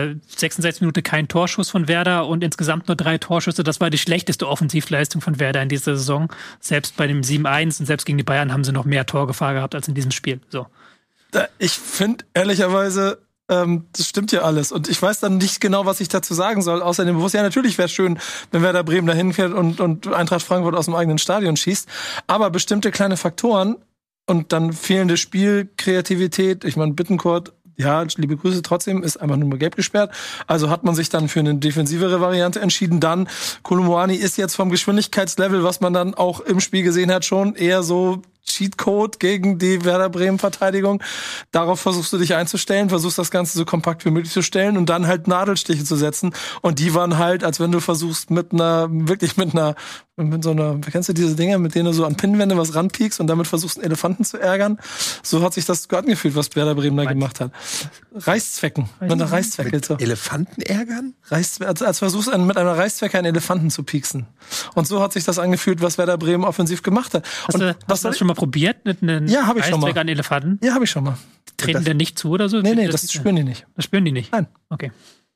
Speaker 4: 66 Minute kein Torschuss von Werder und insgesamt nur 3 Torschüsse. Das war die schlechteste Offensivleistung von Werder in dieser Saison. Selbst bei dem 7-1 und selbst gegen die Bayern haben sie noch mehr Torgefahr gehabt als in diesem Spiel. So.
Speaker 3: Ich finde ehrlicherweise, das stimmt ja alles. Und ich weiß dann nicht genau, was ich dazu sagen soll. Außerdem bewusst, ja, natürlich wäre es schön, wenn Werder Bremen dahin fährt und Eintracht Frankfurt aus dem eigenen Stadion schießt. Aber bestimmte kleine Faktoren und dann fehlende Spielkreativität. Ich meine, Bittencourt, ja, liebe Grüße trotzdem, ist einfach nur mal gelb gesperrt. Also hat man sich dann für eine defensivere Variante entschieden. Dann, Kolo Muani ist jetzt vom Geschwindigkeitslevel, was man dann auch im Spiel gesehen hat, schon eher so Cheatcode gegen die Werder Bremen-Verteidigung. Darauf versuchst du dich einzustellen, versuchst das Ganze so kompakt wie möglich zu stellen und dann halt Nadelstiche zu setzen. Und die waren halt, als wenn du versuchst mit so einer, kennst du diese Dinger, mit denen du so an Pinnwände was ranpiekst und damit versuchst, einen Elefanten zu ärgern? So hat sich das angefühlt, was Werder Bremen da gemacht hat. Reißzwecken. Mit einer Reißzwecke.
Speaker 2: Mit Elefanten ärgern?
Speaker 3: Als versuchst du mit einer Reißzwecke einen Elefanten zu pieksen. Und so hat sich das angefühlt, was Werder Bremen offensiv gemacht hat.
Speaker 4: Hast du das schon mal probiert mit einem Reißzweck an Elefanten?
Speaker 3: Ja, habe ich schon mal.
Speaker 4: Treten denn nicht zu oder so?
Speaker 3: Nee, das spüren die nicht.
Speaker 4: Das spüren die nicht?
Speaker 3: Nein.
Speaker 4: Okay.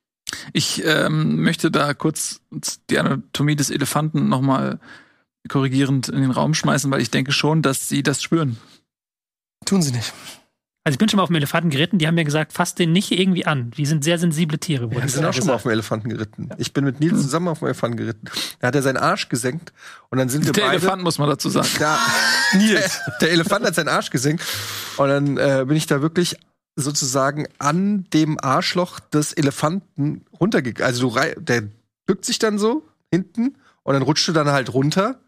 Speaker 1: Ich möchte da kurz die Anatomie des Elefanten noch mal korrigierend in den Raum schmeißen, weil ich denke schon, dass sie das spüren.
Speaker 3: Tun sie nicht.
Speaker 4: Also ich bin schon mal auf dem Elefanten geritten, die haben mir gesagt, fass den nicht irgendwie an. Die sind sehr sensible Tiere.
Speaker 2: Wir sind auch schon mal auf dem Elefanten geritten. Ich bin mit Nils zusammen auf dem Elefanten geritten. Da hat er seinen Arsch gesenkt und dann sind wir beide...
Speaker 1: Der Elefant, muss man dazu sagen.
Speaker 2: Nils. Der Elefant hat seinen Arsch gesenkt und dann bin ich da wirklich sozusagen an dem Arschloch des Elefanten runtergegangen. Also der bückt sich dann so hinten und dann rutscht du dann halt runter,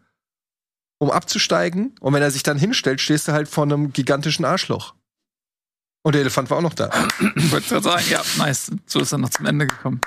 Speaker 2: um abzusteigen. Und wenn er sich dann hinstellt, stehst du halt vor einem gigantischen Arschloch. Und der Elefant war auch noch da.
Speaker 1: Ich wollte gerade sagen, ja, nice. So ist er noch zum Ende gekommen.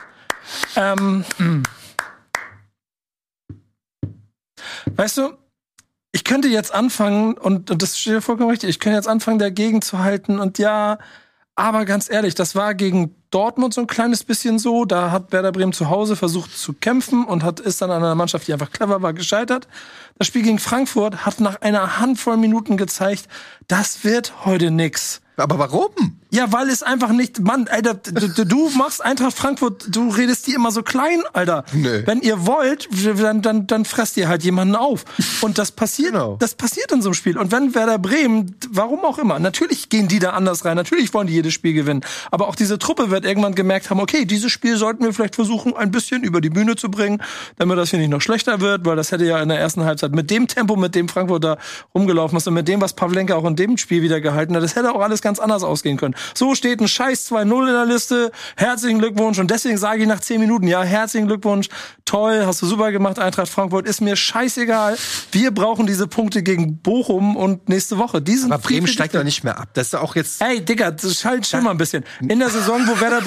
Speaker 3: Weißt du, ich könnte jetzt anfangen, und das steht ja vollkommen richtig, ich könnte jetzt anfangen, dagegen zu halten und ja, Aber ganz ehrlich, das war gegen Dortmund so ein kleines bisschen so. Da hat Werder Bremen zu Hause versucht zu kämpfen und ist dann an einer Mannschaft, die einfach clever war, gescheitert. Das Spiel gegen Frankfurt hat nach einer Handvoll Minuten gezeigt, das wird heute nix.
Speaker 2: Aber warum?
Speaker 3: Ja, weil es einfach nicht, Mann, Alter, du machst Eintracht Frankfurt, du redest die immer so klein, Alter.
Speaker 2: Nee.
Speaker 3: Wenn ihr wollt, dann fresst ihr halt jemanden auf. Und das passiert, das passiert in so einem Spiel. Und wenn Werder Bremen, warum auch immer, natürlich gehen die da anders rein, natürlich wollen die jedes Spiel gewinnen. Aber auch diese Truppe wird irgendwann gemerkt haben, okay, dieses Spiel sollten wir vielleicht versuchen, ein bisschen über die Bühne zu bringen, damit das hier nicht noch schlechter wird, weil das hätte ja in der ersten Halbzeit mit dem Tempo, mit dem Frankfurt da rumgelaufen ist und mit dem, was Pavlenka auch in dem Spiel wieder gehalten hat, das hätte auch alles ganz anders ausgehen können. So steht ein scheiß 2-0 in der Liste. Herzlichen Glückwunsch. Und deswegen sage ich nach 10 Minuten, ja, herzlichen Glückwunsch. Toll, hast du super gemacht, Eintracht Frankfurt. Ist mir scheißegal. Wir brauchen diese Punkte gegen Bochum und nächste Woche.
Speaker 2: Aber Bremen steigt doch nicht mehr ab. Das ist auch jetzt...
Speaker 3: Ey, Digga, das schaltet schon mal ein bisschen. In der Saison, wo Werder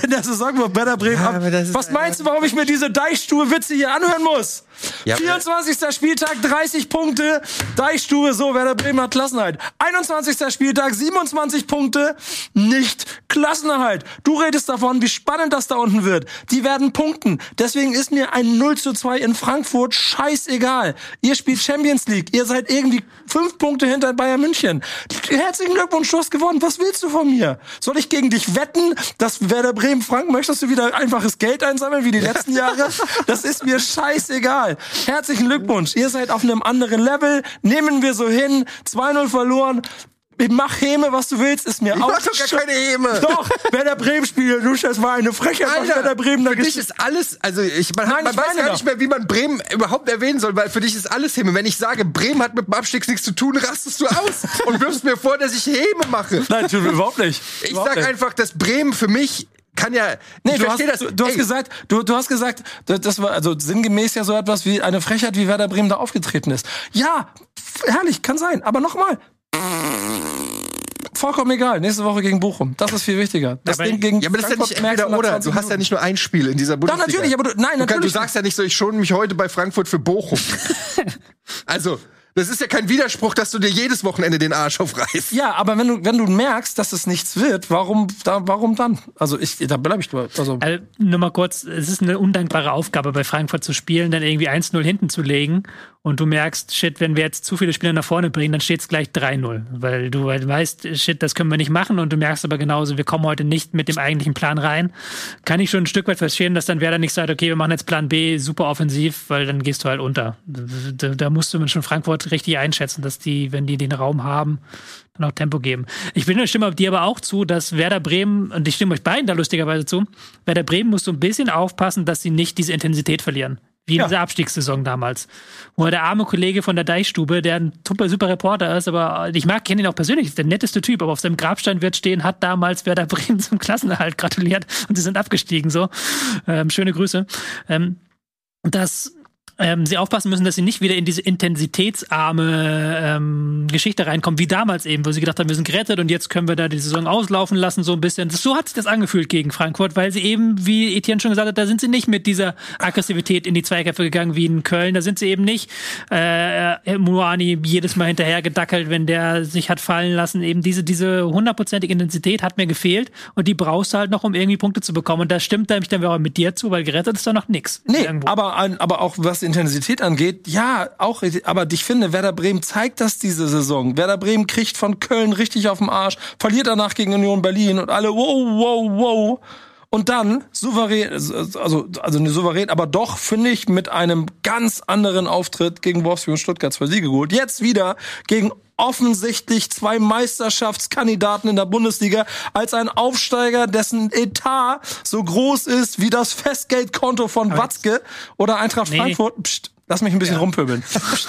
Speaker 3: Bremen was meinst du, warum ich mir diese Deichstube-Witze hier anhören muss? Ja, 24. Spieltag, 30 Punkte. Deichstube, so, Werder Bremen hat Klassenerhalt. 21. Spieltag, 27 Punkte. Nicht Klassenerhalt. Du redest davon, wie spannend das da unten wird. Die werden punkten. Deswegen ist mir ein 0:2 in Frankfurt scheißegal. Ihr spielt Champions League. Ihr seid irgendwie 5 Punkte hinter Bayern München. Herzlichen Glückwunsch, du hast gewonnen. Was willst du von mir? Soll ich gegen dich wetten, dass Werder Bremen, Frank, möchtest du wieder einfaches Geld einsammeln wie die letzten Jahre? Das ist mir scheißegal. Herzlichen Glückwunsch. Ihr seid auf einem anderen Level. Nehmen wir so hin. 2-0 verloren. Mach Häme, was du willst, ist mir
Speaker 2: ich
Speaker 3: auch...
Speaker 2: mach doch gar keine Häme.
Speaker 3: Doch, Werder Bremen spielt. Du, das war eine Frechheit, was Werder Bremen da
Speaker 2: für dich ist alles... Also man weiß gar nicht mehr, wie man Bremen überhaupt erwähnen soll, weil für dich ist alles Häme. Wenn ich sage, Bremen hat mit dem Abstieg nichts zu tun, rastest du aus und wirfst mir vor, dass ich Häme mache.
Speaker 3: Nein, überhaupt nicht.
Speaker 2: Ich sag einfach, dass Bremen für mich... kann ja.
Speaker 3: Nee, du hast gesagt, das war also sinngemäß ja so etwas wie eine Frechheit, wie Werder Bremen da aufgetreten ist. Ja, herrlich, kann sein. Aber nochmal. Vollkommen egal. Nächste Woche gegen Bochum. Das ist viel wichtiger. Das Ding gegen
Speaker 2: aber das ist ja nicht entweder oder. Du hast ja nicht nur ein Spiel in dieser Bundesliga.
Speaker 3: Doch, natürlich, aber natürlich.
Speaker 2: Du sagst ja nicht so, ich schone mich heute bei Frankfurt für Bochum. Also, das ist ja kein Widerspruch, dass du dir jedes Wochenende den Arsch aufreißt.
Speaker 3: Ja, aber wenn du merkst, dass es nichts wird, warum dann? Also da bleib ich drüber. Also
Speaker 4: nur mal kurz, es ist eine undankbare Aufgabe, bei Frankfurt zu spielen, dann irgendwie 1-0 hinten zu legen und du merkst, shit, wenn wir jetzt zu viele Spieler nach vorne bringen, dann steht's gleich 3-0, weil du weißt, shit, das können wir nicht machen und du merkst aber genauso, wir kommen heute nicht mit dem eigentlichen Plan rein. Kann ich schon ein Stück weit verstehen, dass dann Werder nicht sagt, okay, wir machen jetzt Plan B super offensiv, weil dann gehst du halt unter. Da musst du schon Frankfurt richtig einschätzen, dass die, wenn die den Raum haben, dann auch Tempo geben. Ich stimme dir aber auch zu, dass Werder Bremen, und ich stimme euch beiden da lustigerweise zu, Werder Bremen muss so ein bisschen aufpassen, dass sie nicht diese Intensität verlieren. Wie in dieser Abstiegssaison damals. Wo der arme Kollege von der Deichstube, der ein super Reporter ist, aber ich kenne ihn auch persönlich, ist der netteste Typ, aber auf seinem Grabstein wird stehen, hat damals Werder Bremen zum Klassenerhalt gratuliert und sie sind abgestiegen, so. Schöne Grüße. Dass sie aufpassen müssen, dass sie nicht wieder in diese intensitätsarme Geschichte reinkommen, wie damals eben, wo sie gedacht haben, wir sind gerettet und jetzt können wir da die Saison auslaufen lassen, so ein bisschen. So hat sich das angefühlt gegen Frankfurt, weil sie eben, wie Etienne schon gesagt hat, da sind sie nicht mit dieser Aggressivität in die Zweikämpfe gegangen wie in Köln. Da sind sie eben nicht Muani jedes Mal hinterher gedackelt, wenn der sich hat fallen lassen. Eben diese 100%ige Intensität hat mir gefehlt und die brauchst du halt noch, um irgendwie Punkte zu bekommen. Und da stimmt mich dann auch mit dir zu, weil gerettet ist da noch nix.
Speaker 3: Nee, aber auch was die Intensität angeht, ja, auch, aber ich finde, Werder Bremen zeigt das diese Saison. Werder Bremen kriegt von Köln richtig auf den Arsch, verliert danach gegen Union Berlin und alle wow. Und dann souverän, also nicht souverän, aber doch, finde ich, mit einem ganz anderen Auftritt gegen Wolfsburg und Stuttgart 2 Siege geholt. Jetzt wieder gegen offensichtlich 2 Meisterschaftskandidaten in der Bundesliga als ein Aufsteiger, dessen Etat so groß ist wie das Festgeldkonto von Watzke oder Eintracht Frankfurt. Psst, lass mich ein bisschen rumpöbeln.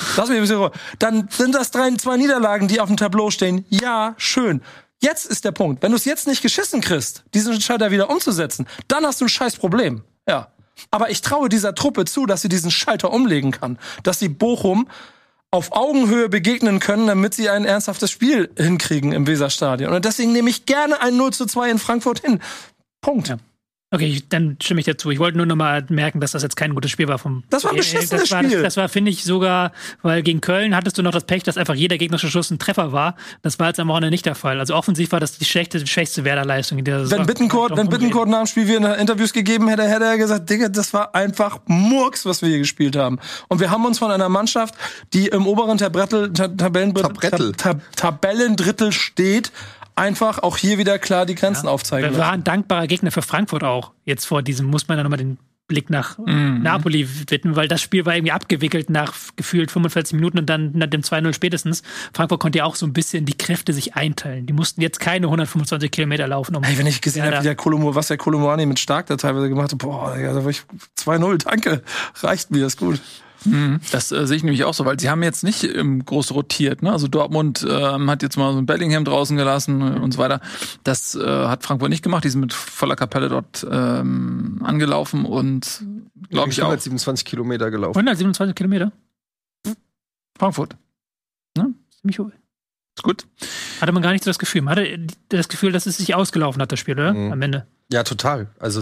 Speaker 3: Dann sind das 2 Niederlagen, die auf dem Tableau stehen. Ja, schön. Jetzt ist der Punkt. Wenn du es jetzt nicht geschissen kriegst, diesen Schalter wieder umzusetzen, dann hast du ein scheiß Problem. Ja. Aber ich traue dieser Truppe zu, dass sie diesen Schalter umlegen kann. Dass sie Bochum auf Augenhöhe begegnen können, damit sie ein ernsthaftes Spiel hinkriegen im Weserstadion. Und deswegen nehme ich gerne ein 0:2 in Frankfurt hin. Punkt. Ja.
Speaker 4: Okay, dann stimme ich dazu. Ich wollte nur noch mal merken, dass das jetzt kein gutes Spiel war vom.
Speaker 3: Das war ein beschissenes Spiel.
Speaker 4: Das war, finde ich, sogar, weil gegen Köln hattest du noch das Pech, dass einfach jeder gegnerische Schuss ein Treffer war. Das war jetzt am Wochenende nicht der Fall. Also offensiv war das die schwächste Werder-Leistung in der Saison.
Speaker 3: Wenn Bittencourt nach dem Spiel wieder Interviews gegeben hätte, hätte er gesagt, Digga, das war einfach Murks, was wir hier gespielt haben. Und wir haben uns von einer Mannschaft, die im oberen Tabellendrittel steht, einfach auch hier wieder klar die Grenzen aufzeigen.
Speaker 4: Wir waren ein dankbarer Gegner für Frankfurt auch. Jetzt vor diesem muss man dann nochmal den Blick nach Napoli widmen, weil das Spiel war irgendwie abgewickelt nach gefühlt 45 Minuten und dann nach dem 2-0 spätestens. Frankfurt konnte ja auch so ein bisschen die Kräfte sich einteilen. Die mussten jetzt keine 125 Kilometer laufen.
Speaker 3: Wenn ich gesehen habe, was der Kolomoani mit Stark da teilweise gemacht hat, boah, da war ich 2-0, danke, reicht mir, ist gut.
Speaker 1: Das sehe ich nämlich auch so, weil sie haben jetzt nicht groß rotiert. Ne? Also Dortmund hat jetzt mal so ein Bellingham draußen gelassen und so weiter. Das hat Frankfurt nicht gemacht. Die sind mit voller Kapelle dort angelaufen und glaube ich auch
Speaker 2: 127 Kilometer gelaufen.
Speaker 4: 127 Kilometer?
Speaker 1: Frankfurt.
Speaker 4: Ne? Ziemlich hoch.
Speaker 1: Ist gut.
Speaker 4: Hatte man gar nicht so das Gefühl. Man hatte das Gefühl, dass es sich ausgelaufen hat, das Spiel, oder? Am Ende.
Speaker 2: Ja, total. Also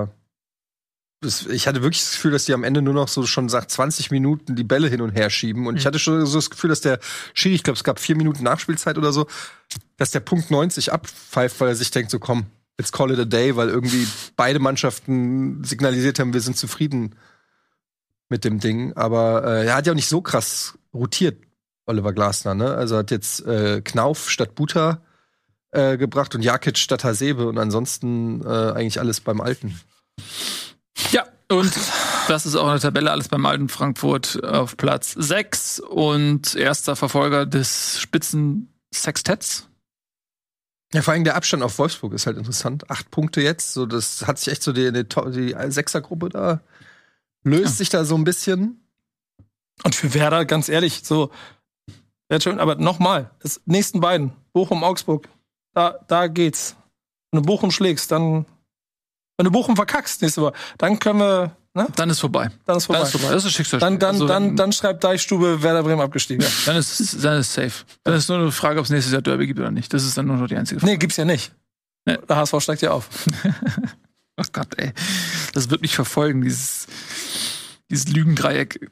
Speaker 2: ich hatte wirklich das Gefühl, dass die am Ende nur noch so schon sagt 20 Minuten die Bälle hin und her schieben. Und ich hatte schon so das Gefühl, dass der Schiri, ich glaube, es gab 4 Minuten Nachspielzeit oder so, dass der Punkt 90 abpfeift, weil er sich denkt, so komm, let's call it a day, weil irgendwie beide Mannschaften signalisiert haben, wir sind zufrieden mit dem Ding. Aber er hat ja auch nicht so krass rotiert, Oliver Glasner, ne? Also hat jetzt Knauf statt Buta gebracht und Jakic statt Hasebe und ansonsten eigentlich alles beim Alten.
Speaker 1: Ja, und das ist auch in der Tabelle alles beim alten Frankfurt auf Platz 6 und erster Verfolger des Spitzensextetts.
Speaker 2: Ja, vor allem der Abstand auf Wolfsburg ist halt interessant. 8 Punkte jetzt, so das hat sich echt so die Sechsergruppe da löst sich da so ein bisschen.
Speaker 3: Und für Werder, ganz ehrlich, so schön, aber nochmal, das nächsten beiden, Bochum, Augsburg, da geht's. Wenn du Bochum schlägst, dann wenn du Bochum verkackst nächste Woche, dann können wir, ne?
Speaker 1: Dann ist vorbei.
Speaker 3: Das
Speaker 1: ist Schicksalsspiel.
Speaker 3: Dann schreibt Deichstube Werder Bremen abgestiegen.
Speaker 1: Ja, dann ist safe. Dann ist nur eine Frage, ob es nächstes Jahr Derby gibt oder nicht. Das ist dann nur noch die einzige Frage.
Speaker 3: Nee, gibt's ja nicht.
Speaker 1: Nee.
Speaker 3: Der HSV steigt ja auf.
Speaker 1: Oh Gott, ey. Das wird mich verfolgen, dieses Lügendreieck.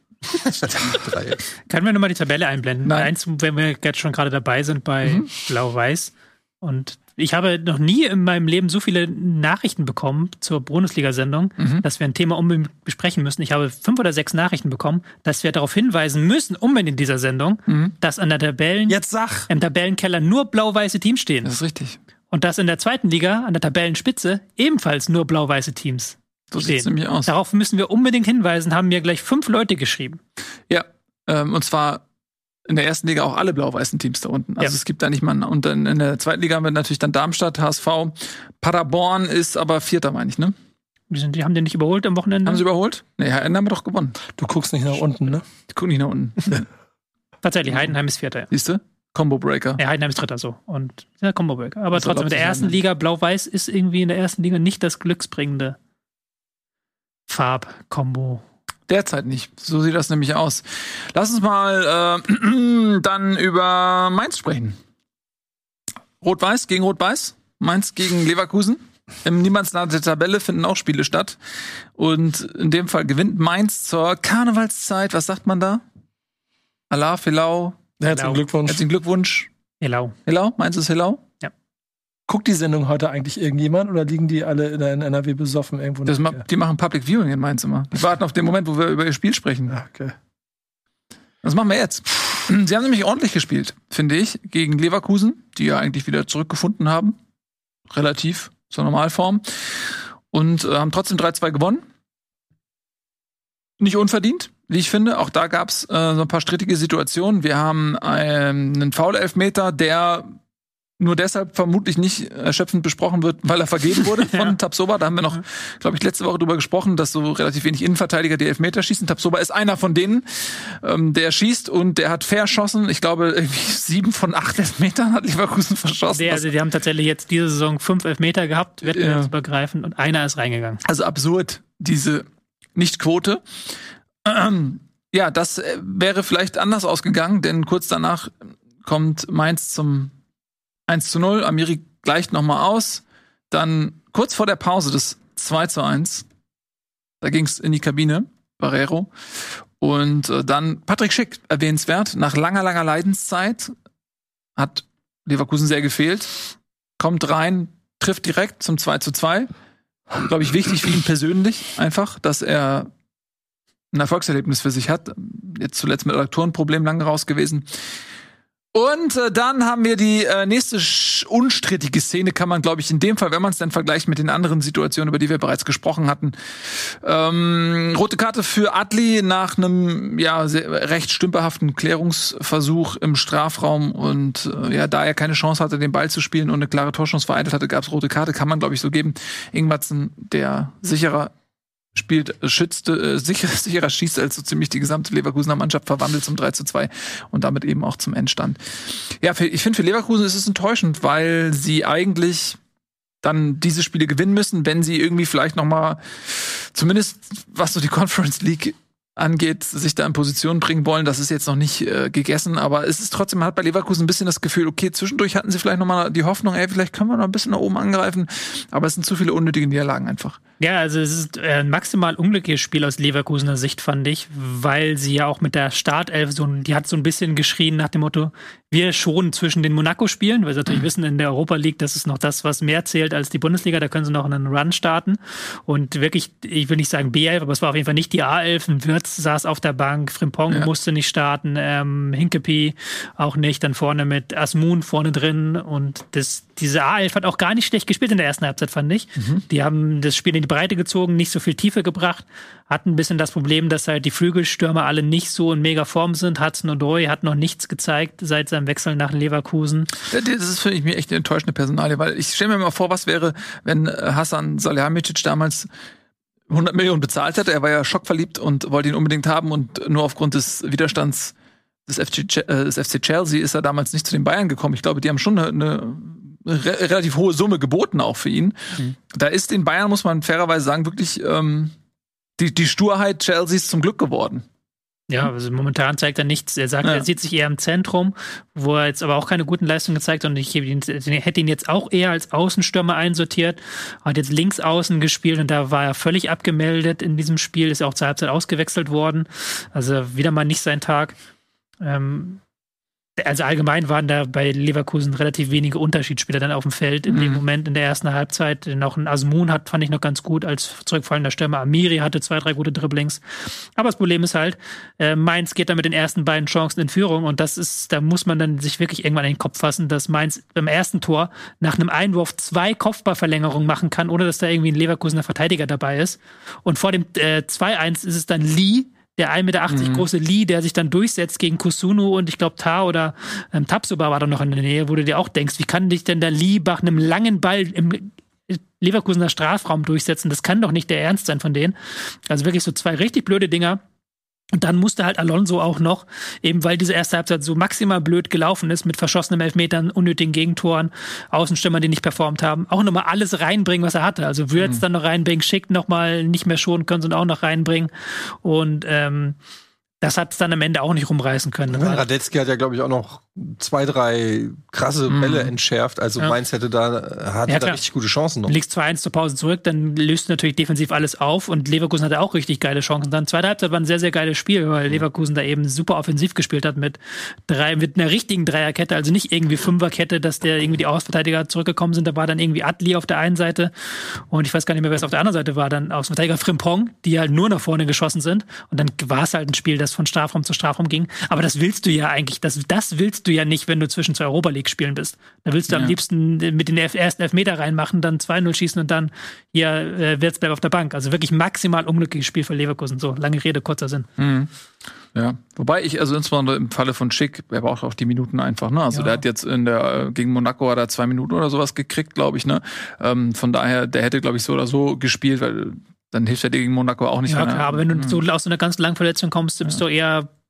Speaker 4: Können wir nochmal die Tabelle einblenden?
Speaker 1: Nein.
Speaker 4: Eins, wenn wir jetzt schon gerade dabei sind bei Blau-Weiß. Und ich habe noch nie in meinem Leben so viele Nachrichten bekommen zur Bundesliga-Sendung, dass wir ein Thema unbedingt besprechen müssen. Ich habe 5 oder 6 Nachrichten bekommen, dass wir darauf hinweisen müssen, unbedingt in dieser Sendung, dass an der im Tabellenkeller nur blau-weiße Teams stehen.
Speaker 1: Das ist richtig.
Speaker 4: Und dass in der zweiten Liga, an der Tabellenspitze, ebenfalls nur blau-weiße Teams
Speaker 1: So sieht es nämlich aus.
Speaker 4: Darauf müssen wir unbedingt hinweisen, haben mir gleich 5 Leute geschrieben.
Speaker 1: Ja, und zwar in der ersten Liga auch alle blau-weißen Teams da unten. Also es gibt da nicht mal. Und dann in der zweiten Liga haben wir natürlich dann Darmstadt, HSV. Paderborn ist aber Vierter, meine ich, ne?
Speaker 4: Die haben den nicht überholt am Wochenende?
Speaker 1: Haben sie überholt? Nee, HN haben wir doch gewonnen.
Speaker 3: Du guckst nicht nach unten, ne?
Speaker 1: Ich guck nicht nach unten.
Speaker 4: Tatsächlich, Heidenheim ist Vierter. Ja.
Speaker 1: Siehst du? Combo Breaker.
Speaker 4: Ja, Heidenheim ist Dritter so. Und ja, Combo Breaker. Aber trotzdem, in der ersten Liga, Blau-Weiß ist irgendwie in der ersten Liga nicht das glücksbringende Farb-Kombo.
Speaker 1: Derzeit nicht. So sieht das nämlich aus. Lass uns mal dann über Mainz sprechen. Rot-Weiß gegen Rot-Weiß. Mainz gegen Leverkusen. Im Niemandsland der Tabelle finden auch Spiele statt. Und in dem Fall gewinnt Mainz zur Karnevalszeit. Was sagt man da? Allah, Hilau.
Speaker 3: Herzlichen Glückwunsch.
Speaker 1: Herzlichen Glückwunsch.
Speaker 4: Hilau.
Speaker 1: Hilau? Mainz ist Hilau?
Speaker 4: Ja.
Speaker 3: Guckt die Sendung heute eigentlich irgendjemand oder liegen die alle in NRW besoffen irgendwo?
Speaker 1: Die machen Public Viewing in Mainz immer. Die warten auf den Moment, wo wir über ihr Spiel sprechen.
Speaker 3: Okay.
Speaker 1: Was machen wir jetzt? Sie haben nämlich ordentlich gespielt, finde ich, gegen Leverkusen, die ja eigentlich wieder zurückgefunden haben. Relativ zur Normalform. Und haben trotzdem 3-2 gewonnen. Nicht unverdient, wie ich finde. Auch da gab es so ein paar strittige Situationen. Wir haben einen Foul-Elfmeter, der nur deshalb vermutlich nicht erschöpfend besprochen wird, weil er vergeben wurde von Tapsoba. Da haben wir noch, glaube ich, letzte Woche drüber gesprochen, dass so relativ wenig Innenverteidiger die Elfmeter schießen. Tapsoba ist einer von denen, der schießt und der hat verschossen. Ich glaube, irgendwie 7 von 8 Elfmetern hat Leverkusen verschossen.
Speaker 4: Also die haben tatsächlich jetzt diese Saison 5 Elfmeter gehabt, wettbewerbsübergreifend, und einer ist reingegangen.
Speaker 1: Also absurd, diese Nichtquote. Ja, das wäre vielleicht anders ausgegangen, denn kurz danach kommt Mainz zum 1-0. Amiri gleicht nochmal aus. Dann kurz vor der Pause des 2:1. Da ging's in die Kabine, Barreiro. Und dann Patrick Schick, erwähnenswert, nach langer Leidenszeit hat Leverkusen sehr gefehlt, kommt rein, trifft direkt zum 2:2. Glaube ich, wichtig für ihn persönlich einfach, dass er ein Erfolgserlebnis für sich hat. Jetzt zuletzt mit Adduktorenproblem lange raus gewesen. Und dann haben wir die nächste unstrittige Szene, kann man, glaube ich, in dem Fall, wenn man es dann vergleicht mit den anderen Situationen, über die wir bereits gesprochen hatten. Rote Karte für Adli nach einem recht stümperhaften Klärungsversuch im Strafraum. Und da er keine Chance hatte, den Ball zu spielen und eine klare Torchance vereitelt hatte, gab es rote Karte. Kann man, glaube ich, so geben. Ingwertsen, der sicherer schießt als so ziemlich die gesamte Leverkusener Mannschaft, verwandelt zum 3:2 und damit eben auch zum Endstand. Ja, ich finde, für Leverkusen ist es enttäuschend, weil sie eigentlich dann diese Spiele gewinnen müssen, wenn sie irgendwie vielleicht noch mal, zumindest was so die Conference League angeht, sich da in Position bringen wollen. Das ist jetzt noch nicht gegessen, aber es ist trotzdem, man hat bei Leverkusen ein bisschen das Gefühl, okay, zwischendurch hatten sie vielleicht noch mal die Hoffnung, vielleicht können wir noch ein bisschen nach oben angreifen, aber es sind zu viele unnötige Niederlagen einfach.
Speaker 4: Ja, also es ist ein maximal unglückliches Spiel aus Leverkusener Sicht, fand ich, weil sie ja auch mit der Startelf die hat so ein bisschen geschrien nach dem Motto, wir schonen zwischen den Monaco-Spielen, weil sie natürlich wissen, in der Europa League, das ist noch das, was mehr zählt als die Bundesliga, da können sie noch einen Run starten und wirklich, ich will nicht sagen B11, aber es war auf jeden Fall nicht die A11, Wirtz saß auf der Bank, Frimpong musste nicht starten, Hinkepie auch nicht, dann vorne mit Asmun vorne drin und diese A11 hat auch gar nicht schlecht gespielt in der ersten Halbzeit, fand ich. Die haben das Spiel in die Breite gezogen, nicht so viel Tiefe gebracht, hatten ein bisschen das Problem, dass halt die Flügelstürmer alle nicht so in mega Form sind. Hudson-Odoi hat noch nichts gezeigt seit seinem Wechsel nach Leverkusen.
Speaker 1: Das ist, finde ich, mir echt eine enttäuschende Personalie, weil ich stelle mir mal vor, was wäre, wenn Hasan Salihamidzic damals 100 Millionen bezahlt hätte. Er war ja schockverliebt und wollte ihn unbedingt haben und nur aufgrund des Widerstands des FC Chelsea ist er damals nicht zu den Bayern gekommen. Ich glaube, die haben schon eine relativ hohe Summe geboten auch für ihn. Da ist den Bayern, muss man fairerweise sagen, wirklich die Sturheit Chelseas zum Glück geworden.
Speaker 4: Ja, also momentan zeigt er nichts. Er sagt, er sieht sich eher im Zentrum, wo er jetzt aber auch keine guten Leistungen gezeigt hat. Und ich hätte ihn jetzt auch eher als Außenstürmer einsortiert. Hat jetzt links außen gespielt und da war er völlig abgemeldet in diesem Spiel. Ist auch zur Halbzeit ausgewechselt worden. Also wieder mal nicht sein Tag. Also allgemein waren da bei Leverkusen relativ wenige Unterschiedsspieler dann auf dem Feld in dem Moment in der ersten Halbzeit. Noch ein Asmun fand ich noch ganz gut als zurückfallender Stürmer. Amiri hatte 2, 3 gute Dribblings. Aber das Problem ist halt, Mainz geht da mit den ersten beiden Chancen in Führung und da muss man dann sich wirklich irgendwann in den Kopf fassen, dass Mainz beim ersten Tor nach einem Einwurf 2 Kopfballverlängerungen machen kann, ohne dass da irgendwie ein Leverkusener Verteidiger dabei ist. Und vor dem 2:1 ist es dann Lee, der 1,80 Meter große Lee, der sich dann durchsetzt gegen Kusunu und ich glaube Tah oder Tabsoba war da noch in der Nähe, wo du dir auch denkst, wie kann dich denn der Lee nach einem langen Ball im Leverkusener Strafraum durchsetzen? Das kann doch nicht der Ernst sein von denen. Also wirklich so 2 richtig blöde Dinger. Und dann musste halt Alonso auch noch, eben weil diese erste Halbzeit so maximal blöd gelaufen ist, mit verschossenen Elfmetern, unnötigen Gegentoren, Außenstürmern, die nicht performt haben, auch nochmal alles reinbringen, was er hatte. Also Würz dann noch reinbringen, Schick nochmal nicht mehr schonen können, sondern auch noch reinbringen. Und das hat es dann am Ende auch nicht rumreißen können.
Speaker 2: Radetzky hat ja, glaube ich, auch noch 2, 3 krasse Bälle entschärft. Also Mainz hatte da richtig gute Chancen noch.
Speaker 4: Du liegst 2:1 zur Pause zurück, dann löst du natürlich defensiv alles auf und Leverkusen hatte auch richtig geile Chancen. Dann zweite Halbzeit war ein sehr, sehr geiles Spiel, weil Leverkusen da eben super offensiv gespielt hat mit einer richtigen Dreierkette, also nicht irgendwie Fünferkette, dass irgendwie die Außenverteidiger zurückgekommen sind. Da war dann irgendwie Adli auf der einen Seite und ich weiß gar nicht mehr, wer es auf der anderen Seite war, dann Außenverteidiger Frimpong, die halt nur nach vorne geschossen sind und dann war es halt ein Spiel, das von Strafraum zu Strafraum ging. Aber das willst du ja eigentlich, das willst du ja nicht, wenn du zwischen 2 Europa League Spielen bist. Da willst du am liebsten mit den ersten Elfmeter reinmachen, dann 2-0 schießen und dann hier Wirtz bleibt auf der Bank. Also wirklich maximal unglückliches Spiel für Leverkusen. So, lange Rede, kurzer Sinn.
Speaker 1: Ja, wobei also insbesondere im Falle von Schick, er braucht auch die Minuten einfach, ne? Also der hat jetzt gegen Monaco hat er 2 Minuten oder sowas gekriegt, glaube ich, ne? Von daher, der hätte, glaube ich, so oder so gespielt, weil dann hilft er dir gegen Monaco auch nicht.
Speaker 4: Ja, klar, aber wenn du so aus so einer ganz langen Verletzung kommst, bist du eher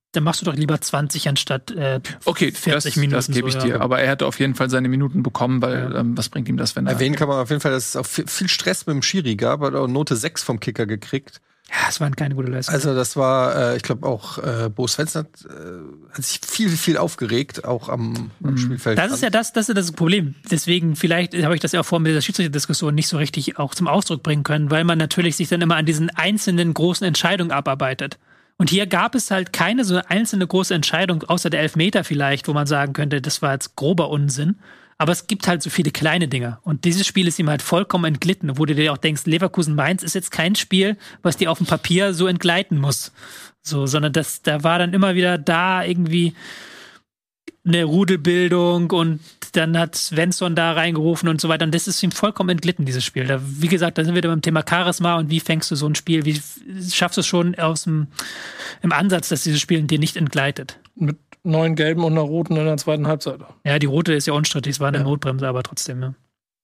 Speaker 4: dann machst du doch lieber 20 anstatt 40 Minuten.
Speaker 1: Das gebe ich dir. Aber er hätte auf jeden Fall seine Minuten bekommen, weil was bringt ihm das, wenn er...
Speaker 2: Erwähnen kann man auf jeden Fall, dass es auch viel Stress mit dem Schiri gab. Hat auch Note 6 vom Kicker gekriegt.
Speaker 4: Ja, es waren keine gute Leistung.
Speaker 2: Also das war, ich glaube auch, Bo Svensson hat sich viel aufgeregt, auch am Spielfeld.
Speaker 4: Das ist ja das Problem. Deswegen, vielleicht habe ich das ja auch vor mit dieser Schiedsrichterdiskussion nicht so richtig auch zum Ausdruck bringen können, weil man natürlich sich dann immer an diesen einzelnen großen Entscheidungen abarbeitet. Und hier gab es halt keine so einzelne große Entscheidung, außer der Elfmeter vielleicht, wo man sagen könnte, das war jetzt grober Unsinn. Aber es gibt halt so viele kleine Dinge. Und dieses Spiel ist ihm halt vollkommen entglitten, wo du dir auch denkst, Leverkusen-Mainz ist jetzt kein Spiel, was dir auf dem Papier so entgleiten muss. So, sondern da war dann immer wieder da irgendwie eine Rudelbildung und dann hat Svensson da reingerufen und so weiter. Und das ist ihm vollkommen entglitten, dieses Spiel. Wie gesagt, da sind wir beim Thema Charisma und wie fängst du so ein Spiel, wie schaffst du es schon im Ansatz, dass dieses Spiel dir nicht entgleitet?
Speaker 3: Mit 9 gelben und einer roten in der zweiten Halbzeit.
Speaker 4: Ja, die rote ist ja unstrittig, es war eine Notbremse, aber trotzdem, ja.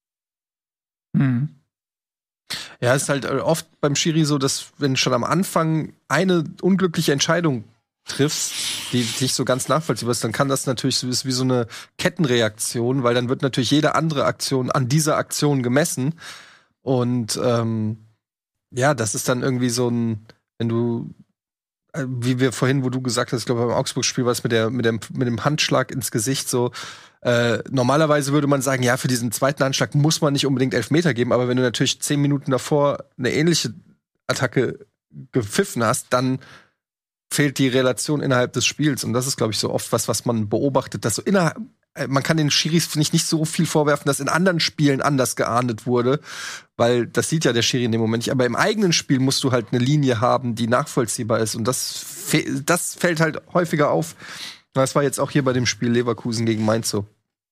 Speaker 2: Ja, es ist halt oft beim Schiri so, dass wenn schon am Anfang eine unglückliche Entscheidung triffst, die nicht so ganz nachvollziehbar ist, dann kann das natürlich so ist wie so eine Kettenreaktion, weil dann wird natürlich jede andere Aktion an dieser Aktion gemessen. Und das ist dann irgendwie so ein, wenn du wie wir vorhin, wo du gesagt hast, ich glaube beim Augsburg-Spiel war es mit dem Handschlag ins Gesicht so. Normalerweise würde man sagen, ja, für diesen zweiten Handschlag muss man nicht unbedingt Elfmeter geben, aber wenn du natürlich 10 Minuten davor eine ähnliche Attacke gepfiffen hast, dann fehlt die Relation innerhalb des Spiels. Und das ist, glaube ich, so oft was man beobachtet, dass so man kann den Schiris nicht so viel vorwerfen, dass in anderen Spielen anders geahndet wurde, weil das sieht ja der Schiri in dem Moment nicht. Aber im eigenen Spiel musst du halt eine Linie haben, die nachvollziehbar ist. Und das fällt halt häufiger auf. Das war jetzt auch hier bei dem Spiel Leverkusen gegen Mainz so.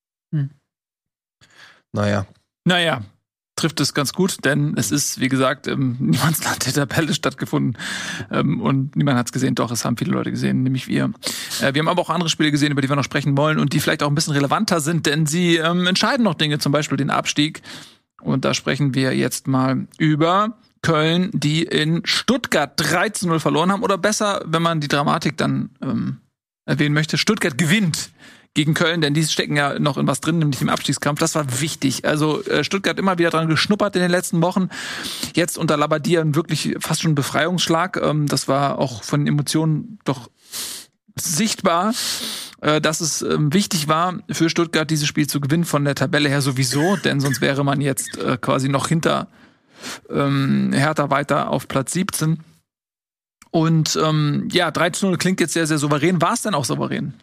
Speaker 2: Naja,
Speaker 1: trifft es ganz gut, denn es ist, wie gesagt, im Niemandsland der Tabelle stattgefunden und niemand hat es gesehen, doch, es haben viele Leute gesehen, nämlich wir. Wir haben aber auch andere Spiele gesehen, über die wir noch sprechen wollen und die vielleicht auch ein bisschen relevanter sind, denn sie entscheiden noch Dinge, zum Beispiel den Abstieg. Und da sprechen wir jetzt mal über Köln, die in Stuttgart 3-0 verloren haben, oder besser, wenn man die Dramatik dann erwähnen möchte, Stuttgart gewinnt gegen Köln, denn die stecken ja noch in was drin, nämlich im Abstiegskampf. Das war wichtig. Also Stuttgart immer wieder dran geschnuppert in den letzten Wochen. Jetzt unter Labbadia wirklich fast schon ein Befreiungsschlag. Das war auch von den Emotionen doch sichtbar, dass es wichtig war für Stuttgart, dieses Spiel zu gewinnen, von der Tabelle her sowieso, denn sonst wäre man jetzt quasi noch hinter Hertha weiter auf Platz 17. Und 3-0 klingt jetzt sehr, sehr souverän. War es denn auch souverän?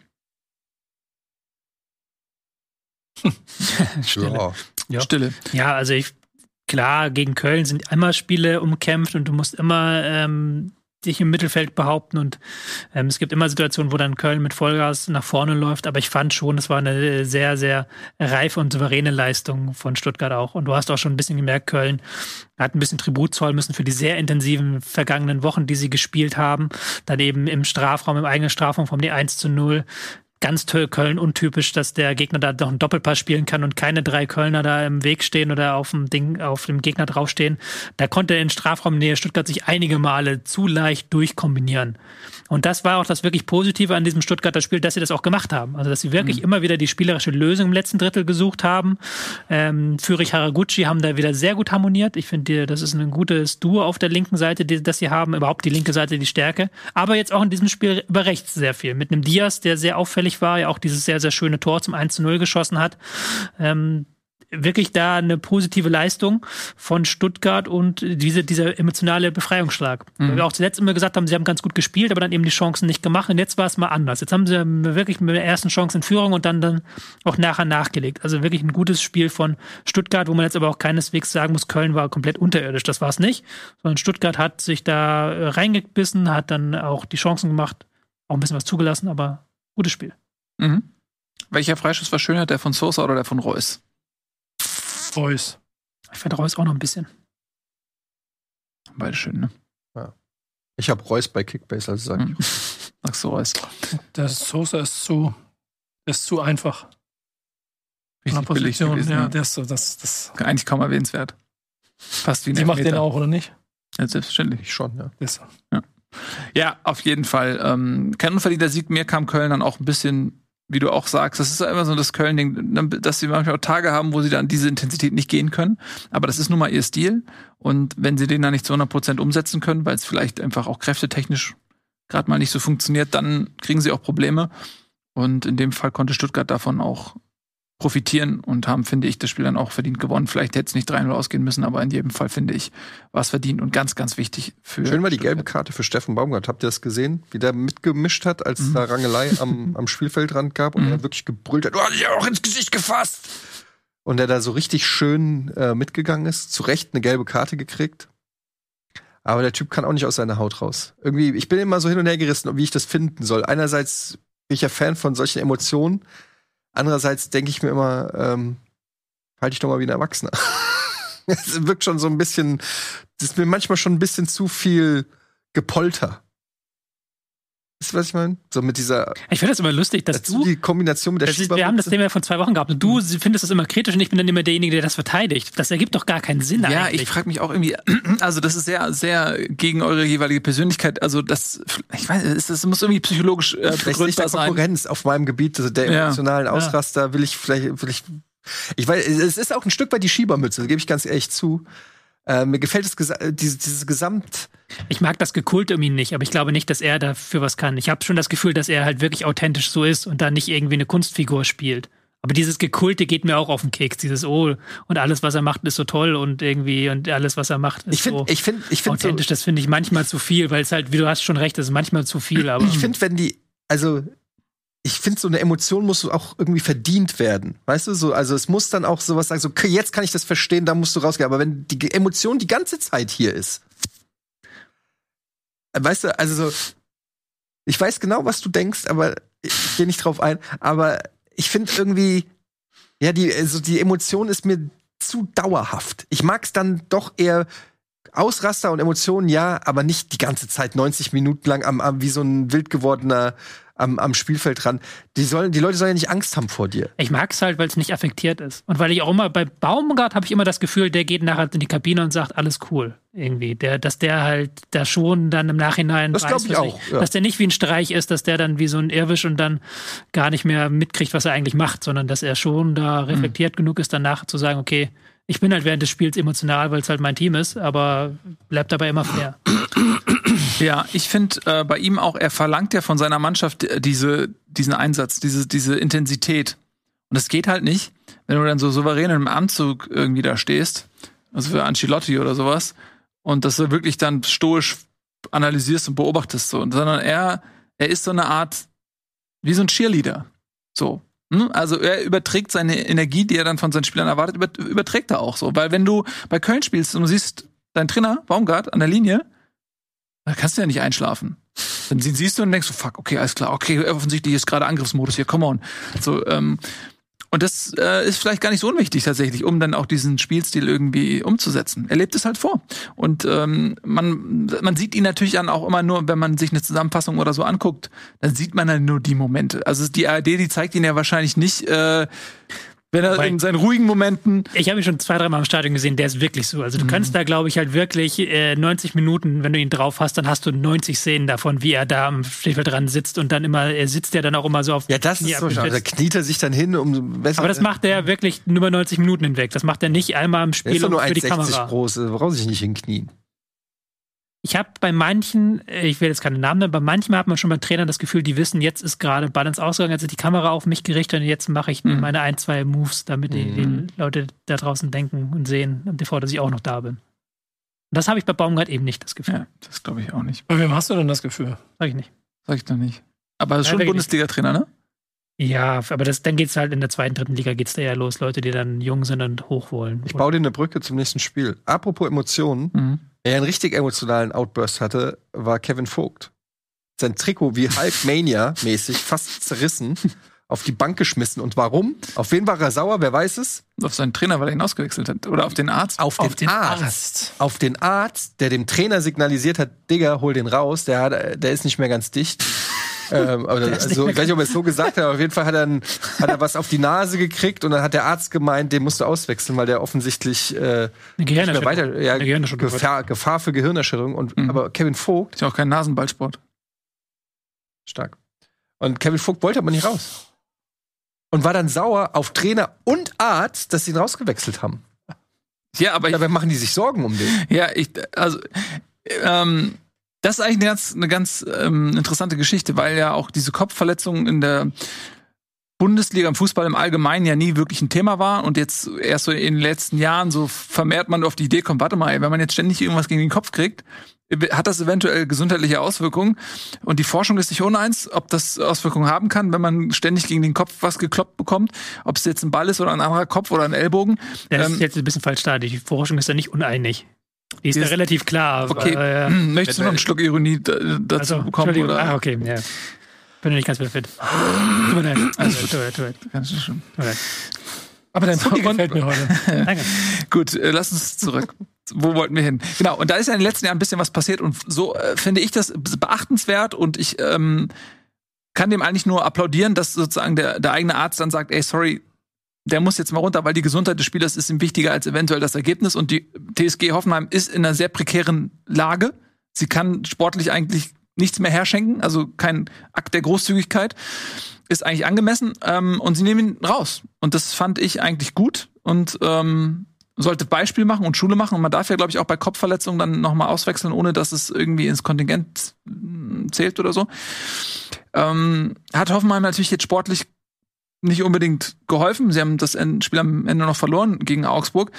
Speaker 4: Stille.
Speaker 2: Ja.
Speaker 1: Stille.
Speaker 4: Ja, also klar, gegen Köln sind immer Spiele umkämpft und du musst immer dich im Mittelfeld behaupten und es gibt immer Situationen, wo dann Köln mit Vollgas nach vorne läuft, aber ich fand schon, es war eine sehr, sehr reife und souveräne Leistung von Stuttgart auch. Und du hast auch schon ein bisschen gemerkt, Köln hat ein bisschen Tribut zollen müssen für die sehr intensiven vergangenen Wochen, die sie gespielt haben. Dann eben im eigenen Strafraum vom 1-0. Ganz Köln untypisch, dass der Gegner da noch einen Doppelpass spielen kann und keine 3 Kölner da im Weg stehen oder auf dem Gegner draufstehen. Da konnte in Strafraumnähe Stuttgart sich einige Male zu leicht durchkombinieren. Und das war auch das wirklich Positive an diesem Stuttgarter Spiel, dass sie das auch gemacht haben. Also, dass sie wirklich immer wieder die spielerische Lösung im letzten Drittel gesucht haben. Führich Haraguchi haben da wieder sehr gut harmoniert. Ich finde, das ist ein gutes Duo auf der linken Seite, das sie haben. Überhaupt die linke Seite die Stärke. Aber jetzt auch in diesem Spiel über rechts sehr viel. Mit einem Diaz, der sehr auffällig war, ja auch dieses sehr, sehr schöne Tor zum 1-0 geschossen hat. Wirklich da eine positive Leistung von Stuttgart und dieser emotionale Befreiungsschlag. Weil wir auch zuletzt immer gesagt haben, sie haben ganz gut gespielt, aber dann eben die Chancen nicht gemacht und jetzt war es mal anders. Jetzt haben sie wirklich mit der ersten Chance in Führung und dann auch nachher nachgelegt. Also wirklich ein gutes Spiel von Stuttgart, wo man jetzt aber auch keineswegs sagen muss, Köln war komplett unterirdisch. Das war es nicht, sondern Stuttgart hat sich da reingebissen, hat dann auch die Chancen gemacht, auch ein bisschen was zugelassen, aber gutes Spiel.
Speaker 1: Mhm. Welcher Freischuss war schöner, der von Sosa oder der von Reus?
Speaker 3: Reus.
Speaker 4: Ich fand Reus auch noch ein bisschen.
Speaker 1: Beide schön, ne?
Speaker 2: Ja. Ich habe Reus bei Kickbase, also sage ich.
Speaker 1: Sagst du Reus?
Speaker 3: Der Sosa ist zu einfach.
Speaker 1: Richtig billig gewesen,
Speaker 3: ja, der ist so, das
Speaker 1: eigentlich kaum erwähnenswert. Fast wie ein
Speaker 3: Die macht
Speaker 1: Elfmeter.
Speaker 3: den auch, oder nicht?
Speaker 1: Ja, selbstverständlich.
Speaker 2: Ich schon, ja.
Speaker 3: Ist so.
Speaker 1: Ja. Ja, auf jeden Fall. Kein unverdienter Sieg. Mir kam Köln dann auch ein bisschen, wie du auch sagst, das ist ja immer so das Köln-Ding, dass sie manchmal auch Tage haben, wo sie dann diese Intensität nicht gehen können. Aber das ist nun mal ihr Stil. Und wenn sie den dann nicht zu 100% umsetzen können, weil es vielleicht einfach auch kräftetechnisch gerade mal nicht so funktioniert, dann kriegen sie auch Probleme. Und in dem Fall konnte Stuttgart davon auch profitieren und haben, finde ich, das Spiel dann auch verdient gewonnen. Vielleicht hätte es nicht 3-0 ausgehen müssen, aber in jedem Fall, finde ich, war es verdient und ganz, ganz wichtig für
Speaker 2: Schön war die
Speaker 1: Stuttgart.
Speaker 2: gelbe Karte für Steffen Baumgart. Habt ihr das gesehen? Wie der mitgemischt hat, als es da Rangelei am Spielfeldrand gab und er wirklich gebrüllt hat, du hast dich auch ins Gesicht gefasst! Und der da so richtig schön mitgegangen ist, zu Recht eine gelbe Karte gekriegt. Aber der Typ kann auch nicht aus seiner Haut raus. Irgendwie, ich bin immer so hin und her gerissen, wie ich das finden soll. Einerseits bin ich ja Fan von solchen Emotionen. Andererseits denke ich mir immer, halt dich doch mal wie ein Erwachsener. Es wirkt schon so ein bisschen, das ist mir manchmal schon ein bisschen zu viel Gepolter. Weißt du, was ich meine? So mit dieser.
Speaker 4: Ich finde das immer lustig, dass du.
Speaker 2: Die Kombination mit der
Speaker 4: Wir haben das Thema ja vor 2 Wochen gehabt und du findest das immer kritisch und ich bin dann immer derjenige, der das verteidigt. Das ergibt doch gar keinen Sinn
Speaker 1: Ja,
Speaker 4: eigentlich.
Speaker 1: ich frage mich auch irgendwie, also das ist sehr, sehr gegen eure jeweilige Persönlichkeit. Also das, ich weiß, das muss irgendwie psychologisch begründbar sein.
Speaker 2: Konkurrenz auf meinem Gebiet, also der emotionalen Ausraster, ich weiß, es ist auch ein Stück weit die Schiebermütze, gebe ich ganz ehrlich zu. Mir gefällt dieses Gesamt.
Speaker 4: Ich mag das Gekulte um ihn nicht, aber ich glaube nicht, dass er dafür was kann. Ich habe schon das Gefühl, dass er halt wirklich authentisch so ist und da nicht irgendwie eine Kunstfigur spielt. Aber dieses Gekulte geht mir auch auf den Keks. Dieses und alles, was er macht, ist so toll und alles, was er macht, ist so authentisch. Das finde ich manchmal zu viel, weil es halt, wie du hast schon recht, das ist manchmal zu viel. Aber
Speaker 2: ich finde, ich finde, so eine Emotion muss auch irgendwie verdient werden. Weißt du, so, also es muss dann auch sowas sagen, so, okay, jetzt kann ich das verstehen, da musst du rausgehen. Aber wenn die Emotion die ganze Zeit hier ist, weißt du, also so, ich weiß genau, was du denkst, aber ich gehe nicht drauf ein. Aber ich finde irgendwie, ja, die Emotion ist mir zu dauerhaft. Ich mag es dann doch eher Ausraster und Emotionen, ja, aber nicht die ganze Zeit 90 Minuten lang wie so ein wild gewordener am Spielfeld ran. Die Leute sollen ja nicht Angst haben vor dir.
Speaker 4: Ich mag es halt, weil es nicht affektiert ist. Und weil ich auch immer, bei Baumgart habe ich immer das Gefühl, der geht nachher in die Kabine und sagt, alles cool. Irgendwie. Dass der halt da schon dann im Nachhinein
Speaker 2: das glaube ich auch. Ja.
Speaker 4: Dass der nicht wie ein Streich ist, dass der dann wie so ein Irrwisch und dann gar nicht mehr mitkriegt, was er eigentlich macht, sondern dass er schon da reflektiert genug ist, danach zu sagen, okay, ich bin halt während des Spiels emotional, weil es halt mein Team ist, aber bleibt dabei immer fair.
Speaker 1: Ja, ich finde bei ihm auch, er verlangt ja von seiner Mannschaft diesen Einsatz, diese Intensität. Und das geht halt nicht, wenn du dann so souverän im Anzug irgendwie da stehst, also für Ancelotti oder sowas, und das du wirklich dann stoisch analysierst und beobachtest, so, sondern er ist so eine Art, wie so ein Cheerleader. So. Also er überträgt seine Energie, die er dann von seinen Spielern erwartet, überträgt er auch so. Weil wenn du bei Köln spielst und du siehst deinen Trainer, Baumgart, an der Linie, da kannst du ja nicht einschlafen. Dann siehst du und denkst so, fuck, okay, alles klar, okay, offensichtlich ist gerade Angriffsmodus hier, come on. So, und das ist vielleicht gar nicht so unwichtig tatsächlich, um dann auch diesen Spielstil irgendwie umzusetzen. Er lebt es halt vor. Und man sieht ihn natürlich dann auch immer nur, wenn man sich eine Zusammenfassung oder so anguckt, dann sieht man dann nur die Momente. Also die ARD, die zeigt ihn ja wahrscheinlich nicht, wenn er in seinen ruhigen Momenten. Ich habe ihn schon 2-3 Mal im Stadion gesehen, der ist wirklich so. Also du kannst da, glaube ich, halt wirklich 90 Minuten, wenn du ihn drauf hast, dann hast du 90 Szenen davon, wie er da am Spielfeld dran sitzt und dann immer, er sitzt ja dann auch immer so auf.
Speaker 2: Ja, das ist so schade. Da kniet er sich dann hin, um besser.
Speaker 4: Aber das macht er wirklich nur über 90 Minuten hinweg. Das macht er nicht einmal im Spiel
Speaker 2: ist doch nur
Speaker 4: für die Kamera.
Speaker 2: Groß, braucht sich nicht hinknien.
Speaker 4: Ich habe bei manchen, ich will jetzt keine Namen nennen, bei manchen hat man schon bei Trainern das Gefühl, die wissen, jetzt ist gerade Balance ausgegangen, jetzt ist die Kamera auf mich gerichtet und jetzt mache ich meine 1-2 Moves, damit die Leute da draußen denken und sehen, bevor dass ich auch noch da bin. Und das habe ich bei Baumgart eben nicht, das Gefühl.
Speaker 1: Ja, das glaube ich auch nicht.
Speaker 3: Bei wem hast du denn das Gefühl?
Speaker 4: Sag ich nicht.
Speaker 1: Sag ich doch nicht. Aber das ist schon ein Bundesliga-Trainer, ne?
Speaker 4: Ja, aber dann geht's halt in der 2., 3. Liga geht's da ja los, Leute, die dann jung sind und hoch wollen.
Speaker 2: Ich baue dir eine Brücke zum nächsten Spiel. Apropos Emotionen, wer einen richtig emotionalen Outburst hatte, war Kevin Vogt. Sein Trikot wie Hulkmania-mäßig fast zerrissen, auf die Bank geschmissen. Und warum? Auf wen war er sauer? Wer weiß es?
Speaker 1: Auf seinen Trainer, weil er ihn ausgewechselt hat. Oder auf den Arzt?
Speaker 2: Auf den Arzt. Auf den Arzt, der dem Trainer signalisiert hat, Digga, hol den raus, der ist nicht mehr ganz dicht. Also, ich weiß nicht, ob er es so gesagt hat, aber auf jeden Fall hat er was auf die Nase gekriegt und dann hat der Arzt gemeint, den musst du auswechseln, weil der offensichtlich
Speaker 4: eine Gehirnerschütterung.
Speaker 2: Gefahr für Gehirnerschütterung. Aber Kevin Vogt.
Speaker 1: Ist ja auch kein Nasenballsport.
Speaker 2: Stark. Und Kevin Vogt wollte aber nicht raus. Und war dann sauer auf Trainer und Arzt, dass sie ihn rausgewechselt haben.
Speaker 1: Ja, aber
Speaker 2: dabei machen die sich Sorgen um den.
Speaker 1: Ja, das ist eigentlich eine ganz interessante Geschichte, weil ja auch diese Kopfverletzungen in der Bundesliga im Fußball im Allgemeinen ja nie wirklich ein Thema war und jetzt erst so in den letzten Jahren so vermehrt man auf die Idee kommt, warte mal, wenn man jetzt ständig irgendwas gegen den Kopf kriegt, hat das eventuell gesundheitliche Auswirkungen und die Forschung ist nicht uneins, ob das Auswirkungen haben kann, wenn man ständig gegen den Kopf was gekloppt bekommt, ob es jetzt ein Ball ist oder ein anderer Kopf oder ein Ellbogen.
Speaker 4: Das ist jetzt ein bisschen falsch da, die Forschung ist ja nicht uneinig. Die ist ja relativ klar.
Speaker 1: Okay, möchtest du noch einen Schluck Ironie dazu bekommen? Oder?
Speaker 4: Okay, ja. Bin nicht ganz wieder fit. Tut mir leid. Also, tut
Speaker 1: Ganz schön.
Speaker 3: Aber dein Pulli gefällt mir heute.
Speaker 4: Danke.
Speaker 1: Gut, lass uns zurück. Wo wollten wir hin? Genau, und da ist ja in den letzten Jahren ein bisschen was passiert und so finde ich das beachtenswert und ich kann dem eigentlich nur applaudieren, dass sozusagen der eigene Arzt dann sagt, ey, sorry, der muss jetzt mal runter, weil die Gesundheit des Spielers ist ihm wichtiger als eventuell das Ergebnis und die TSG Hoffenheim ist in einer sehr prekären Lage. Sie kann sportlich eigentlich nichts mehr herschenken, also kein Akt der Großzügigkeit, ist eigentlich angemessen und sie nehmen ihn raus. Und das fand ich eigentlich gut und sollte Beispiel machen und Schule machen und man darf ja, glaube ich, auch bei Kopfverletzungen dann nochmal auswechseln, ohne dass es irgendwie ins Kontingent zählt oder so. Hat Hoffenheim natürlich jetzt sportlich nicht unbedingt geholfen. Sie haben das Spiel am Ende noch verloren gegen Augsburg.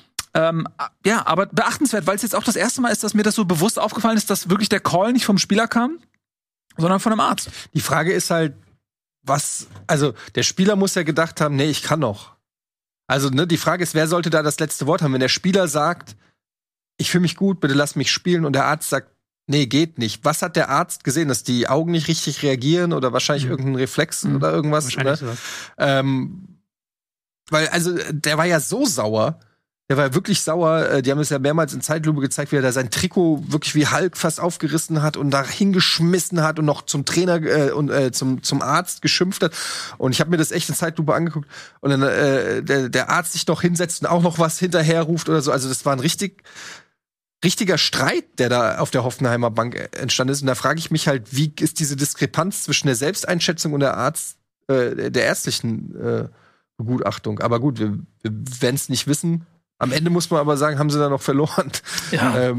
Speaker 1: Ja, aber beachtenswert, weil es jetzt auch das erste Mal ist, dass mir das so bewusst aufgefallen ist, dass wirklich der Call nicht vom Spieler kam, sondern von einem Arzt.
Speaker 2: Die Frage ist halt, also der Spieler muss ja gedacht haben, nee, ich kann noch. Also, ne, die Frage ist, wer sollte da das letzte Wort haben? Wenn der Spieler sagt, ich fühle mich gut, bitte lass mich spielen, und der Arzt sagt, nee, geht nicht. Was hat der Arzt gesehen? Dass die Augen nicht richtig reagieren oder wahrscheinlich irgendein Reflex oder irgendwas?
Speaker 4: Wahrscheinlich
Speaker 2: ne? Weil, also, der war ja so sauer. Der war wirklich sauer. Die haben es ja mehrmals in Zeitlupe gezeigt, wie er da sein Trikot wirklich wie Hulk fast aufgerissen hat und da hingeschmissen hat und noch zum Trainer und zum Arzt geschimpft hat. Und ich habe mir das echt in Zeitlupe angeguckt. Und dann der Arzt sich noch hinsetzt und auch noch was hinterher ruft oder so. Also das war ein richtiger Streit, der da auf der Hoffenheimer Bank entstanden ist. Und da frage ich mich halt, wie ist diese Diskrepanz zwischen der Selbsteinschätzung und der ärztlichen Begutachtung. Aber gut, wir werden es nicht wissen. Am Ende muss man aber sagen, haben sie da noch verloren.
Speaker 4: Ja.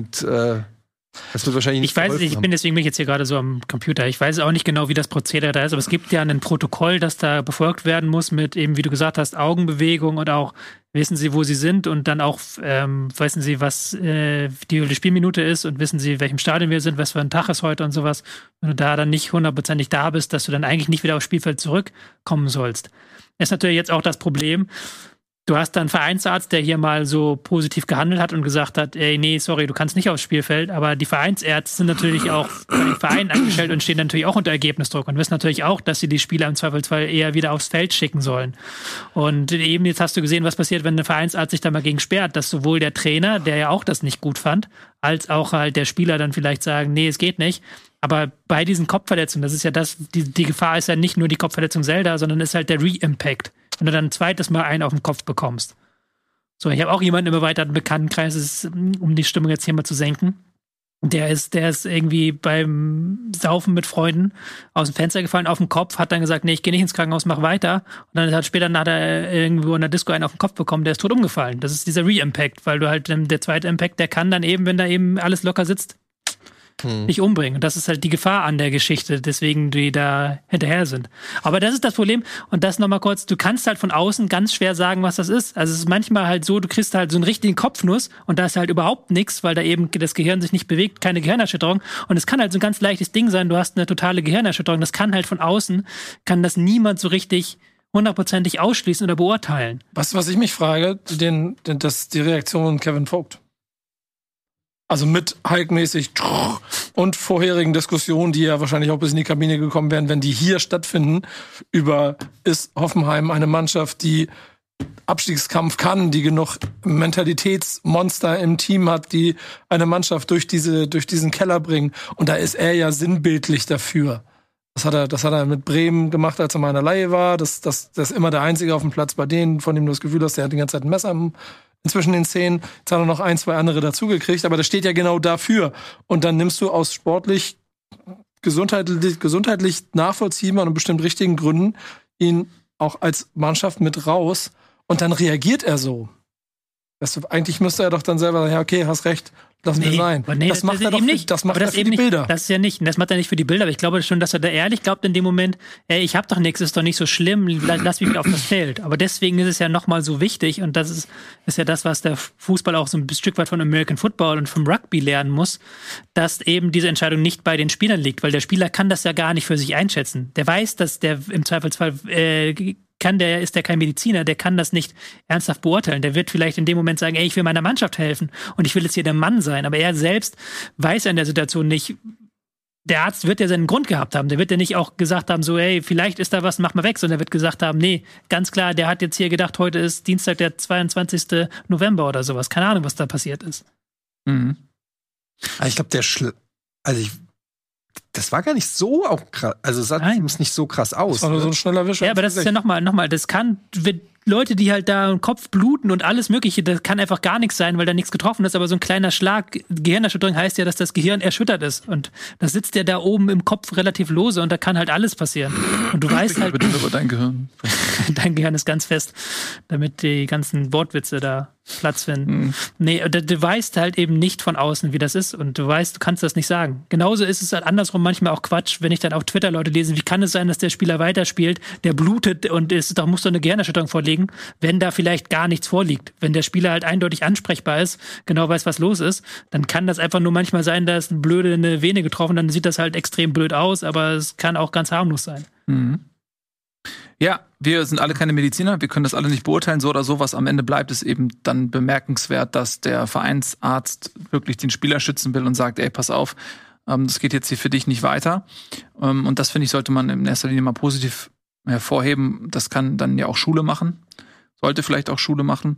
Speaker 2: Das wird wahrscheinlich nicht.
Speaker 4: Ich weiß nicht, deswegen bin ich jetzt hier gerade so am Computer. Ich weiß auch nicht genau, wie das Prozedere da ist, aber es gibt ja ein Protokoll, das da befolgt werden muss mit eben, wie du gesagt hast, Augenbewegung und auch wissen sie, wo sie sind und dann auch wissen sie, was die Spielminute ist und wissen sie, in welchem Stadion wir sind, was für ein Tag ist heute und sowas. Wenn du da dann nicht 100%ig da bist, dass du dann eigentlich nicht wieder aufs Spielfeld zurückkommen sollst. Das ist natürlich jetzt auch das Problem. Du hast dann einen Vereinsarzt, der hier mal so positiv gehandelt hat und gesagt hat, ey, nee, sorry, du kannst nicht aufs Spielfeld, aber die Vereinsärzte sind natürlich auch bei den Vereinen angestellt und stehen natürlich auch unter Ergebnisdruck und wissen natürlich auch, dass sie die Spieler im Zweifelsfall eher wieder aufs Feld schicken sollen. Und eben jetzt hast du gesehen, was passiert, wenn der Vereinsarzt sich da mal gegen sperrt, dass sowohl der Trainer, der ja auch das nicht gut fand, als auch halt der Spieler dann vielleicht sagen, nee, es geht nicht. Aber bei diesen Kopfverletzungen, das ist ja die Gefahr ist ja nicht nur die Kopfverletzung selber, sondern ist halt der Re-Impact. Wenn du dann ein zweites Mal einen auf den Kopf bekommst. So, ich habe auch jemanden im erweiterten Bekanntenkreis, um die Stimmung jetzt hier mal zu senken. Der ist irgendwie beim Saufen mit Freunden aus dem Fenster gefallen auf den Kopf, hat dann gesagt, nee, ich gehe nicht ins Krankenhaus, mach weiter. Und dann hat er irgendwo in der Disco einen auf den Kopf bekommen, der ist tot umgefallen. Das ist dieser Re-Impact, weil du halt, der zweite Impact, der kann dann eben, wenn da eben alles locker sitzt, nicht umbringen. Und das ist halt die Gefahr an der Geschichte, deswegen die da hinterher sind. Aber das ist das Problem. Und das nochmal kurz, du kannst halt von außen ganz schwer sagen, was das ist. Also es ist manchmal halt so, du kriegst halt so einen richtigen Kopfnuss und da ist halt überhaupt nichts, weil da eben das Gehirn sich nicht bewegt, keine Gehirnerschütterung. Und es kann halt so ein ganz leichtes Ding sein, du hast eine totale Gehirnerschütterung. Das kann halt von außen, kann das niemand so richtig 100%ig ausschließen oder beurteilen.
Speaker 3: Was ich mich frage, die Reaktion Kevin Vogt. Also mit Hulk-mäßig und vorherigen Diskussionen, die ja wahrscheinlich auch bis in die Kabine gekommen wären, wenn die hier stattfinden, ist Hoffenheim eine Mannschaft, die Abstiegskampf kann, die genug Mentalitätsmonster im Team hat, die eine Mannschaft durch diesen Keller bringen. Und da ist er ja sinnbildlich dafür. Das hat er mit Bremen gemacht, als er mal in der Leihe war. Das ist immer der Einzige auf dem Platz bei denen, von dem du das Gefühl hast, der hat die ganze Zeit ein Messer inzwischen den Zähnen. Jetzt hat er noch 1, 2 andere dazugekriegt, aber das steht ja genau dafür. Und dann nimmst du aus sportlich, gesundheitlich nachvollziehbaren und bestimmt richtigen Gründen ihn auch als Mannschaft mit raus. Und dann reagiert er so. Eigentlich müsste er doch dann selber sagen, ja, okay, hast recht, lass mir sein.
Speaker 4: Das macht er doch nicht.
Speaker 3: Das macht er für die Bilder.
Speaker 4: Das ist ja nicht. Das macht er nicht für die Bilder. Aber ich glaube schon, dass er da ehrlich glaubt in dem Moment, ey, ich hab doch nichts, ist doch nicht so schlimm, lass mich wieder auf das Feld. Aber deswegen ist es ja nochmal so wichtig und das ist ja das, was der Fußball auch so ein Stück weit von American Football und vom Rugby lernen muss, dass eben diese Entscheidung nicht bei den Spielern liegt, weil der Spieler kann das ja gar nicht für sich einschätzen. Der weiß, dass der im Zweifelsfall ist der kein Mediziner, der kann das nicht ernsthaft beurteilen. Der wird vielleicht in dem Moment sagen, ey, ich will meiner Mannschaft helfen und ich will jetzt hier der Mann sein. Aber er selbst weiß in der Situation nicht, der Arzt wird ja seinen Grund gehabt haben. Der wird ja nicht auch gesagt haben, so, ey, vielleicht ist da was, mach mal weg. Sondern er wird gesagt haben, nee, ganz klar, der hat jetzt hier gedacht, heute ist Dienstag, der 22. November oder sowas. Keine Ahnung, was da passiert ist.
Speaker 2: Mhm. Ich glaube, das war gar nicht so auch krass. Also sah es nicht so krass aus.
Speaker 3: Das war nur so ein schneller Wischer.
Speaker 4: Ja, aber das ist ja nochmal, das kann, Leute, die halt da im Kopf bluten und alles Mögliche, das kann einfach gar nichts sein, weil da nichts getroffen ist, aber so ein kleiner Schlag, Gehirnerschütterung heißt ja, dass das Gehirn erschüttert ist und das sitzt ja da oben im Kopf relativ lose und da kann halt alles passieren. Und du weißt halt...
Speaker 1: Bitte über dein Gehirn.
Speaker 4: Dein Gehirn ist ganz fest, damit die ganzen Wortwitze da Platz finden. Nee, du weißt halt eben nicht von außen, wie das ist und du weißt, du kannst das nicht sagen. Genauso ist es halt andersrum manchmal auch Quatsch, wenn ich dann auf Twitter Leute lese, wie kann es sein, dass der Spieler weiterspielt, der blutet und da muss doch eine Gehirnerschütterung vorliegen, wenn da vielleicht gar nichts vorliegt. Wenn der Spieler halt eindeutig ansprechbar ist, genau weiß, was los ist, dann kann das einfach nur manchmal sein, da ist eine Vene getroffen, dann sieht das halt extrem blöd aus, aber es kann auch ganz harmlos sein.
Speaker 1: Mhm. Ja, wir sind alle keine Mediziner, wir können das alle nicht beurteilen, so oder so. Was am Ende bleibt, ist eben dann bemerkenswert, dass der Vereinsarzt wirklich den Spieler schützen will und sagt, ey, pass auf, das geht jetzt hier für dich nicht weiter. Und das, finde ich, sollte man in erster Linie mal positiv hervorheben. Das kann dann ja auch Schule machen, sollte vielleicht auch Schule machen.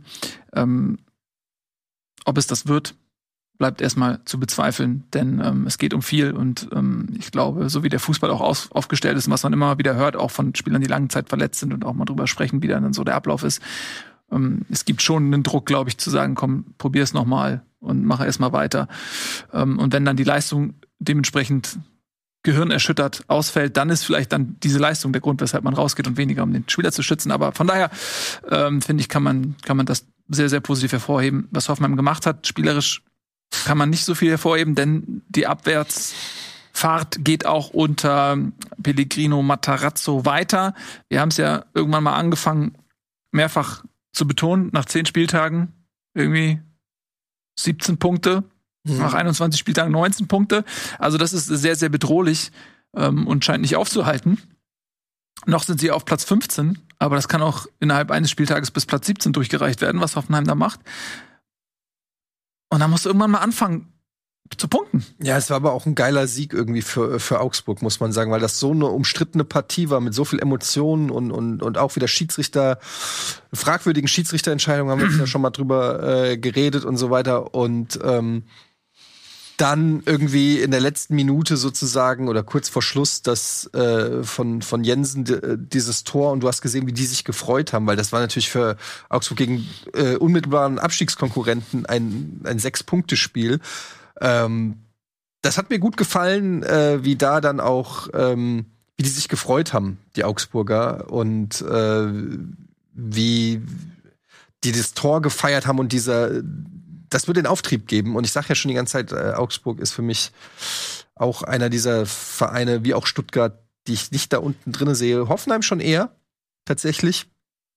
Speaker 1: Ob es das wird, bleibt erstmal zu bezweifeln, denn es geht um viel und ich glaube, so wie der Fußball auch aufgestellt ist, was man immer wieder hört, auch von Spielern, die lange Zeit verletzt sind und auch mal drüber sprechen, wie dann so der Ablauf ist. Es gibt schon einen Druck, glaube ich, zu sagen, komm, probier es nochmal und mache erstmal weiter. Und wenn dann die Leistung dementsprechend gehirnerschüttert ausfällt, dann ist vielleicht dann diese Leistung der Grund, weshalb man rausgeht und weniger, um den Spieler zu schützen. Aber von daher, finde ich, kann man das sehr, sehr positiv hervorheben, was Hoffenheim gemacht hat. Spielerisch kann man nicht so viel hervorheben, denn die Abwärtsfahrt geht auch unter Pellegrino Matarazzo weiter. Wir haben es ja irgendwann mal angefangen, mehrfach zu betonen, nach 10 Spieltagen irgendwie 17 Punkte, nach 21 Spieltagen 19 Punkte. Also das ist sehr, sehr bedrohlich und scheint nicht aufzuhalten. Noch sind sie auf Platz 15, aber das kann auch innerhalb eines Spieltages bis Platz 17 durchgereicht werden, was Hoffenheim da macht. Und dann musst du irgendwann mal anfangen zu punkten.
Speaker 2: Ja, es war aber auch ein geiler Sieg irgendwie für Augsburg, muss man sagen, weil das so eine umstrittene Partie war mit so viel Emotionen und auch wieder fragwürdigen Schiedsrichterentscheidungen, haben wir jetzt ja schon mal drüber geredet und so weiter. Und dann irgendwie in der letzten Minute sozusagen oder kurz vor Schluss das von Jensen dieses Tor und du hast gesehen, wie die sich gefreut haben, weil das war natürlich für Augsburg gegen unmittelbaren Abstiegskonkurrenten ein 6-Punkte-Spiel. Das hat mir gut gefallen, wie da dann auch wie die sich gefreut haben, die Augsburger und wie die das Tor gefeiert haben und das wird den Auftrieb geben. Und ich sage ja schon die ganze Zeit, Augsburg ist für mich auch einer dieser Vereine, wie auch Stuttgart, die ich nicht da unten drin sehe. Hoffenheim schon eher, tatsächlich.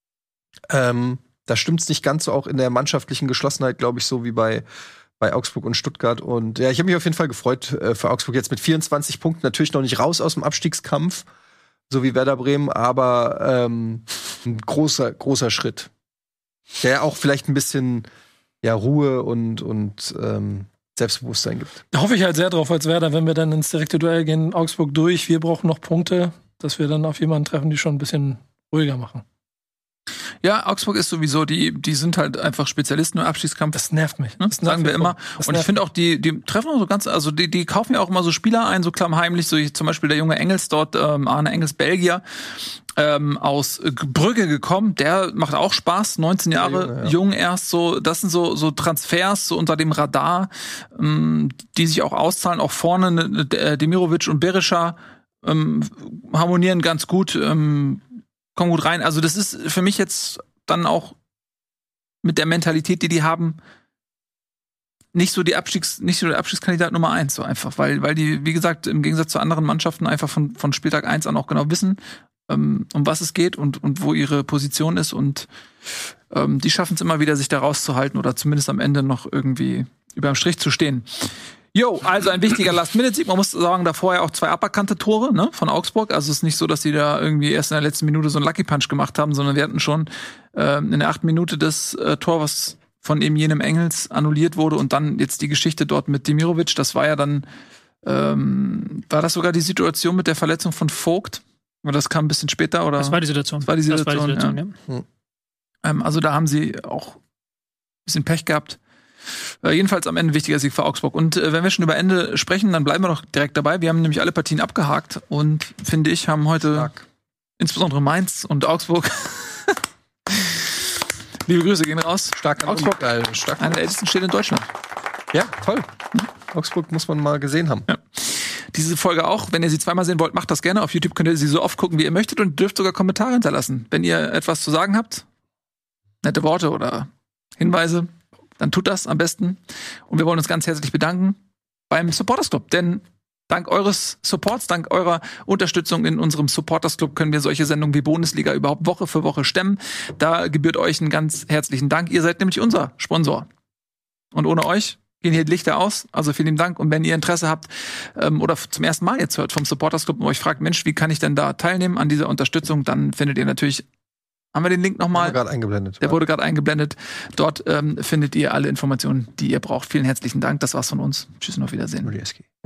Speaker 2: Da stimmt's nicht ganz so auch in der mannschaftlichen Geschlossenheit, glaube ich, so wie bei Augsburg und Stuttgart. Und ja, ich habe mich auf jeden Fall gefreut für Augsburg jetzt mit 24 Punkten. Natürlich noch nicht raus aus dem Abstiegskampf, so wie Werder Bremen, aber ein großer Schritt. Der ja auch vielleicht ein bisschen Ruhe und Selbstbewusstsein gibt.
Speaker 3: Da hoffe ich halt sehr drauf als Werder, wenn wir dann ins direkte Duell gehen, Augsburg durch, wir brauchen noch Punkte, dass wir dann auf jemanden treffen, die schon ein bisschen ruhiger machen.
Speaker 1: Ja, Augsburg ist sowieso, die sind halt einfach Spezialisten im Abstiegskampf.
Speaker 3: Das nervt mich.
Speaker 1: Ne? Das sagen wir immer. Und ich finde auch, die treffen auch so ganz, also die kaufen ja auch immer so Spieler ein, so klammheimlich, so zum Beispiel der junge Engels dort, Arne Engels, Belgier, aus Brügge gekommen, der macht auch Spaß, 19 Jahre jung erst, so, das sind so Transfers, so unter dem Radar, die sich auch auszahlen, auch vorne, Demirovic und Berisha, harmonieren ganz gut, kommen gut rein. Also das ist für mich jetzt dann auch mit der Mentalität, die haben, nicht so der Abstiegskandidat Nummer 1, so einfach, weil die, wie gesagt, im Gegensatz zu anderen Mannschaften einfach von Spieltag 1 an auch genau wissen, um was es geht und wo ihre Position ist und die schaffen es immer wieder, sich da rauszuhalten oder zumindest am Ende noch irgendwie über dem Strich zu stehen. Jo, also ein wichtiger Last-Minute-Sieg. Man muss sagen, da vorher auch 2 aberkannte Tore, ne, von Augsburg. Also es ist nicht so, dass die da irgendwie erst in der letzten Minute so einen Lucky Punch gemacht haben, sondern wir hatten schon in der 8. Minute das Tor, was von eben jenem Engels annulliert wurde und dann jetzt die Geschichte dort mit Demirovic. Das war ja dann, war das sogar die Situation mit der Verletzung von Vogt? Oder das kam ein bisschen später? Oder?
Speaker 4: Das war die Situation.
Speaker 1: Das war die Situation,
Speaker 4: ja.
Speaker 1: Also da haben sie auch ein bisschen Pech gehabt. Jedenfalls am Ende ein wichtiger Sieg für Augsburg. Und wenn wir schon über Ende sprechen, dann bleiben wir doch direkt dabei. Wir haben nämlich alle Partien abgehakt und, finde ich, haben heute insbesondere Mainz und Augsburg liebe Grüße gehen raus.
Speaker 2: Stark an
Speaker 1: Augsburg,
Speaker 2: einer
Speaker 1: der ältesten Städte in Deutschland.
Speaker 2: Ja, toll. Augsburg muss man mal gesehen haben.
Speaker 1: Ja. Diese Folge auch, wenn ihr sie zweimal sehen wollt, macht das gerne. Auf YouTube könnt ihr sie so oft gucken, wie ihr möchtet und dürft sogar Kommentare hinterlassen. Wenn ihr etwas zu sagen habt, nette Worte oder Hinweise, dann tut das am besten. Und wir wollen uns ganz herzlich bedanken beim Supporters Club. Denn dank eures Supports, dank eurer Unterstützung in unserem Supporters Club können wir solche Sendungen wie Bundesliga überhaupt Woche für Woche stemmen. Da gebührt euch einen ganz herzlichen Dank. Ihr seid nämlich unser Sponsor. Und ohne euch gehen hier die Lichter aus. Also vielen Dank. Und wenn ihr Interesse habt oder zum ersten Mal jetzt hört vom Supporters Club und euch fragt, Mensch, wie kann ich denn da teilnehmen an dieser Unterstützung, dann findet ihr natürlich, haben wir den Link nochmal? Der wurde gerade eingeblendet. Dort findet ihr alle Informationen, die ihr braucht. Vielen herzlichen Dank. Das war's von uns. Tschüss und auf Wiedersehen.